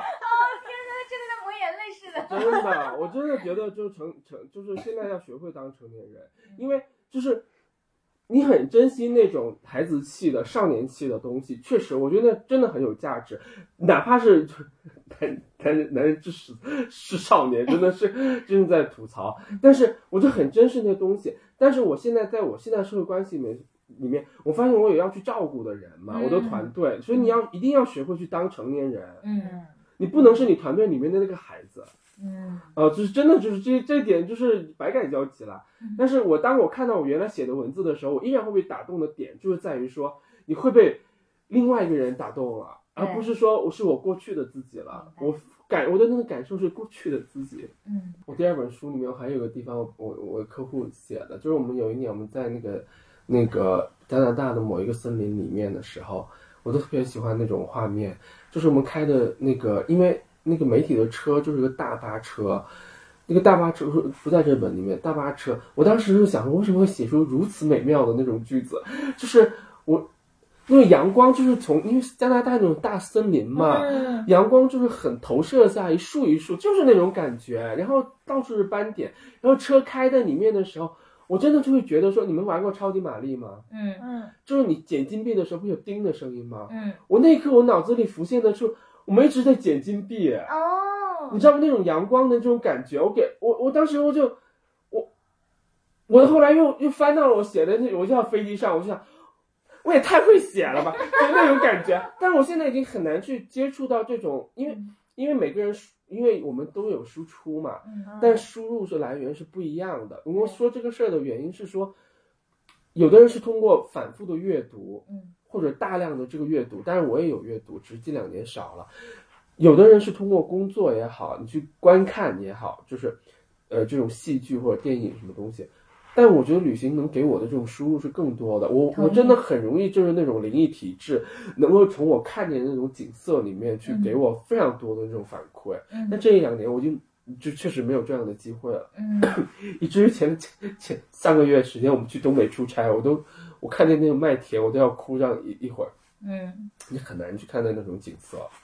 真的，我真的觉得就成成就是现在要学会当成年人，因为就是你很珍惜那种孩子气的少年气的东西，确实我觉得真的很有价值，哪怕是男男人男人之是是少年，真的是真的在吐槽，但是我就很珍视那东西。但是我现在在我现在社会关系里面里面，我发现我有要去照顾的人嘛，嗯、我的团队，所以你要一定要学会去当成年人， 嗯， 你不能是你团队里面的那个孩子。 嗯， 呃，就是真的就是这这一点就是百感交集了。但是我当我看到我原来写的文字的时候，我依然会被打动的点就是在于说，你会被另外一个人打动了，而不是说我是我过去的自己了。我感我的那个感受是过去的自己。 嗯， 我第二本书里面还有个地方，我我客户写的，就是我们有一年我们在那个那个加拿大的某一个森林里面的时候，我都特别喜欢那种画面，就是我们开的那个，因为。那个媒体的车就是个大巴车，那个大巴车不在这本里面。大巴车，我当时就想说，为什么会写出如此美妙的那种句子？就是我那个阳光，就是从因为加拿大那种大森林嘛，嗯、阳光就是很投射下一束一束，就是那种感觉。然后到处是斑点，然后车开在里面的时候，我真的就会觉得说，你们玩过超级玛丽吗？ 嗯嗯， 就是你捡金币的时候会有叮的声音吗？ 嗯， 我那一刻我脑子里浮现的是。我们一直在捡金币哦， 你知道吗？那种阳光的这种感觉，我给我我当时我就我我后来又又翻到了我写的那，我就到飞机上，我就想，我也太会写了吧，就那种感觉。但是我现在已经很难去接触到这种，因为、嗯、因为每个人，因为我们都有输出嘛，嗯、但输入是来源是不一样的。我说这个事儿的原因是说，有的人是通过反复的阅读， 嗯。 或者大量的这个阅读，当然我也有阅读，只是近两年少了。有的人是通过工作也好，你去观看也好，就是呃这种戏剧或者电影什么东西。但我觉得旅行能给我的这种输入是更多的。我我真的很容易就是那种灵异体质，能够从我看见的那种景色里面去给我非常多的这种反馈。 嗯、 但这一两年我已经就确实没有这样的机会了。 嗯， 以至于前前上个月时间我们去东北出差，我都。我看见那个麦田，我都要哭上一一会儿。 嗯， 你很难去看到那种景色。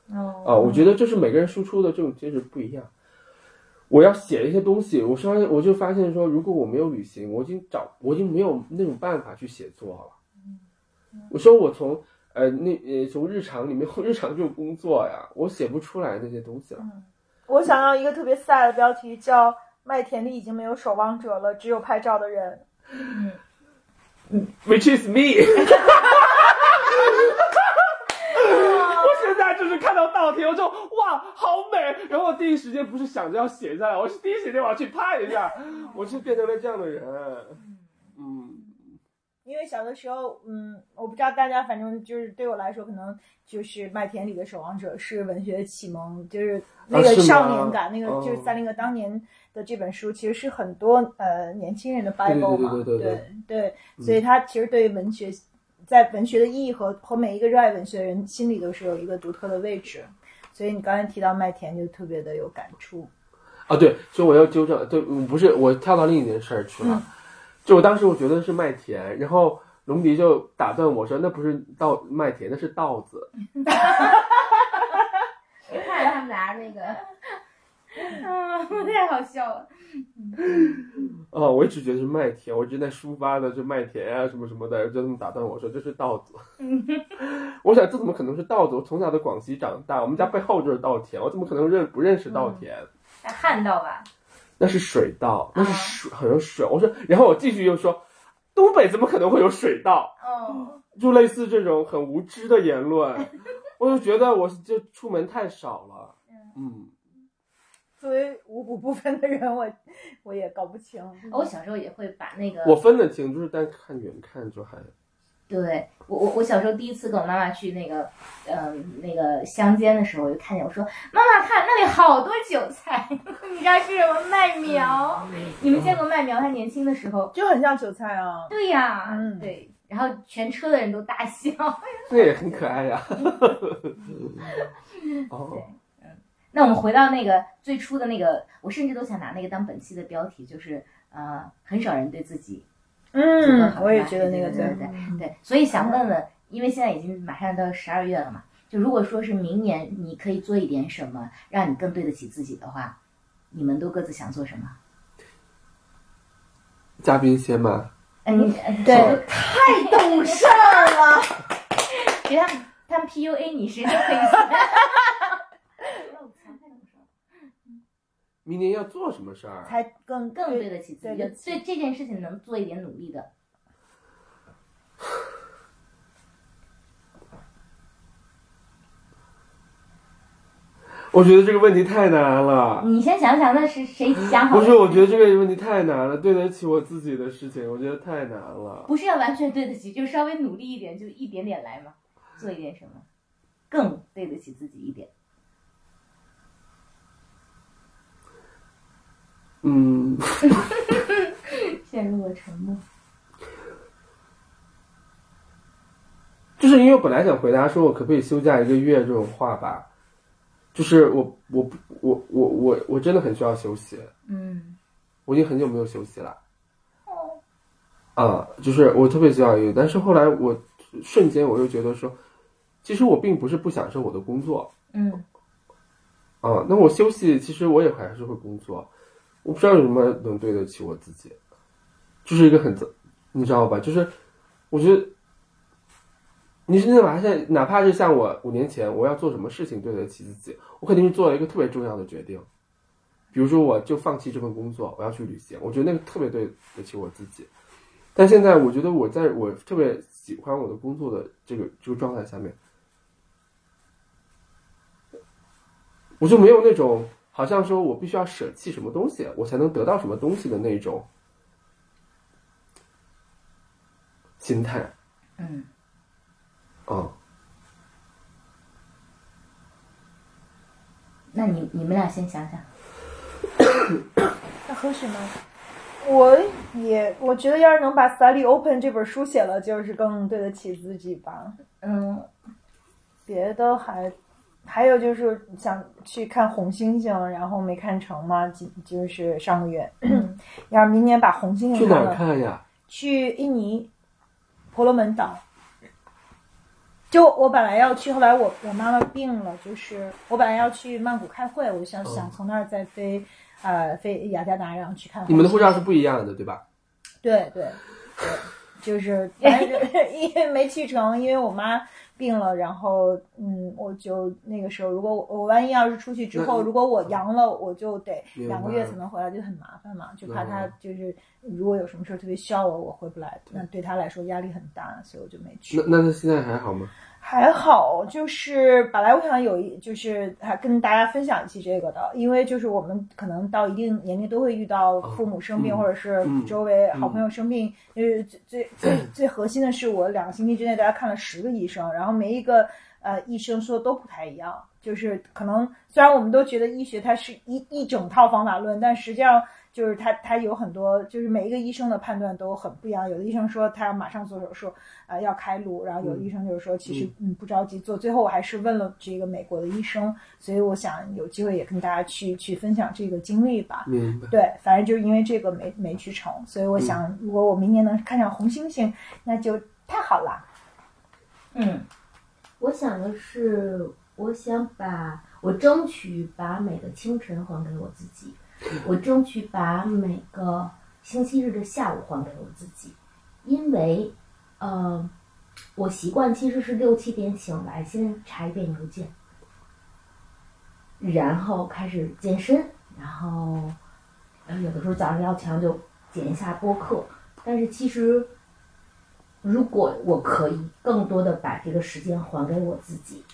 哦， 啊，我觉得这是每个人输出的这种精神不一样。我要写一些东西，我发现我就发现说，如果我没有旅行，我已经找我已经没有那种办法去写作了。我说我从呃那呃从日常里面日常这种工作呀，我写不出来那些东西了。 嗯，我想要一个特别 sad 的标题，叫麦田里已经没有守望者了，只有拍照的人。 嗯 ，Which is me 。我现在就是看到稻田，我就哇好美，然后我第一时间不是想着要写下来，我是第一时间我要去拍一下，我是变成了这样的人。嗯， 因为小的时候，嗯，我不知道大家，反正就是对我来说，可能就是麦田里的守望者是文学的启蒙，就是那个少年感， 啊、 那个就是三林格当年的这本书，其实是很多呃年轻人的 Bible 嘛， 对对对对对对, 对, 对，所以他其实对文学。在文学的意义和和每一个热爱文学的人心里都是有一个独特的位置，所以你刚才提到麦田就特别的有感触。 啊，对，所以我要纠正，对，不是我跳到另一件事儿去了，嗯、就我当时我觉得是麦田，然后龙迪就打断我说那不是稻麦田，那是稻子。 你看他们俩那个， 啊，太好笑了。 哦，我一直觉得是麦田，我一直在抒发的就麦田啊什么什么的，就这么打断我说这是稻子。我想这怎么可能是稻子？我从小在广西长大，我们家背后就是稻田，我怎么可能认不认识稻田？ 嗯、旱稻吧？ 那是水稻，那是水，很有水。我说，然后我继续又说，东北怎么可能会有水稻？ 哦， 就类似这种很无知的言论，我就觉得我就出门太少了。嗯。 作为五谷不分的人，我我也搞不清。 我小时候也会把那个， 我分得清，就是但看远看就还。 对，我我我小时候第一次跟我妈妈去那个，嗯、呃，那个乡间的时候，我就看见我说妈妈看那里好多韭菜，你知道是什么麦苗？你们见过麦苗？它年轻的时候就很像韭菜啊。 对呀， 嗯， 对。然后全车的人都大笑。 这也很可爱呀。 哦。那我们回到那个最初的那个，我甚至都想拿那个当本期的标题，就是呃，很少人对自己， 嗯，我也觉得那个对对对对对，所以想问问，因为现在已经马上到十二月了嘛，就如果说是明年你可以做一点什么，让你更对得起自己的话，你们都各自想做什么？ 嘉宾先吧。 嗯， 对，太懂事儿了。 觉得他们他们 P U A 你是可以。 明年要做什么事儿？ 才更更对得起自己， 对对这件事情能做一点努力的。 我觉得这个问题太难了。 你先想想，那是谁想好的？ 不是，我觉得这个问题太难了，对得起我自己的事情，我觉得太难了。 不是要完全对得起，就稍微努力一点，就一点点来嘛，做一点什么，更对得起自己一点。 嗯， 陷入了沉默。 就是因为我本来想回答说我可不可以休假一个月这种话吧，就是我我我我我我真的很需要休息。 嗯， 我已经很久没有休息了。 哦。 啊，就是我特别需要一个，但是后来我瞬间我又觉得说，其实我并不是不享受我的工作。 嗯。 啊，那我休息，其实我也还是会工作。我不知道有什么能对得起我自己，就是一个很，你知道吧？就是我觉得，你是哪怕现在，哪怕是像我五年前，我要做什么事情对得起自己，我肯定是做了一个特别重要的决定。比如说，我就放弃这份工作，我要去旅行，我觉得那个特别对得起我自己。但现在，我觉得我在我特别喜欢我的工作的这个这个状态下面，我就没有那种。好像说我必须要舍弃什么东西，我才能得到什么东西的那种心态。 嗯。 哦。 那你你们俩先想想。 那何许呢？我也我觉得要是能把《Study Open》这本书写了，就是更对得起自己吧。 嗯， 别的还。还有就是想去看红星星，然后没看成嘛，就是上个月。要是明年把红星星看了，去哪儿看呀？ 去印尼婆罗门岛。 就我本来要去，后来我我妈妈病了，就是我本来要去曼谷开会，我想、 哦、 想从那儿再飞呃飞雅加达，然后去看。 你们的护照是不一样的，对吧？ 对对对，就是反正因为没去成，因为我妈病了，然后嗯，我就那个时候，如果我我万一要是出去之后，如果我阳了，我就得两个月才能回来，就很麻烦嘛，就怕他就是如果有什么事特别需要我，我回不来，那对他来说压力很大，所以我就没去。 那那他现在还好吗？ 还好，就是本来我想有一，就是还跟大家分享一期这个的，因为就是我们可能到一定年龄都会遇到父母生病， 哦嗯、 或者是周围好朋友生病。就是最最最最核心的是，我两个星期之内大家看了十个医生，然后每一个呃医生说都不太一样。就是可能虽然我们都觉得医学它是一一整套方法论，但实际上就是它它有很多，就是每一个医生的判断都很不一样。有的医生说他要马上做手术，呃要开颅，然后有的医生就是说其实嗯不着急做。最后我还是问了这个美国的医生，所以我想有机会也跟大家去去分享这个经历吧。 明白。 对，反正就是因为这个没没去成，所以我想如果我明年能看上红星星，那就太好了。 嗯， 我想的是。我想把我争取把每个清晨还给我自己，我争取把每个星期日的下午还给我自己，因为呃，我习惯其实是六七点醒来，先查一遍邮件，然后开始健身，然后呃有的时候早上要强就剪一下播客，但是其实如果我可以更多的把这个时间还给我自己。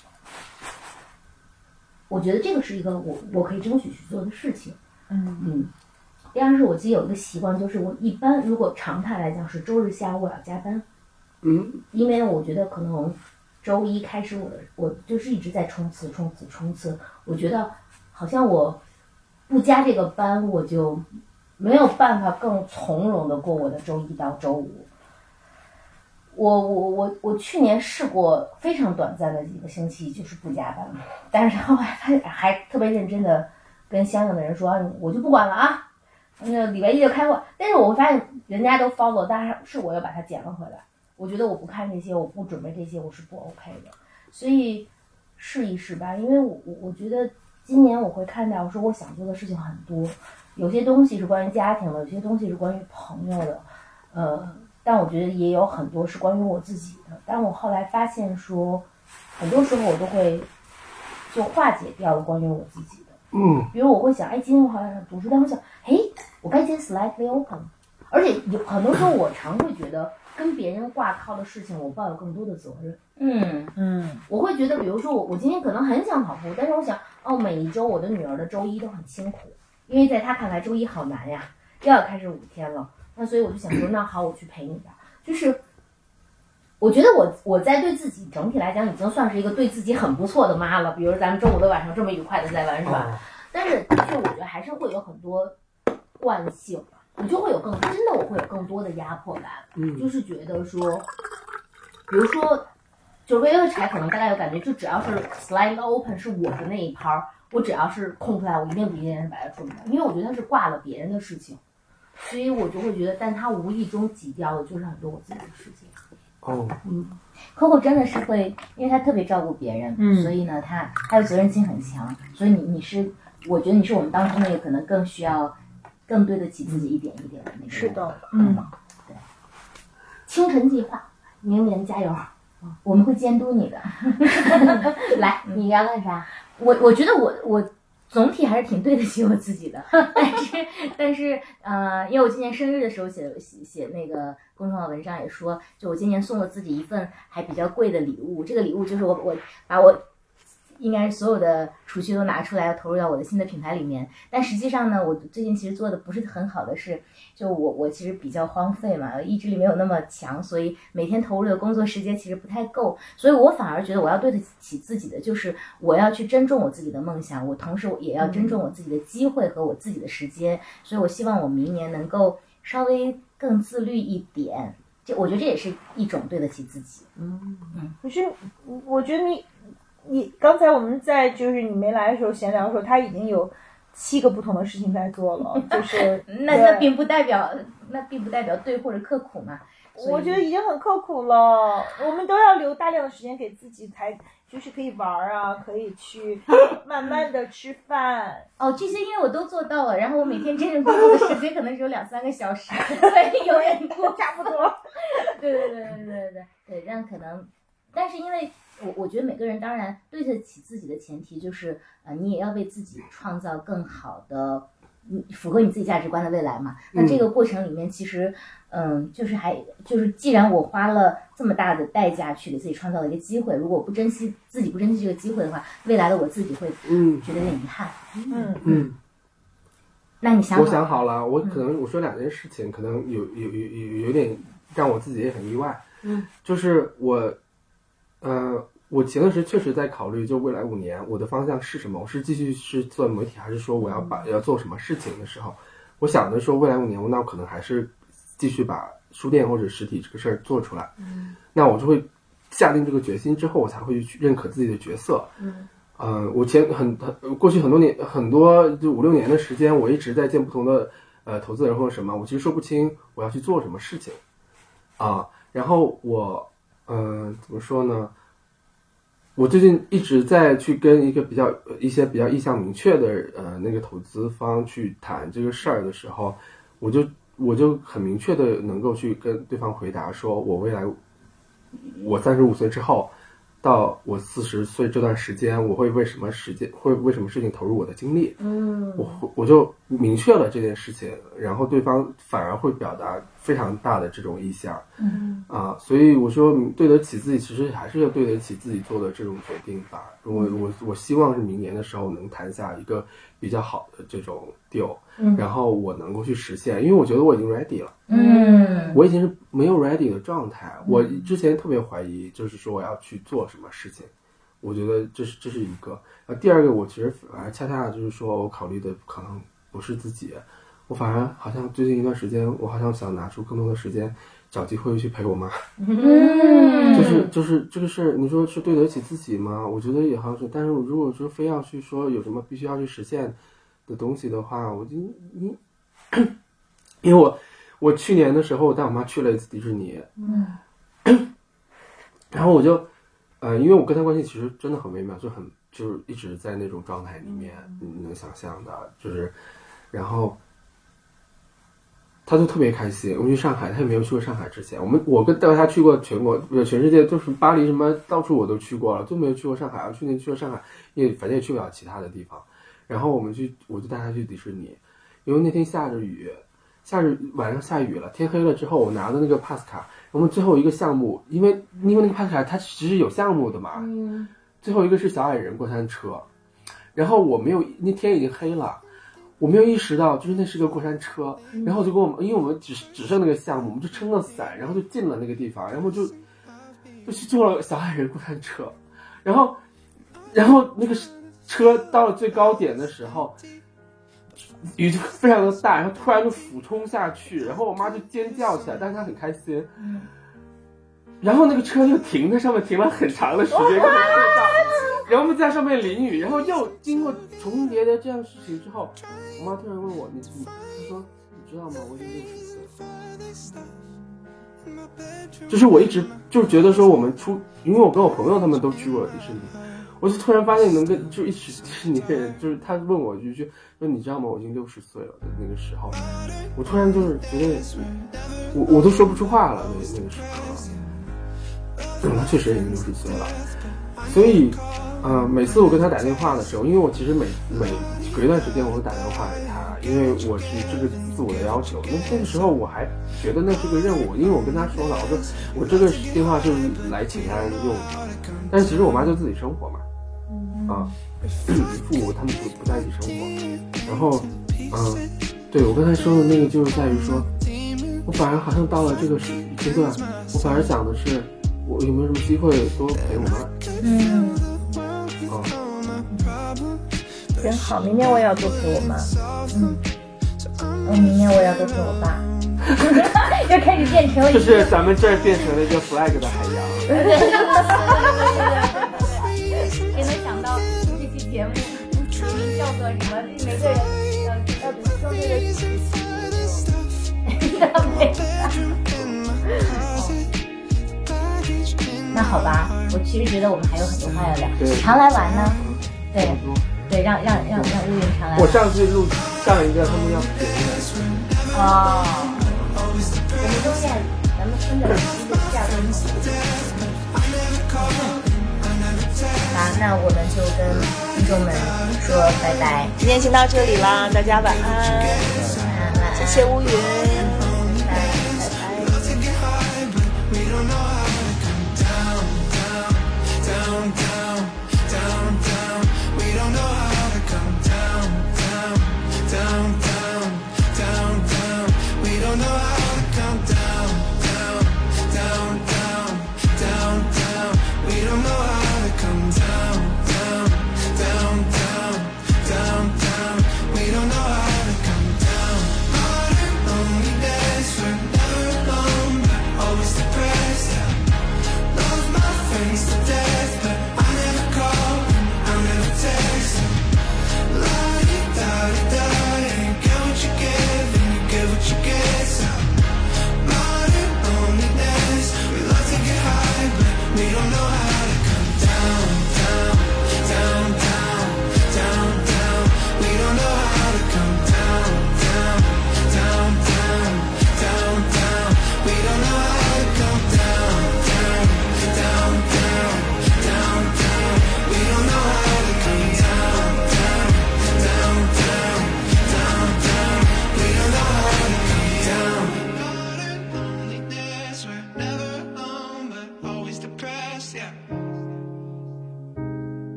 我觉得这个是一个我我可以争取去做的事情， 嗯嗯。第二是我自己有一个习惯，就是我一般如果常态来讲是周日下午我要加班， 嗯， 因为我觉得可能周一开始我的我就是一直在冲刺冲刺冲刺，我觉得好像我不加这个班，我就没有办法更从容的过我的周一到周五。我我我我去年试过非常短暂的几个星期，就是不加班，但是后来还还特别认真的跟相应的人说，我就不管了啊，那礼拜一就开会。但是我会发现人家都 follow， 但是是我要把它捡了回来。我觉得我不看这些，我不准备这些，我是不 OK 的。所以试一试吧，因为我我觉得今年我会看到，我说我想做的事情很多，有些东西是关于家庭的，有些东西是关于朋友的，呃。但我觉得也有很多是关于我自己的，但我后来发现说，很多时候我都会就化解掉了关于我自己的。 嗯， 比如我会想，哎，今天我好像想读书，但我想，哎，我该先 slightly open。而且有很多时候，我常会觉得跟别人挂靠的事情，我抱有更多的责任。 嗯嗯， 我会觉得，比如说我我今天可能很想跑步，但是我想，哦，每一周我的女儿的周一都很辛苦，因为在她看来周一好难呀，又要开始五天了。那所以我就想说，那好，我去陪你吧。就是我觉得我我在对自己整体来讲已经算是一个对自己很不错的妈了。比如咱们周五的晚上这么愉快的在玩耍，但是的确我觉得还是会有很多惯性，我就会有更真的我会有更多的压迫感。 嗯， 就是觉得说，比如说，就微微柴可能大家有感觉，就只要是 slide open 是我的那一拍，我只要是空出来，我一定比别人把它处理掉，因为我觉得它是挂了别人的事情。所以我就会觉得，但他无意中挤掉的就是很多我自己的事情。 哦， 嗯 ，Coco 真的是会，因为他特别照顾别人， 嗯， 所以呢，他他的责任心很强，所以你你是，我觉得你是我们当中那个可能更需要，更对得起自己一点一点的那个。 是的，嗯， 对。清晨计划，明年加油，我们会监督你的。来，你要干啥？我我觉得我我。总体还是挺对得起我自己的，但是但是呃，因为我今年生日的时候写写写那个公众号文章也说，就我今年送了自己一份还比较贵的礼物，这个礼物就是我我把我应该是所有的储蓄都拿出来投入到我的新的品牌里面，但实际上呢，我最近其实做的不是很好的是，就我我其实比较荒废嘛，意志力没有那么强，所以每天投入的工作时间其实不太够，所以我反而觉得我要对得起自己的就是我要去珍重我自己的梦想，我同时也要珍重我自己的机会和我自己的时间，所以我希望我明年能够稍微更自律一点，就我觉得这也是一种对得起自己。 嗯嗯，可是我觉得你。你刚才我们在就是你没来的时候闲聊的时候，他已经有七个不同的事情在做了，就是那那并不代表那并不代表对或者刻苦嘛。 我觉得已经很刻苦了，我们都要留大量的时间给自己，才就是可以玩啊，可以去慢慢的吃饭。 哦，这些因为我都做到了，然后我每天真正工作的时间可能只有两三个小时，所以有点多， 差不多。 对对对对对对对对，这样可能，但是因为我我觉得每个人当然对得起自己的前提就是呃，你也要为自己创造更好的。你符合你自己价值观的未来嘛？那这个过程里面，其实，嗯，就是还就是，既然我花了这么大的代价去给自己创造了一个机会，如果我不珍惜自己不珍惜这个机会的话，未来的我自己会嗯觉得有点遗憾。 嗯嗯。 那你想好？ 我想好了，我可能我说两件事情，可能有有有有有点让我自己也很意外。 嗯， 就是我，呃。我前段时间确实在考虑，就未来五年我的方向是什么？我是继续是做媒体，还是说我要把要做什么事情的时候，我想的说未来五年，那我可能还是继续把书店或者实体这个事儿做出来。 嗯， 那我就会下定这个决心之后，我才会去认可自己的角色。 嗯， 呃，我前很很过去很多年，很多就五六年的时间，我一直在见不同的呃投资人或者什么，我其实说不清我要去做什么事情啊。然后我嗯、呃、怎么说呢？我最近一直在去跟一个比较一些比较意向明确的呃那个投资方去谈这个事儿的时候，我就我就很明确的能够去跟对方回答说，我未来我三十五岁之后到我四十岁这段时间，我会为什么时间会为什么事情投入我的精力， 嗯， 我我就明确了这件事情，然后对方反而会表达非常大的这种意向， 嗯啊，所以我说对得起自己，其实还是要对得起自己做的这种决定吧。我我我希望是明年的时候能谈下一个比较好的这种 deal， 嗯， 然后我能够去实现，因为我觉得我已经 ready 了， 嗯， 我已经是没有 ready 的状态。我之前特别怀疑，就是说我要去做什么事情，我觉得这是这是一个。呃，第二个，我其实反而恰恰就是说我考虑的可能不是自己。我反而好像最近一段时间，我好像想拿出更多的时间，找机会去陪我妈。 嗯， 就是就是这个事儿，你说是对得起自己吗？我觉得也好像是，但是如果说非要去说有什么必须要去实现的东西的话，我就你，因为我我去年的时候，我带我妈去了一次迪士尼， 嗯， 然后我就，呃，因为我跟她关系其实真的很微妙，就很就是一直在那种状态里面，你能想象的，就是，然后。他就特别开心，我们去上海，他也没有去过上海之前，我们我跟带他去过全国，全世界，就是巴黎什么到处我都去过了，就没有去过上海。我去年去了上海，因为反正也去不了其他的地方。然后我们去，我就带他去迪士尼，因为那天下着雨，下着晚上下雨了，天黑了之后，我拿的那个 pass 卡，我们最后一个项目，因为因为那个 pass 卡它其实有项目的嘛， 嗯， 最后一个是小矮人过山车，然后我没有，那天已经黑了。我没有意识到，就是那是个过山车，然后就跟我们，因为我们只只剩那个项目，我们就撑了伞，然后就进了那个地方，然后就就去坐了小矮人过山车，然后然后那个车到了最高点的时候，雨就非常的大，然后突然就俯冲下去，然后我妈就尖叫起来，但是她很开心，然后那个车就停在上面，停了很长的时间，然后我们在上面淋雨，然后又经过重重叠叠这样的事情之后，我妈突然问我，你你她说你知道吗？我已经六十岁了。就是我一直就是觉得说我们出，因为我跟我朋友他们都去过迪士尼，我就突然发现能跟就一起迪士尼的人，就是他问我一句说你知道吗？我已经六十岁了的那个时候，我突然就是觉得我我都说不出话了，那那个时刻，他确实已经六十岁了，所以。呃，每次我跟他打电话的时候，因为我其实每每隔一段时间我会打电话给他，因为我是这个自我的要求。那那个时候我还觉得那是个任务，因为我跟他说了，我说我这个电话就是来请他用的，但是其实我妈就自己生活嘛，啊，父母他们不不在一起生活，然后，嗯、呃，对我跟他说的那个就是在于说，我反而好像到了这个阶段，我反而想的是，我有没有什么机会多陪我妈， 嗯。 哦， 真好，明年我也要多陪我妈。 嗯，我明年我也要多陪我爸。就开始变成了， 就是咱们这儿变成了一个 flag 的海洋。 对对对对对，谁能想到这期节目明明叫做什么？每个人要要说这个。 我其实觉得我们还有很多话要聊，常来玩呢，对对，让让让让乌云常来玩。 我上次录上一个他们要评的哦，我们中间咱们分的一个第二个好，那我们就跟听众们说拜拜。 今天先到这里啦，大家晚安， 晚安， 谢谢乌云。